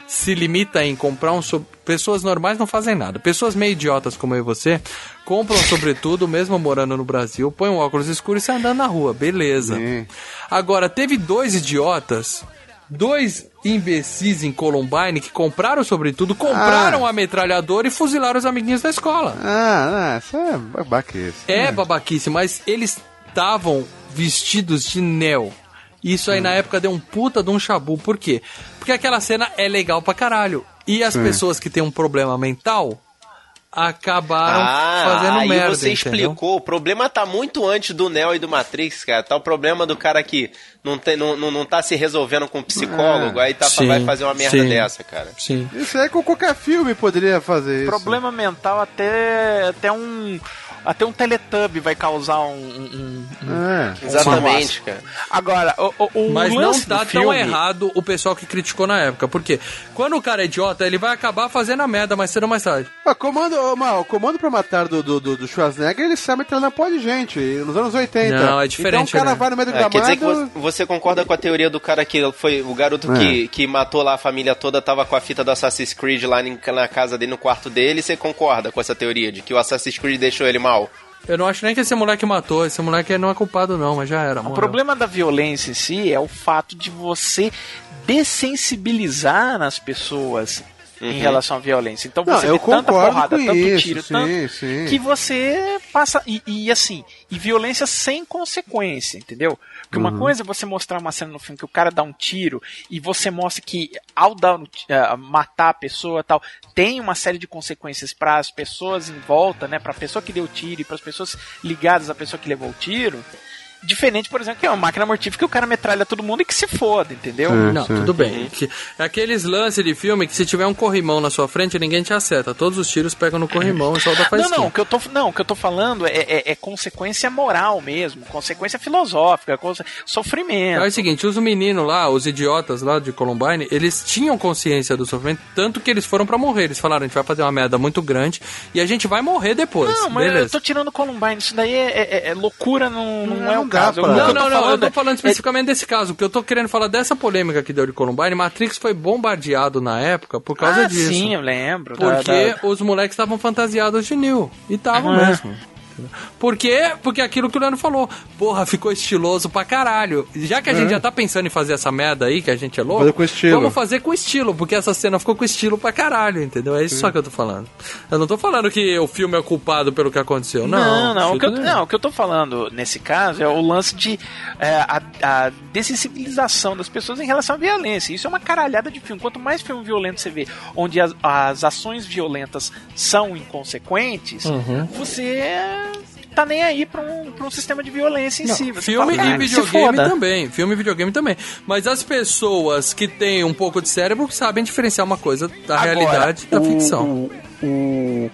se limita em comprar pessoas normais não fazem nada. Pessoas meio idiotas como eu e você compram sobretudo, mesmo morando no Brasil, põem um óculos escuros e saem andando na rua. Beleza. Agora, teve 2 idiotas, 2 imbecis em Columbine que compraram sobretudo, compraram a metralhadora e fuzilaram os amiguinhos da escola. Isso é babaquice. É babaquice, mas eles estavam vestidos de neo. Isso aí na época deu um puta de um chabu. Por quê? Porque aquela cena é legal pra caralho. E as pessoas que têm um problema mental acabaram fazendo merda. Aí você explicou. O problema tá muito antes do Neo e do Matrix, cara. Tá o problema do cara que não tá se resolvendo com um psicólogo, aí vai fazer uma merda dessa, cara. Sim. Isso aí com qualquer filme poderia fazer isso. Problema mental até um Teletubby vai causar exatamente, cara. Agora, mas não tá filme... tão errado o pessoal que criticou na época. Por quê? Quando o cara é idiota, ele vai acabar fazendo a merda mais cedo ou mais tarde. O comando pra matar do Schwarzenegger, ele sai metralhando na pó de gente, nos anos 80. Não, é diferente. Então o cara vai no meio do gramado... Quer dizer que você concorda com a teoria do cara que foi o garoto que matou lá a família toda, tava com a fita do Assassin's Creed lá na casa dele, no quarto dele, você concorda com essa teoria de que o Assassin's Creed deixou ele mal? Eu não acho nem que esse moleque matou, esse moleque não é culpado não, mas já era. O problema da violência em si é o fato de você dessensibilizar nas pessoas em relação à violência. Então você vê tanta porrada, tanto tiro, que você passa... E violência sem consequência, entendeu? Porque uma coisa é você mostrar uma cena no filme que o cara dá um tiro e você mostra que ao matar a pessoa e tal, tem uma série de consequências para as pessoas em volta, né? Para a pessoa que deu o tiro e para as pessoas ligadas à pessoa que levou o tiro. Diferente, por exemplo, que é uma máquina mortífera que o cara metralha todo mundo e que se foda, entendeu? Não, tudo bem. É aqueles lances de filme que se tiver um corrimão na sua frente, ninguém te acerta. Todos os tiros pegam no corrimão e solta a faísquinha. Não, o que eu tô falando é consequência moral mesmo, consequência filosófica, sofrimento. É o seguinte, os meninos lá, os idiotas lá de Columbine, eles tinham consciência do sofrimento, tanto que eles foram pra morrer. Eles falaram, a gente vai fazer uma merda muito grande e a gente vai morrer depois. Não, mas beleza. eu tô tirando Columbine, isso daí é loucura, não é o caso. Não, eu tô falando especificamente desse caso, porque eu tô querendo falar dessa polêmica que deu de Columbine. Matrix foi bombardeado na época por causa disso. Sim, eu lembro. Porque os moleques estavam fantasiados de Neo. E estavam mesmo. Por quê? Porque aquilo que o Leandro falou. Porra, ficou estiloso pra caralho. Já que a gente já tá pensando em fazer essa merda aí, que a gente é louco, fazer com estilo. Vamos fazer com estilo, porque essa cena ficou com estilo pra caralho, entendeu? É isso só que eu tô falando. Eu não tô falando que o filme é culpado pelo que aconteceu, não. O que eu tô falando nesse caso é o lance de a dessensibilização das pessoas em relação à violência. Isso é uma caralhada de filme. Quanto mais filme violento você vê, onde as ações violentas são inconsequentes, você tá nem aí pra um sistema de violência em si. Você filme fala, e videogame também. Filme e videogame também. Mas as pessoas que têm um pouco de cérebro sabem diferenciar uma coisa da realidade da ficção. O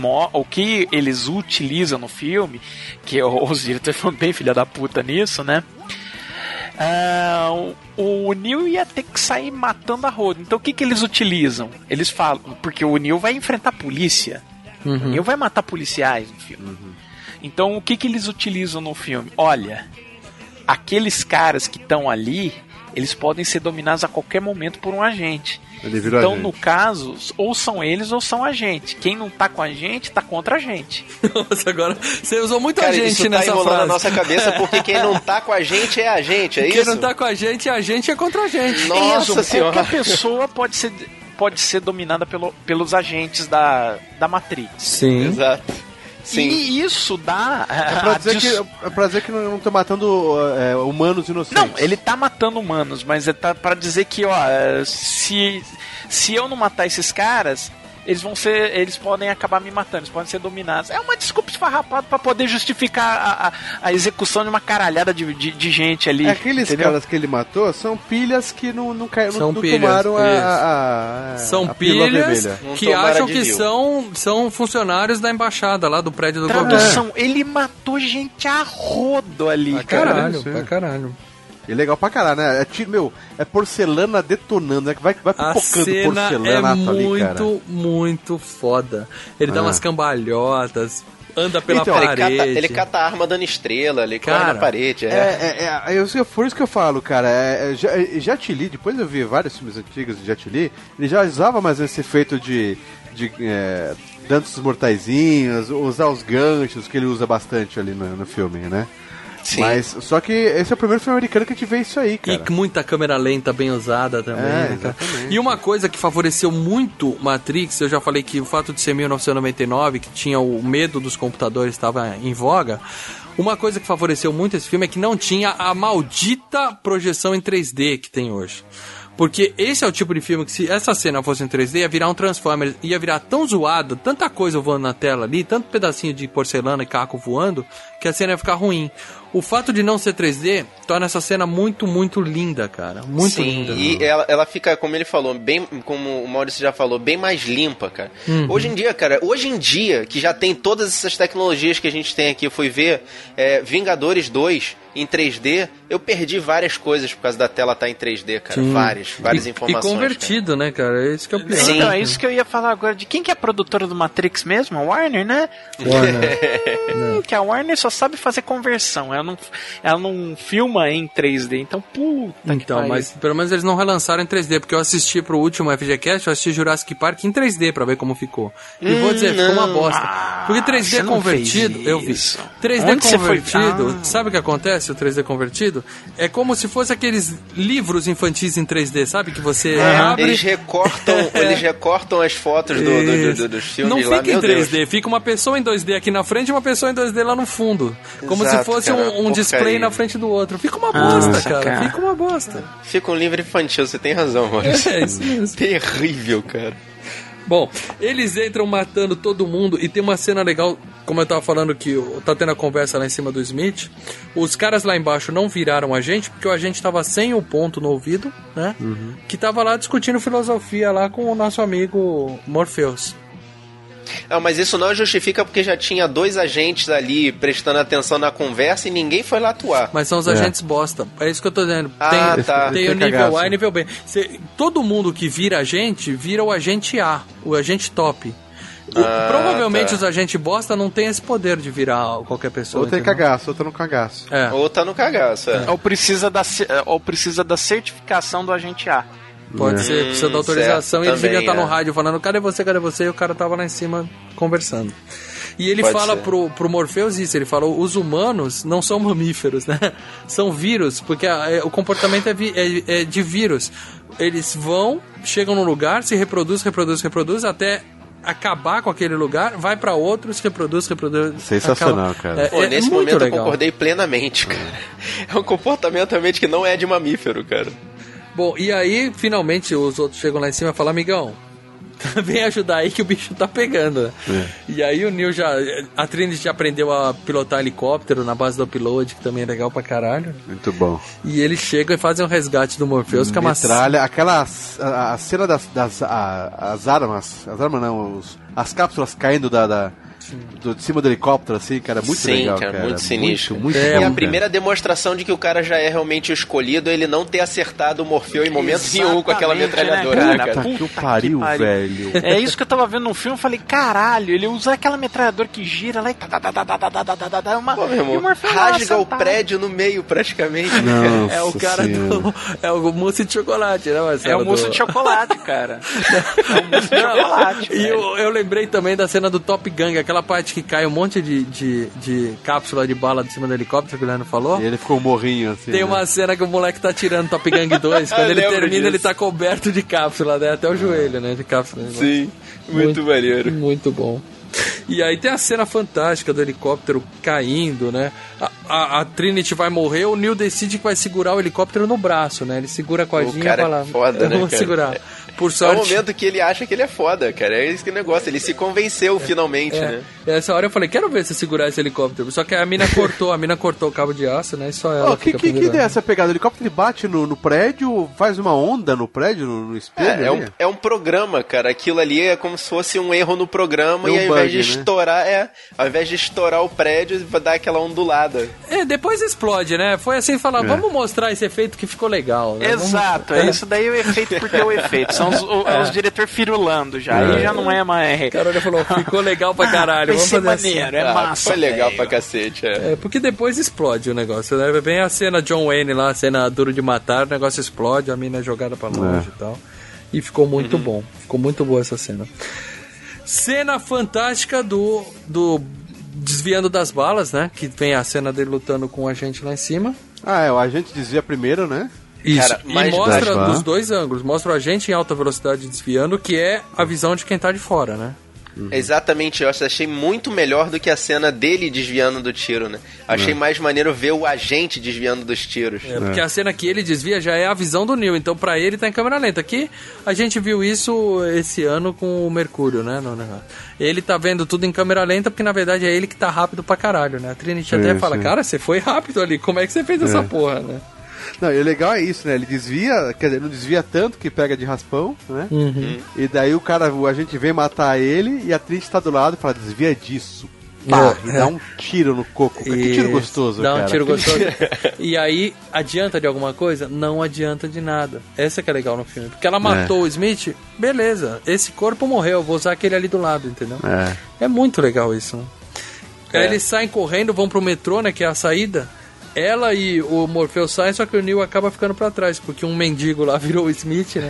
que eles utilizam no filme, que os diretores foram bem filha da puta nisso, né? O Neo ia ter que sair matando a roda. Então o que eles utilizam? Eles falam, porque o Neo vai enfrentar a polícia. O Neo vai matar policiais no filme. Então o que eles utilizam no filme? Olha, aqueles caras que estão ali, eles podem ser dominados a qualquer momento por um agente. Então, no caso, ou são eles ou são a gente. Quem não tá com a gente, tá contra a gente. Nossa, agora você usou muita gente nessa frase. Tá na nossa cabeça, porque quem não tá com a gente é a gente, é isso? Quem não tá com a gente é contra a gente. Nossa senhora. Qualquer pessoa pode ser dominada pelos agentes da Matrix. Sim. Exato. Sim. E isso dá... É pra dizer que não tá matando humanos inocentes. Não, ele tá matando humanos, mas é pra dizer que, se eu não matar esses caras, eles podem acabar me matando, eles podem ser dominados. É uma desculpa esfarrapada pra poder justificar a execução de uma caralhada de gente ali. Aqueles caras que ele matou são pilhas que não tomaram são pilhas que acham que são funcionários da embaixada lá do prédio do governo. Ele matou gente a rodo ali, pra caralho. E legal pra caralho, né? É porcelana detonando, né? Vai pipocando porcelana ali, cara. Muito foda. Ele dá umas cambalhotas. anda pela Então, parede. Ele cata a arma dando estrela, ele corre na parede. Por isso que eu falo, cara. Jet Li, depois eu vi vários filmes antigos de Jet Li, ele já usava mais esse efeito de danças mortaizinhos, usar os ganchos, que ele usa bastante ali no filme, né? Sim. Mas, só que esse é o primeiro filme americano que a gente vê isso aí, cara. E muita câmera lenta bem usada também, né, cara? E uma coisa que favoreceu muito Matrix, eu já falei que o fato de ser 1999, que tinha o medo dos computadores, estava em voga. Uma coisa que favoreceu muito esse filme é que não tinha a maldita projeção em 3D que tem hoje. Porque esse é o tipo de filme que, se essa cena fosse em 3D, ia virar um Transformers, ia virar tão zoado, tanta coisa voando na tela ali, tanto pedacinho de porcelana e caco voando, que a cena ia ficar ruim. O fato de não ser 3D torna essa cena muito, muito linda, cara. Muito linda. E ela fica, como ele falou, bem, como o Maurício já falou, bem mais limpa, cara. Hoje em dia, que já tem todas essas tecnologias que a gente tem aqui, eu fui ver Vingadores 2 em 3D, eu perdi várias coisas por causa da tela estar em 3D, cara. Várias informações. E convertido, cara, né, cara? Esse que é o pior. Sim. Então, é isso que eu ia falar agora. De quem que é a produtora do Matrix mesmo? A Warner, né? Warner. Que a Warner só sabe fazer conversão. Ela não filma em 3D. Então, mas pelo menos eles não relançaram em 3D, porque eu assisti pro último FGCast, eu assisti Jurassic Park em 3D pra ver como ficou. E vou dizer, ficou uma bosta. Porque 3D convertido, eu vi. 3D onde convertido, sabe o que acontece? O 3D convertido é como se fosse aqueles livros infantis em 3D, sabe? Que você abre... Eles recortam as fotos dos filmes. Não lá, fica em 3D, fica uma pessoa em 2D aqui na frente e uma pessoa em 2D lá no fundo. Como se fosse um display na frente do outro. Fica uma bosta, cara. Fica uma bosta. Fica um livro infantil, você tem razão, Maurício. É isso mesmo. Terrível, cara. Bom, eles entram matando todo mundo e tem uma cena legal, como eu tava falando que tá tendo a conversa lá em cima do Smith. Os caras lá embaixo não viraram a gente, porque o agente tava sem o ponto no ouvido, né? Que tava lá discutindo filosofia lá com o nosso amigo Morpheus. Mas isso não justifica porque já tinha 2 agentes ali prestando atenção na conversa e ninguém foi lá atuar. Mas são os agentes bosta. É isso que eu tô dizendo. Tem o nível A e nível B. Todo mundo que vira agente, vira o agente A, o agente top. Provavelmente os agentes bosta não tem esse poder de virar qualquer pessoa. Ou tem cagaço, ou tá no cagaço. Ou tá no cagaço, Ou precisa da certificação do agente A. Pode ser, precisa da autorização. E ele devia estar no rádio falando, cadê você? E o cara tava lá em cima conversando. E ele fala pro Morpheus isso, ele fala, os humanos não são mamíferos, né? São vírus, porque o comportamento é de vírus. Eles chegam num lugar, se reproduz, até acabar com aquele lugar, vai pra outro, se reproduz. Sensacional, cara. Nesse momento eu concordei plenamente, cara. É um comportamento realmente que não é de mamífero, cara. Bom, e aí, finalmente, os outros chegam lá em cima e falam, amigão, vem ajudar aí que o bicho tá pegando. E aí o Neo a Trinity já aprendeu a pilotar helicóptero na base do upload, que também é legal pra caralho. Muito bom. E eles chegam e fazem um resgate do Morpheus, que é uma... Metralha, a cena das armas não, as cápsulas caindo de cima do helicóptero, assim, cara, muito legal, cara. Muito sinistro. Muito é bom, a primeira demonstração de que o cara já é realmente o escolhido, ele não ter acertado o Morpheu em momento nenhum com aquela metralhadora, né, cara? Puta que pariu, velho. É isso que eu tava vendo num filme, eu falei, caralho, ele usa aquela metralhadora que gira lá e meu irmão, rasga o prédio no meio, praticamente. Nossa, é o cara é o mousse de chocolate, né, Marcelo? É o mousse de chocolate, cara. É o mousse de chocolate. E eu lembrei também da cena do Top Gun, aquela parte que cai um monte de cápsula de bala de cima do helicóptero que o Leandro falou. E ele ficou morrinho, assim. Tem uma cena que o moleque tá tirando Top Gun 2. Quando ele termina, disso. Ele tá coberto de cápsula, né? Até o joelho, né? De cápsula. Sim, muito maneiro. Muito bom. E aí tem a cena fantástica do helicóptero caindo, né? A Trinity vai morrer, o Neo decide que vai segurar o helicóptero no braço, né? Ele segura a cordinha e fala... foda, né, vou segurar. Por sorte... É o momento que ele acha que ele é foda, cara. É esse que negócio. Ele se convenceu finalmente, né? Essa hora eu falei, quero ver você segurar esse helicóptero. Só que a mina cortou o cabo de aço, né? E só ela que ideia é essa pegada? O helicóptero ele bate no prédio, faz uma onda no prédio, no espelho? É um programa, cara. Aquilo ali é como se fosse um erro no programa e ao invés de estourar, ao invés de estourar o prédio, vai dar aquela ondulada. Depois explode, né? Foi assim, falar, vamos mostrar esse efeito que ficou legal. Né? Exato, isso daí é o efeito porque é o efeito. São os diretores firulando já. Aí já não é mais. Carolha falou, ficou legal pra caralho. vai ser assim. maneiro, é massa. Foi legal véio. pra cacete, Porque depois explode o negócio, né? Vem a cena John Wayne lá, a cena Duro de Matar, o negócio explode, a mina é jogada pra longe e tal. E ficou muito bom. Ficou muito boa essa cena. Cena fantástica do desviando das balas, né? Que vem a cena dele lutando com o agente lá em cima. O agente desvia primeiro, né? Isso, Cara, e mostra dos dois ângulos. Mostra o agente em alta velocidade desviando, que é a visão de quem tá de fora, né? Exatamente, eu achei muito melhor do que a cena dele desviando do tiro, né? Achei mais maneiro ver o agente desviando dos tiros. Porque a cena que ele desvia já é a visão do Neo, então pra ele tá em câmera lenta. Aqui a gente viu isso esse ano com o Mercúrio, né? Ele tá vendo tudo em câmera lenta porque na verdade é ele que tá rápido pra caralho, né? A Trinity até fala, cara, você foi rápido ali, como é que você fez essa porra, né? Não, e o legal é isso, né? Ele desvia, quer dizer, não desvia tanto que pega de raspão, né? E daí a gente vem matar ele e a Trinity tá do lado e fala, desvia disso. Pá, e dá um tiro no coco. Que tiro gostoso, dá cara. Um tiro gostoso. E aí, adianta de alguma coisa? Não adianta de nada. Essa que é legal no filme. Porque ela matou o Smith, beleza, esse corpo morreu, vou usar aquele ali do lado, entendeu? É muito legal isso, né? Aí eles saem correndo, vão pro metrô, né, que é a saída. Ela e o Morpheus saem, só que o Neo acaba ficando pra trás, porque um mendigo lá virou o Smith, né?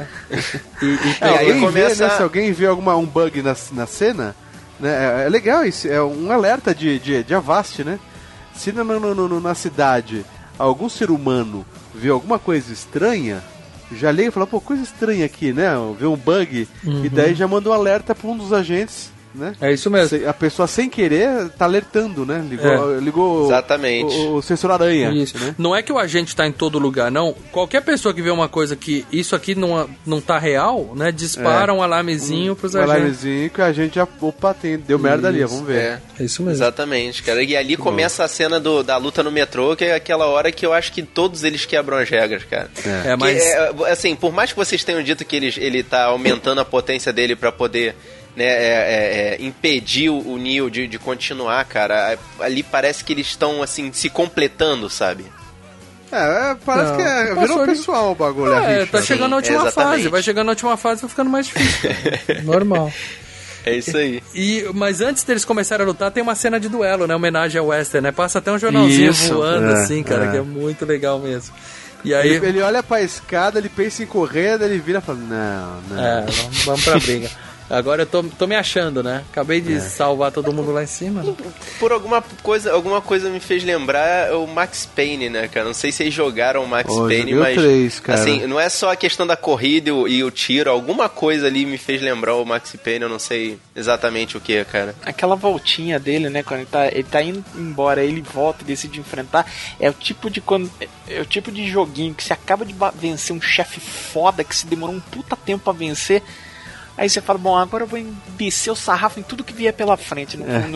Aí começa... se alguém vê um bug na cena, né, é legal isso, é um alerta de Avast, né? Se na cidade algum ser humano vê alguma coisa estranha, já liga e fala, pô, coisa estranha aqui, né? Vê um bug, e daí já manda um alerta pra um dos agentes, né? É isso mesmo. A pessoa sem querer tá alertando, né? Ligou exatamente o sensor aranha. Isso. Né? Não é que o agente tá em todo lugar, não. Qualquer pessoa que vê uma coisa que isso aqui não tá real, né? Dispara um alarmezinho pros agentes. Um alarmezinho que a gente já... Opa, deu merda ali, vamos ver. É isso mesmo. Exatamente, cara. E ali começa a cena da luta no metrô, que é aquela hora que eu acho que todos eles quebram as regras, cara. Mas... assim, por mais que vocês tenham dito que ele tá aumentando a potência dele pra poder... né, impedir o Neo de continuar, cara. Ali parece que eles estão, assim, se completando, sabe? Parece que virou pessoal o bagulho. Tá chegando na última fase. Vai chegando na última fase, vai ficando mais difícil. Normal. É isso aí. Mas antes deles começarem a lutar, tem uma cena de duelo, né? Homenagem ao Western, né? Passa até um jornalzinho voando, assim, cara, que é muito legal mesmo. E aí... ele olha pra escada, ele pensa em correr, daí ele vira e fala, não. Vamos pra briga. Agora eu tô me achando, né? Acabei de salvar todo mundo lá em cima. Né? Por alguma coisa me fez lembrar o Max Payne, né, cara? Não sei se vocês jogaram o Max Payne, mas 3, cara. Assim, não é só a questão da corrida e o tiro, alguma coisa ali me fez lembrar o Max Payne, eu não sei exatamente o que, cara. Aquela voltinha dele, né, quando ele tá indo embora, ele volta e decide enfrentar, é o tipo de joguinho que você acaba de vencer um chefe foda que se demorou um puta tempo pra vencer. Aí você fala, bom, agora eu vou descer o sarrafo em tudo que vier pela frente.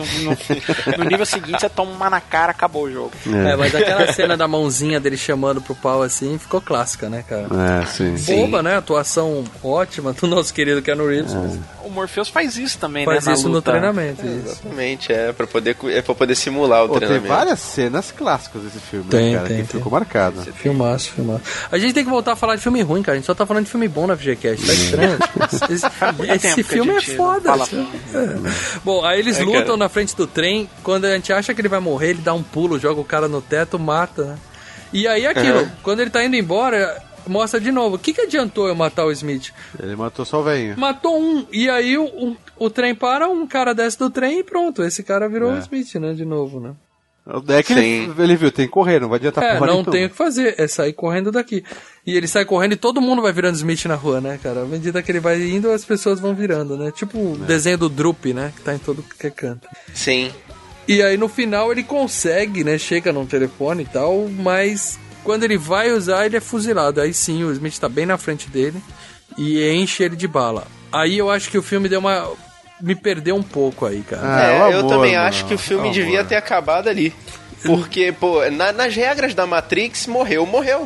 No nível seguinte, você toma uma na cara, acabou o jogo. Mas aquela cena da mãozinha dele chamando pro pau assim, ficou clássica, né, cara? Sim. Boba, né? Atuação ótima do nosso querido Keanu Reeves. O Morpheus faz isso também, faz né? Faz isso no treinamento. Exatamente, pra poder simular o treinamento. Tem várias cenas clássicas desse filme, tem, né, cara? Que ficou marcado. Filmaço. A gente tem que voltar a falar de filme ruim, cara. A gente só tá falando de filme bom na FGCast. Tá estranho. Esse filme é foda. Bom, aí eles lutam na frente do trem. Quando a gente acha que ele vai morrer, ele dá um pulo, joga o cara no teto, mata, né? E aí aquilo, quando ele tá indo embora, mostra de novo. O que adiantou eu matar o Smith? Ele matou só o velhinho. Matou um. E aí o trem para, um cara desce do trem e pronto. Esse cara virou o Smith, né? De novo, né? É que ele viu, tem que correr, não vai adiantar porra não tem o que fazer, é sair correndo daqui. E ele sai correndo e todo mundo vai virando Smith na rua, né, cara? À medida que ele vai indo, as pessoas vão virando, né? Tipo o desenho do Droop, né? Que tá em todo canto. Sim. E aí no final ele consegue, né? Chega num telefone e tal, mas quando ele vai usar, ele é fuzilado. Aí sim, o Smith tá bem na frente dele e enche ele de bala. Aí eu acho que o filme me perdeu um pouco aí, cara. Eu também acho que o filme devia ter acabado ali. Porque, pô, nas regras da Matrix, morreu.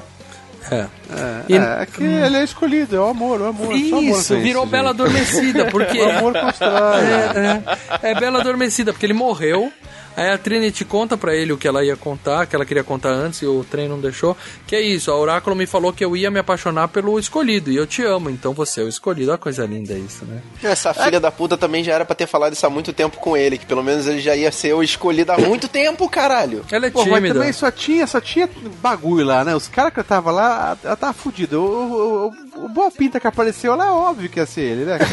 Que ele é escolhido, é o amor. Isso, virou Bela Adormecida, porque... o amor constrói. É Bela Adormecida, porque ele morreu, Aí a Trinity conta pra ele o que ela ia contar, que ela queria contar antes e o trem não deixou. Que é isso, a Oráculo me falou que eu ia me apaixonar pelo escolhido, e eu te amo, então você é o escolhido. Olha que coisa linda isso, né? Essa filha da puta também já era pra ter falado isso há muito tempo com ele, que pelo menos ele já ia ser o escolhido há muito tempo, caralho. Ela é Pô, tímida. mas também só tinha bagulho lá, né? Os caras que tava lá, ela tava fudida. O Boa Pinta que apareceu lá é óbvio que ia ser ele, né,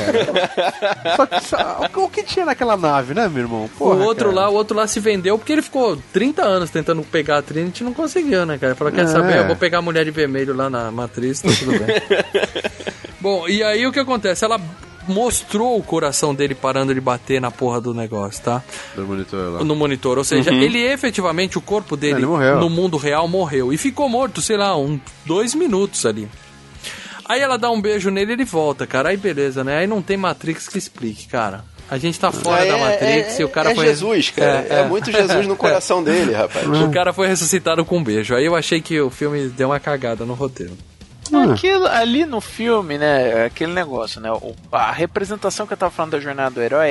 cara? O que tinha naquela nave, né, meu irmão? Porra, o outro lá se vendeu porque ele ficou 30 anos tentando pegar a Trinity e não conseguiu, né, cara? Ele falou, quer saber, eu vou pegar a mulher de vermelho lá na matriz, tá tudo bem. Bom, e aí o que acontece? Ela mostrou o coração dele parando de bater na porra do negócio, tá? Do monitor lá. No monitor, ou seja, ele efetivamente, o corpo dele no mundo real morreu. E ficou morto, sei lá, 2 minutos ali. Aí ela dá um beijo nele e ele volta, cara. Aí beleza, né? Aí não tem Matrix que explique, cara. A gente tá fora da Matrix e o cara foi... Jesus, cara. É muito Jesus no coração dele, rapaz. O cara foi ressuscitado com um beijo. Aí eu achei que o filme deu uma cagada no roteiro. Aquilo ali no filme, né? Aquele negócio, né? A representação que eu tava falando da jornada do herói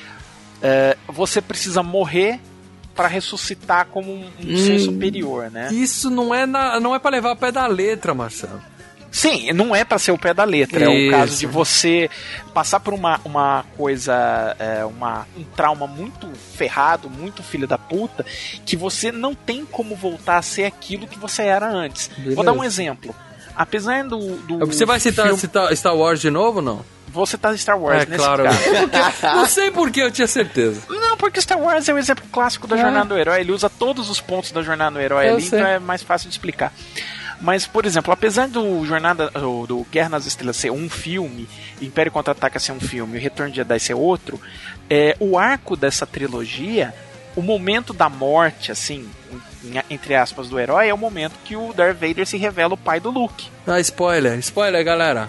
é você precisa morrer pra ressuscitar como um ser superior, né? Isso não é pra levar a pé da letra, Marcelo. Sim, não é pra ser o pé da letra. É o caso de você passar por uma coisa, um trauma muito ferrado, muito filho da puta, que você não tem como voltar a ser aquilo que você era antes. Beleza. Vou dar um exemplo. Apesar do você vai citar Star Wars de novo ou não? Vou citar Star Wars nesse claro. caso. Não sei por que eu tinha certeza. Não, porque Star Wars é o exemplo clássico da jornada do herói. Ele usa todos os pontos da jornada do herói ali, então é mais fácil de explicar. Mas, por exemplo, apesar do Guerra nas Estrelas ser um filme, Império Contra-Ataca ser um filme e o Retorno de Jedi ser outro, o arco dessa trilogia, o momento da morte, assim, entre aspas, do herói, é o momento que o Darth Vader se revela o pai do Luke. Spoiler, galera.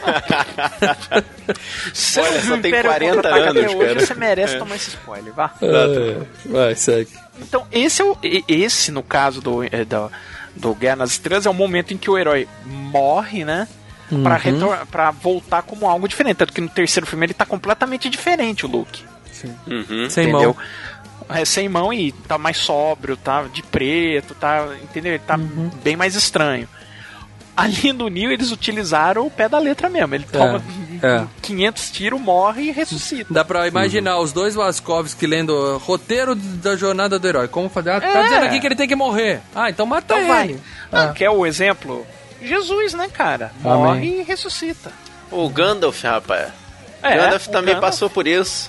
Spoiler, só tem 40 anos, até hoje, você merece tomar esse spoiler, vá. Vai, segue. Então, esse no caso do Guerra nas Estrelas, é o momento em que o herói morre, né? Pra voltar como algo diferente. Tanto que no terceiro filme ele tá completamente diferente, o Luke. Sim. Sem mão. Sem mão e tá mais sóbrio, tá de preto, tá, entendeu? Ele tá bem mais estranho. Ali no Neo eles utilizaram o pé da letra mesmo. Ele toma 500 tiros, morre e ressuscita. Dá pra imaginar os dois Wachowski lendo o roteiro da jornada do herói. Como fazer? Tá dizendo aqui que ele tem que morrer. Então mata ele. Quer o exemplo? Jesus, né, cara? Morre e ressuscita. O Gandalf, rapaz. Gandalf também passou por isso.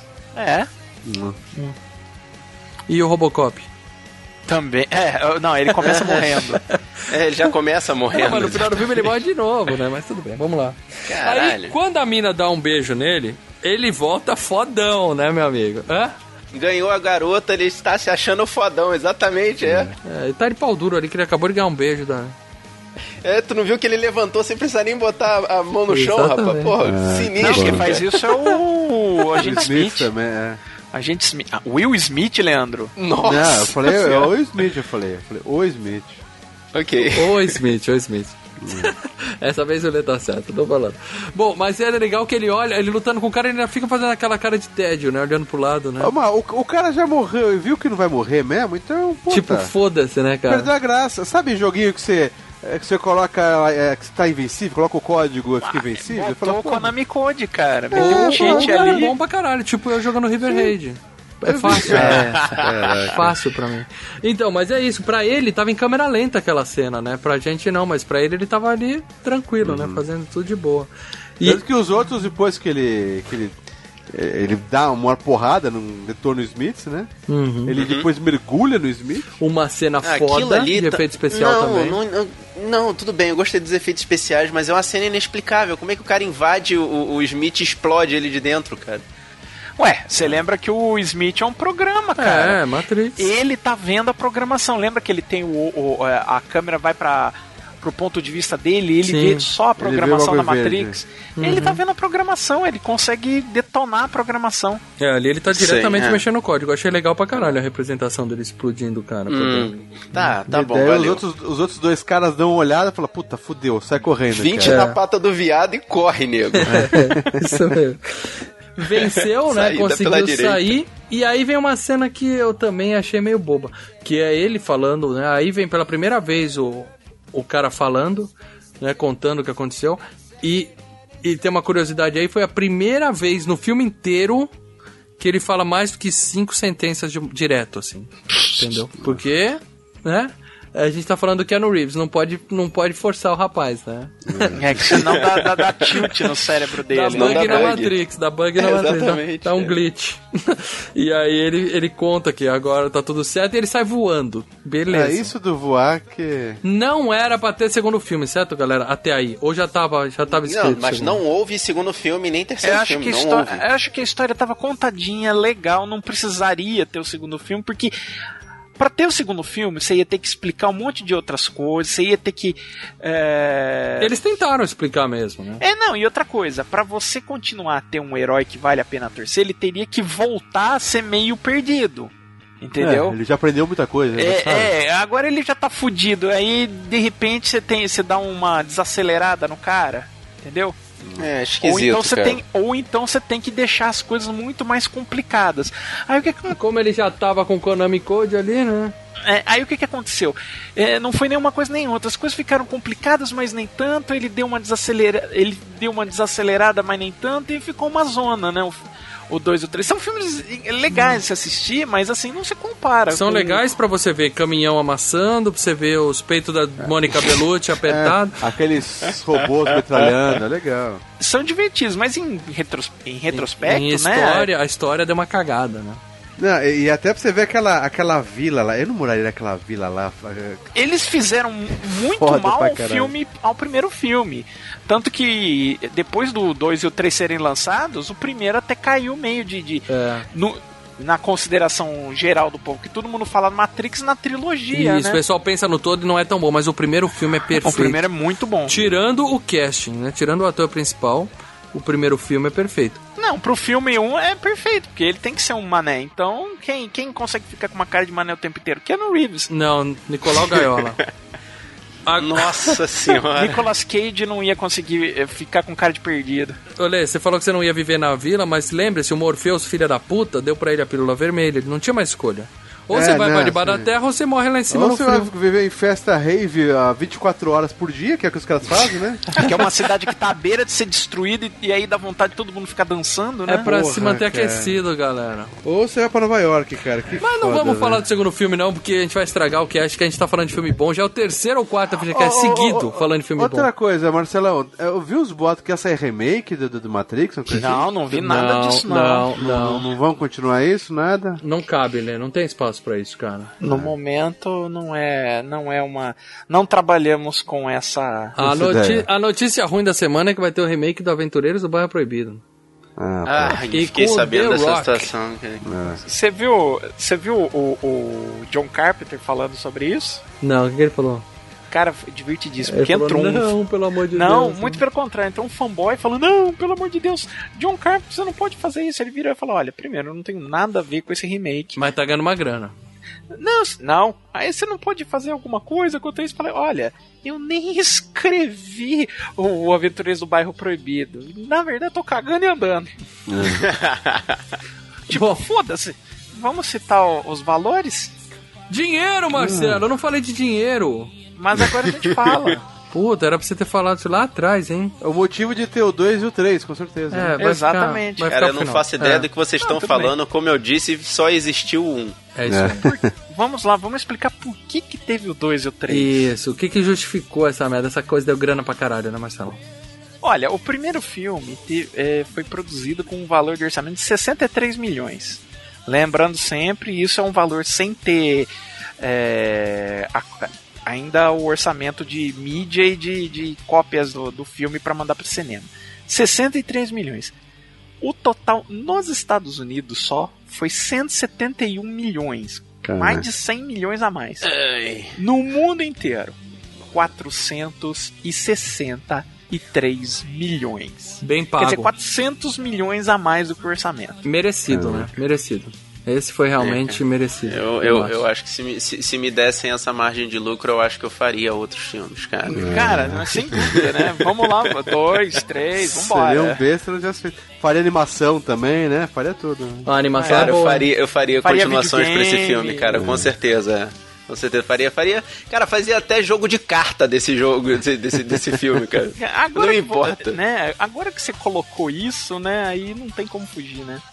E o Robocop? Também. Não, ele começa morrendo. Ele já começa morrendo. Mas no final do filme ele morre de novo, né? Mas tudo bem, vamos lá. Caralho. Aí, quando a mina dá um beijo nele, ele volta fodão, né, meu amigo? Ganhou a garota, ele está se achando fodão, exatamente, ele tá de pau duro ali, que ele acabou de ganhar um beijo da... tu não viu que ele levantou sem precisar nem botar a mão no chão, rapaz? Porra, sinistro. Não, quem faz isso é o Agente Smith. Também, Agente Smith. Will Smith, Leandro? Nossa! Não, eu falei o Smith, eu falei o Smith. Ok. O Smith. Essa vez o Lê tá certo, tô falando. Bom, mas era legal que ele olha, ele lutando com o cara, ele ainda fica fazendo aquela cara de tédio, né? Olhando pro lado, né? O cara já morreu e viu que não vai morrer mesmo, então, puta. Tipo, foda-se, né, cara? Perdeu a graça. Sabe joguinho que você coloca, que você tá invencível, coloca o código e fica invencível? Botou o Konami Code, cara. Meteu um cheat ali. É bom pra caralho, tipo eu jogando River Raid. É fácil, fácil pra mim. Então, mas é isso, pra ele tava em câmera lenta aquela cena, né? Pra gente não, mas pra ele tava ali tranquilo, né? Fazendo tudo de boa. Tanto que os outros, depois que ele dá uma porrada no retorno Smith, né? Ele depois mergulha no Smith. Uma cena foda ali de efeito especial também. Não, tudo bem, eu gostei dos efeitos especiais, mas é uma cena inexplicável. Como é que o cara invade o Smith e explode ele de dentro, cara? Ué, você lembra que o Smith é um programa, cara. Matrix. Ele tá vendo a programação. Lembra que ele tem a câmera vai pro ponto de vista dele, ele vê só a programação da Matrix. Ele tá vendo a programação, ele consegue detonar a programação. Ali ele tá diretamente mexendo no código. Eu achei legal pra caralho a representação dele explodindo, cara. Tá bom, daí valeu. Os outros dois caras dão uma olhada e falam, puta, fudeu, sai correndo. 20 na pata do viado e corre, nego. Isso mesmo. venceu, né? Saída pela Conseguiu direita. sair. E aí vem uma cena que eu também achei meio boba. Que é ele falando, né? Aí vem pela primeira vez o cara falando, né? Contando o que aconteceu. E tem uma curiosidade aí, foi a primeira vez no filme inteiro que ele fala mais do que 5 sentenças direto, assim. Entendeu? Porque, né? A gente tá falando do Keanu Reeves, não pode forçar o rapaz, né? É que senão dá tilt no cérebro dele. Dá né? bug na Matrix, dá bug na Matrix. Exatamente, Dá um glitch. E aí ele conta que agora tá tudo certo e ele sai voando. Beleza. É isso do voar que... Não era pra ter segundo filme, certo, galera? Até aí. Ou já tava escrito. Não, mas segundo. não houve segundo filme nem terceiro filme. Eu acho que a história tava contadinha, legal, não precisaria ter o segundo filme, porque... Pra ter o segundo filme, você ia ter que explicar um monte de outras coisas, você ia ter que... Eles tentaram explicar mesmo, né? E outra coisa, pra você continuar a ter um herói que vale a pena torcer, ele teria que voltar a ser meio perdido. Entendeu? Ele já aprendeu muita coisa. Agora ele já tá fudido, aí de repente você dá uma desacelerada no cara, entendeu? É, esquisito, ou então você tem que deixar as coisas muito mais complicadas. Aí o que Como ele já tava com o Konami Code ali, né? Aí o que aconteceu? Não foi nenhuma coisa nem outra. As coisas ficaram complicadas, mas nem tanto. Ele deu uma desacelerada, mas nem tanto. E ficou uma zona, né? O 2 e o 3. São filmes legais de se assistir, mas assim, não se compara. São legais pra você ver caminhão amassando, pra você ver os peitos da Mônica Bellucci apertados. Aqueles robôs metralhando, é legal. São divertidos, mas em retrospecto, em história, a história deu uma cagada, né? Não, e até pra você ver aquela vila lá. Eu não moraria naquela vila lá. Eles fizeram muito mal ao primeiro filme. Tanto que depois do 2 e o 3 serem lançados, o primeiro até caiu meio na consideração geral do povo, que todo mundo fala Matrix na trilogia, Isso, né? o pessoal pensa no todo e não é tão bom, mas o primeiro filme é perfeito. O primeiro é muito bom. Tirando o casting, né? Tirando o ator principal, o primeiro filme é perfeito. Não, pro filme 1 é perfeito, porque ele tem que ser um mané. Então, quem consegue ficar com uma cara de mané o tempo inteiro? Keanu Reeves. Não, Nicolau Gaiola. Nossa senhora. Nicolas Cage não ia conseguir ficar com cara de perdido. Olê, você falou que você não ia viver na vila, mas lembre-se, o Morpheus, filha da puta, deu pra ele a pílula vermelha. Ele não tinha mais escolha. Ou você vai pra debaixo da terra ou você morre lá em cima no frio. Ou você vai viver em festa rave 24 horas por dia, que é o que os caras fazem, né? Que é uma cidade que tá à beira de ser destruída e aí dá vontade de todo mundo ficar dançando, né? É pra se manter aquecido, galera. Ou você vai pra Nova York, cara. Mas não vamos falar do segundo filme, não, porque a gente vai estragar o cast, que a gente tá falando de filme bom. Já é o terceiro ou quarto FGCast seguido falando de filme bom. Outra coisa, Marcelão, eu vi os boatos que ia sair remake do Matrix? Não vi nada disso, não. Não vamos continuar isso, nada? Não cabe, né? Não tem espaço pra isso, cara. No momento não é uma... Não trabalhamos com essa... A notícia ruim da semana é que vai ter o remake do Aventureiros do Bairro Proibido. Fiquei sabendo dessa situação. Você viu o John Carpenter falando sobre isso? Não, o que ele falou? Cara, foi divertidíssimo. Ele porque falou, entrou não, pelo amor de Deus. Não, muito pelo contrário. Entrou um fanboy falando, não, pelo amor de Deus, John Carpenter, você não pode fazer isso. Ele virou e falou, olha, primeiro, eu não tenho nada a ver com esse remake. Mas tá ganhando uma grana. Não. Aí você não pode fazer alguma coisa quanto isso. Falei, olha, eu nem escrevi o Aventureiros do Bairro Proibido. Na verdade, eu tô cagando e andando. Tipo, foda-se. Vamos citar os valores? Dinheiro, Marcelo, eu não falei de dinheiro. Mas agora a gente fala. Puta, era pra você ter falado isso lá atrás, hein? É o motivo de ter o 2 e o 3, com certeza. Exatamente. Cara, eu não faço ideia do que vocês estão falando. Bem. Como eu disse, só existiu um. É isso aí. Vamos lá, vamos explicar por que teve o 2 e o 3. Isso, o que justificou essa merda? Essa coisa deu grana pra caralho, né, Marcelo? Olha, o primeiro filme foi produzido com um valor de orçamento de 63 milhões. Lembrando sempre, isso é um valor sem ter ainda o orçamento de mídia e de cópias do filme para mandar para o cinema. 63 milhões. O total nos Estados Unidos só foi 171 milhões. Caramba. Mais de 100 milhões a mais. Ai. No mundo inteiro, 463 milhões. Bem pago. Quer dizer, 400 milhões a mais do que o orçamento. Merecido, né? Merecido. Esse foi realmente merecido. Eu acho que se me dessem essa margem de lucro, eu acho que eu faria outros filmes, cara. Cara, sem dúvida, né? Vamos lá, 2, 3, vambora. Seria um besta, não já feito. Faria animação também, né? Faria tudo. A animação Cara, é boa. eu faria continuações pra esse videogame. filme, cara, com certeza. Com certeza, faria. Cara, fazia até jogo de carta desse jogo, desse filme, cara. Agora não importa. Né? Agora que você colocou isso, né? Aí não tem como fugir, né?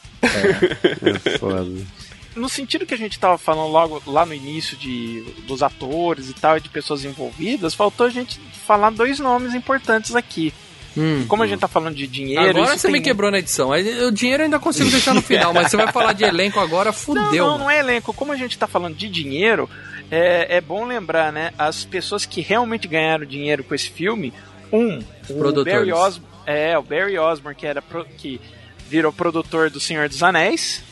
É foda. No sentido que a gente tava falando logo lá no início dos atores e tal, e de pessoas envolvidas, faltou a gente falar 2 nomes importantes aqui. Como a gente tá falando de dinheiro... Agora você me quebrou na edição. O dinheiro eu ainda consigo deixar no final, mas você vai falar de elenco agora, fudeu. Não é elenco. Como a gente tá falando de dinheiro, é bom lembrar, né? As pessoas que realmente ganharam dinheiro com esse filme, o Barry Osborne, o Barry Osborne, que virou produtor do Senhor dos Anéis.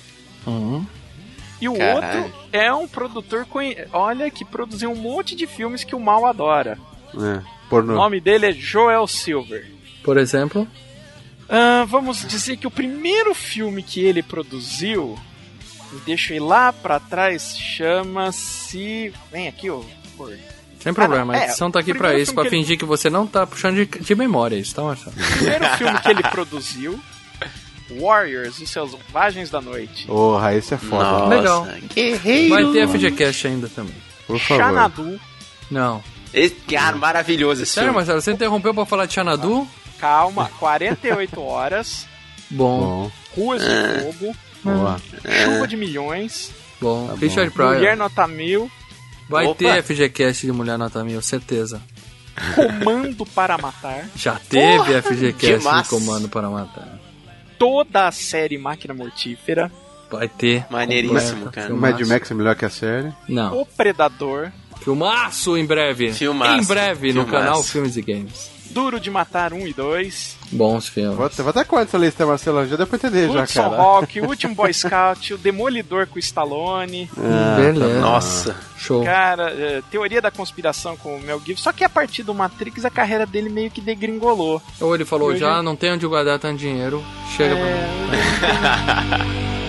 E o outro é um produtor que produziu um monte de filmes que o Mal adora. O nome dele é Joel Silver. Por exemplo? Vamos dizer que o primeiro filme que ele produziu, deixa eu ir lá pra trás, chama-se... Vem aqui, ô... Sem problema, a edição tá aqui pra isso, pra fingir que você não tá puxando de memória isso, tá, Marcelo? O primeiro filme que ele produziu, Warriors, Os Selvagens da Noite. Porra, esse é foda. Nossa, legal. Guerreiro. Vai ter FGCast ainda também. Por favor. Xanadu. Não. Esse cara maravilhoso esse Sério, filme. Marcelo, você interrompeu pra falar de Xanadu? Calma, 48 horas. Bom. Ruas de Fogo. Boa. Chuva de Milhões. Bom. Tá Richard bom. Mulher Pryor. Nota 1000. Vai ter FGCast de Mulher Nota 1000, certeza. Comando para Matar. Já teve que FGCast de massa. Comando para Matar. Toda a série Máquina Mortífera. Vai ter. Maneiríssimo, Completo, cara. O Mad Max é melhor que a série. Não. O Predador. Filmaço em breve. Filmaço. Em breve no Filmaço. canal Filmes e Games. Duro de Matar 1 e 2. Bons filmes. Vou até quanto essa lista, Marcelo? Já deu pra entender já, Hudson cara. Hawk, O Último Boy Scout, O Demolidor com o Stallone. Beleza. Nossa. Show. Cara, Teoria da Conspiração com o Mel Gibson. Só que a partir do Matrix a carreira dele meio que degringolou. Ou ele falou, Eu já já- não tem onde guardar tanto dinheiro. Chega pra mim.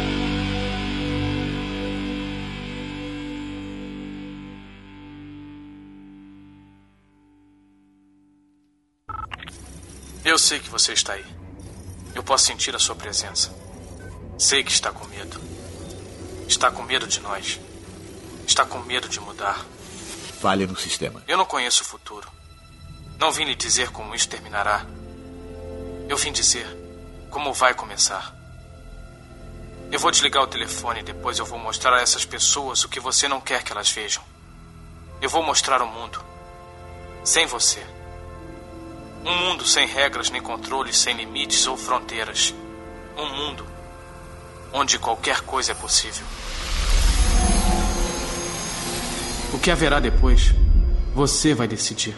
Eu sei que você está aí. Eu posso sentir a sua presença. Sei que está com medo. Está com medo de nós. Está com medo de mudar. Falha no sistema. Eu não conheço o futuro. Não vim lhe dizer como isso terminará. Eu vim dizer como vai começar. Eu vou desligar o telefone e depois eu vou mostrar a essas pessoas o que você não quer que elas vejam. Eu vou mostrar o mundo. Sem você. Um mundo sem regras nem controles, sem limites ou fronteiras. Um mundo onde qualquer coisa é possível. O que haverá depois, você vai decidir.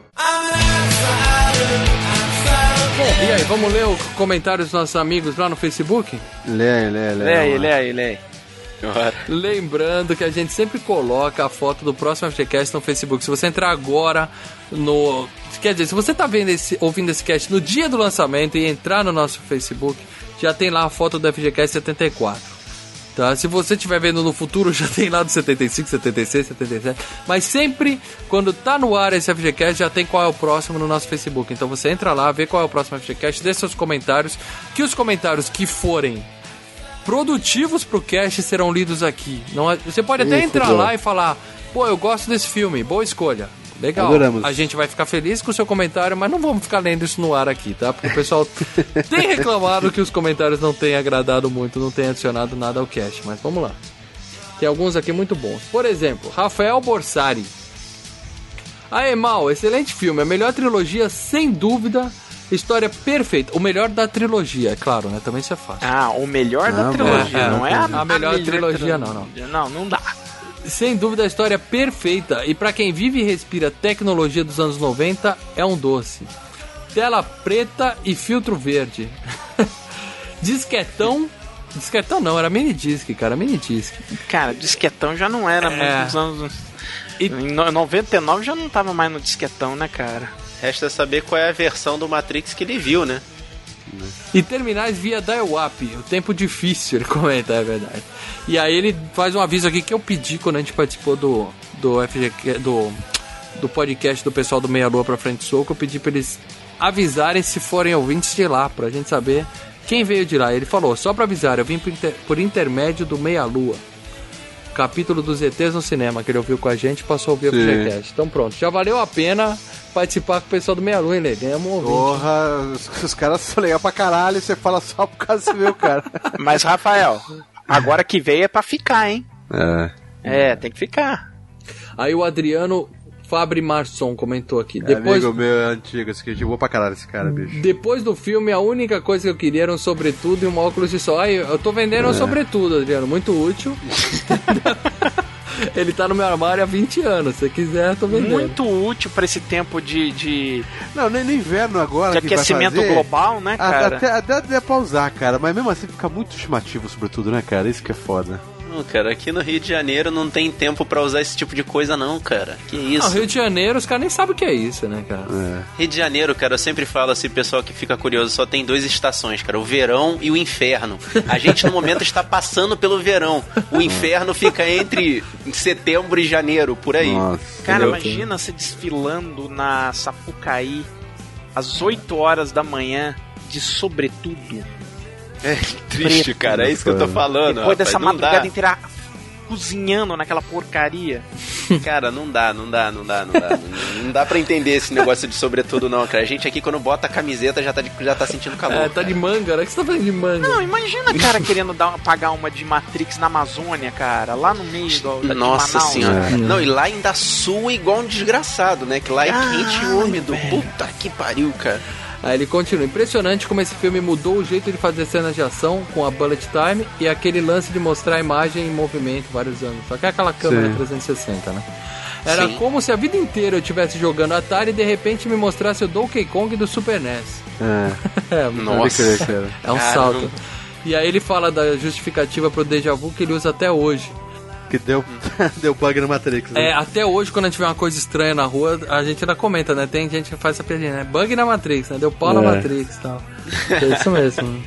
E aí, vamos ler os comentários dos nossos amigos lá no Facebook? Lê Lê aí. Lembrando que a gente sempre coloca a foto do próximo FGCast no Facebook. Se você entrar agora no... Quer dizer, se você tá ouvindo esse cast no dia do lançamento e entrar no nosso Facebook, já tem lá a foto do FGCast 74. Tá? Se você estiver vendo no futuro, já tem lá do 75, 76, 77. Mas sempre, quando tá no ar esse FGCast, já tem qual é o próximo no nosso Facebook. Então você entra lá, vê qual é o próximo FGCast, dê seus comentários, que os comentários que forem produtivos pro cast serão lidos aqui. Não, você pode até entrar lá e falar, pô, eu gosto desse filme, boa escolha. Legal, Adoramos. a gente vai ficar feliz com o seu comentário, mas não vamos ficar lendo isso no ar aqui, tá? Porque o pessoal tem reclamado que os comentários não têm agradado muito, não tem adicionado nada ao cast, mas vamos lá. Tem alguns aqui muito bons. Por exemplo, Rafael Borsari. Aê, Mal, excelente filme, a melhor trilogia, sem dúvida, história perfeita. O melhor da trilogia, é claro, né? Também isso é fácil. Ah, o melhor da trilogia, não é a melhor trilogia, não. Não dá. Sem dúvida, a história é perfeita. E pra quem vive e respira tecnologia dos anos 90, é um doce. Tela preta e filtro verde. Disquetão. Disquetão não, era mini-disc, cara. Mini-disc. Cara, disquetão já não era muito dos anos... Em 99 já não tava mais no disquetão, né, cara? Resta saber qual é a versão do Matrix que ele viu, né? E terminais via dial-up, o tempo difícil, ele comenta, é verdade. E aí ele faz um aviso aqui que eu pedi quando a gente participou do podcast do pessoal do Meia Lua pra Frente Soco, eu pedi pra eles avisarem se forem ouvintes de lá, pra gente saber quem veio de lá. Ele falou, só pra avisar, eu vim por intermédio do Meia Lua. Capítulo dos ETs no cinema, que ele ouviu com a gente e passou a ouvir o podcast. Então pronto, já valeu a pena participar com o pessoal do Meia Lua, hein, Lê? Ganhamos um ouvinte. Porra, os caras são legais pra caralho e você fala só por causa do meu cara. Mas, Rafael, agora que veio é pra ficar, hein? Tem que ficar. Aí o Adriano Fabri Marson comentou aqui. Depois... Amigo meu antigo, esse que boa pra caralho esse cara, bicho. Depois do filme, a única coisa que eu queria era um sobretudo e um óculos de sol. Aí, eu tô vendendo um sobretudo, Adriano, muito útil. Ele tá no meu armário há 20 anos, se você quiser, eu tô vendendo. Muito útil pra esse tempo de... Não, nem no inverno agora de aquecimento global, né, cara? Até dá pra usar, cara, mas mesmo assim fica muito chamativo, sobretudo, né, cara? Isso que é foda. Não, cara, aqui no Rio de Janeiro não tem tempo pra usar esse tipo de coisa não, cara. Que isso? No Rio de Janeiro os caras nem sabem o que é isso, né, cara? Rio de Janeiro, cara, eu sempre falo assim, pessoal que fica curioso, só tem 2 estações, cara, o verão e o inferno. A gente no momento está passando pelo verão. O inferno fica entre setembro e janeiro, por aí. Nossa, cara, imagina você desfilando na Sapucaí às 8 horas da manhã de sobretudo. É triste, preto, cara, é isso que eu tô falando. Depois dessa madrugada inteira cozinhando naquela porcaria. Cara, não dá. Não dá pra entender esse negócio de sobretudo não, cara. A gente aqui quando bota a camiseta já tá sentindo calor. Tá de manga, né? O que você tá fazendo de manga? Não, imagina, cara, querendo pagar uma de Matrix na Amazônia, cara, lá no meio da Nossa Manaus, senhora. Não, e lá ainda sua igual um desgraçado, né? Que lá é quente e úmido. Velho. Puta que pariu, cara. Aí ele continua, impressionante como esse filme mudou o jeito de fazer cenas de ação com a bullet time e aquele lance de mostrar a imagem em movimento vários anos. Só que é aquela câmera 360, né? Era como se a vida inteira eu estivesse jogando Atari e de repente me mostrasse o Donkey Kong do Super NES. Nossa. É um salto. E aí ele fala da justificativa pro déjà vu que ele usa até hoje. Que deu bug no Matrix, né? Até hoje, quando a gente vê uma coisa estranha na rua, a gente ainda comenta, né? Tem gente que faz essa piadinha, né? Bug na Matrix, né? Deu pau na Matrix e tal. É isso mesmo.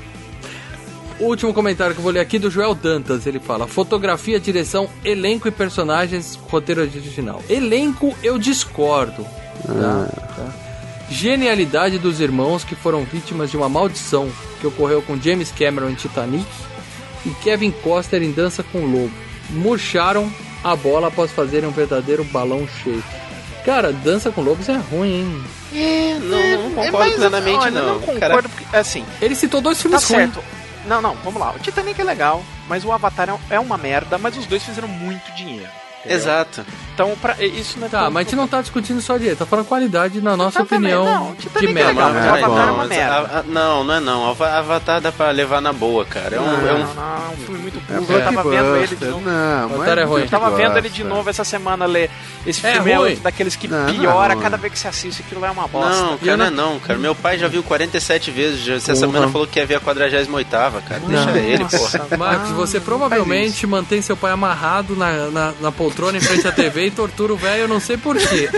O último comentário que eu vou ler aqui do Joel Dantas, ele fala: fotografia, direção, elenco e personagens, roteiro original. Elenco eu discordo. Tá? Genialidade dos irmãos que foram vítimas de uma maldição que ocorreu com James Cameron em Titanic e Kevin Costner em Dança com o Lobo. Murcharam a bola após fazerem um verdadeiro balão cheio. Cara, Dança com Lobos é ruim, hein? Não concordo plenamente, olha, não concordo, porque, assim... Ele citou 2 filmes ruins. Certo. Não, vamos lá. O Titanic é legal, mas o Avatar é uma merda, mas os dois fizeram muito dinheiro. Entendeu? Exato. Então, isso não é... Tá, mas a gente não tá discutindo só dinheiro, tá falando qualidade na nossa opinião. Não, de merda. O Avatar é uma merda. Não é não. Avatar dá pra levar na boa, cara. É um filme muito burro. Eu tava vendo ele de novo. Avatar é ruim. Eu tava vendo ele de novo essa semana, Lê. Esse filme é outro daqueles que piora cada vez que você assiste. Aquilo lá é uma bosta. Não, cara, não, cara. Meu pai já viu 47 vezes. Essa semana falou que ia ver a 48ª, cara. Deixa ele, porra. Marcos, você provavelmente mantém seu pai amarrado na poltrona em frente à TV e tortura o velho, eu não sei porquê.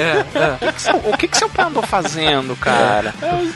O que seu pai andou fazendo, cara?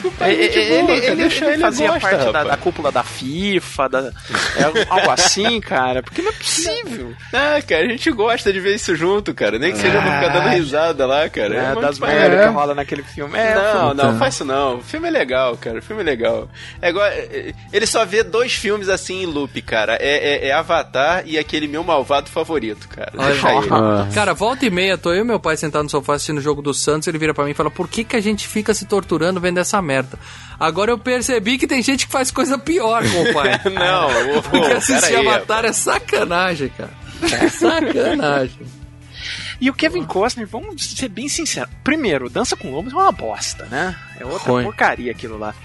Ele fazia parte da cúpula da FIFA, algo assim, cara, porque não é possível. Cara, a gente gosta de ver isso junto, cara, nem que seja pra ficar dando risada lá, cara. Das merdas que rola naquele filme. Não, faz isso não. O filme é legal, cara, o filme é legal. É igual, ele só vê 2 filmes assim em loop, cara, é Avatar e aquele meu malvado favorito, cara. Deixa ele. Cara, volta e meia, tô eu e meu pai sentado no sofá assistindo o jogo do Santos, ele vira pra mim e fala: por que a gente fica se torturando vendo essa merda? Agora eu percebi que tem gente que faz coisa pior com o pai. Não, porque assistir Avatar é sacanagem, cara. É sacanagem. E o Kevin Costner, vamos ser bem sinceros. Primeiro, Dança com Lobos é uma bosta, né? É outra porcaria aquilo lá.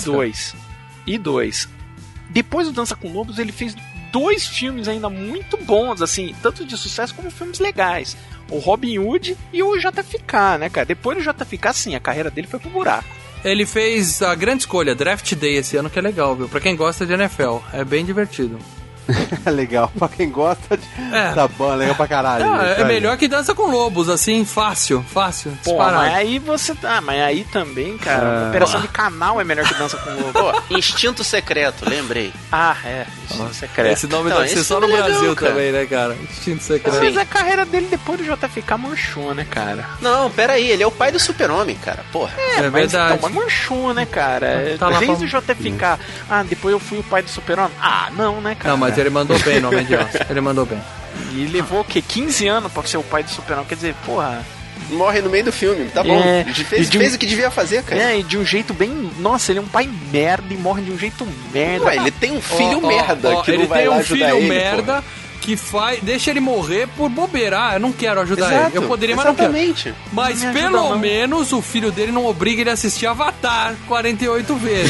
E dois. Depois do Dança com Lobos, ele fez 2 filmes ainda muito bons, assim, tanto de sucesso como filmes legais. O Robin Hood e o JFK, né, cara? Depois do JFK, sim, a carreira dele foi pro buraco. Ele fez a grande escolha, Draft Day, esse ano, que é legal, viu? Pra quem gosta de NFL, é bem divertido. Legal, pra quem gosta de... Tá bom, legal pra caralho. É melhor que Dança com Lobos, assim, fácil, Pô, mas aí você tá... Mas aí também, cara, Operação de Canal é melhor que Dança com Lobos. Pô, Instinto Secreto, lembrei. Instinto Secreto. Esse nome deve ser só no Brasil também, né, cara? Instinto Secreto. Mas a carreira dele depois do JFK murchou, né, cara? Não, pera aí, ele é o pai do Super-Homem, cara, porra. Mas, verdade. Então, mas murchou, né, cara? Tá lá Desde o JFK. Depois eu fui o pai do Super-Homem. Não, né, cara? Não, mas ele mandou bem no Homem de Aço. Ele mandou bem. E levou o quê? 15 anos pra ser o pai do Super-Homem. Quer dizer, porra... Morre no meio do filme, tá bom. Fez o que devia fazer, cara. E de um jeito bem... Nossa, ele é um pai merda e morre de um jeito merda. Ué, ele tem um filho merda que não vai lá ajudar ele. Ele tem um filho merda que deixa ele morrer por bobeira. Eu não quero ajudar ele. Eu poderia, mas não quero. Mas pelo menos o filho dele não obriga ele a assistir Avatar 48 vezes.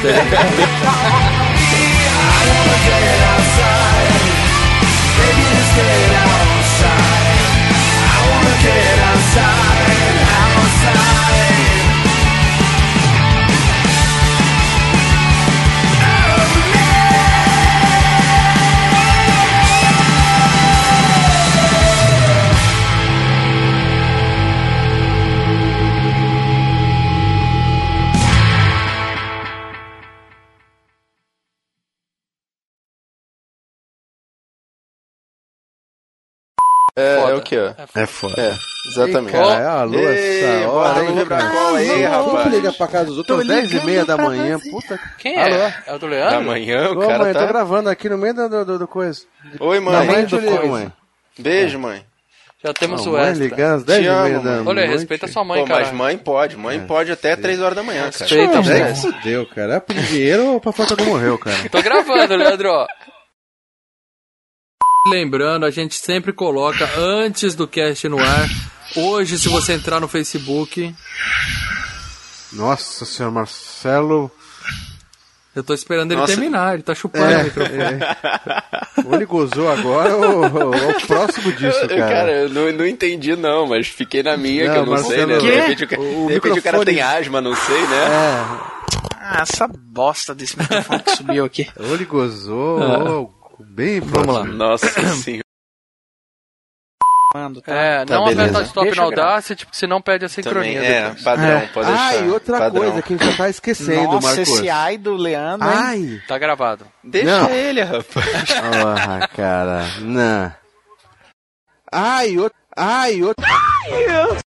É o que? É foda. Exatamente. A lua essa hora. rapaz. Liga pra casa dos outros, 10h30 da manhã. Puta que... Quem é? Alô? É o do Leandro? Da manhã, o Ô, cara mãe, tá... tô gravando aqui no meio do coisa. Oi, mãe. Da mãe te ligo, mãe. Beijo, mãe. Já temos o mãe extra. ligando às 10h30 da Olha, noite. respeita sua mãe, cara. Mas mãe pode até 3 horas da manhã, cara. Respeita, Não, fudeu, cara. É por dinheiro ou pra foto que morreu, cara? Tô gravando, Leandro. Lembrando, a gente sempre coloca antes do cast no ar. Hoje, se você entrar no Facebook... Nossa senhora, Marcelo... Eu tô esperando ele terminar, ele tá chupando o microfone. Ou ele gozou agora ou o próximo disso, cara. Cara, eu não entendi não, mas fiquei na minha, que eu não sei, né? De repente o cara tem asma, não sei, né? Essa bosta desse microfone que subiu aqui. Ou ele gozou, ou bem próximo. Vamos lá. Nossa senhora. Não aperta stop no Audacity, porque senão perde a sincronia. Também, padrão, pode deixar. E outra coisa que a gente já tá esquecendo, Nossa, Marcos. esse ai do Leandro, hein? Tá gravado. Deixa ele, rapaz. Cara, não.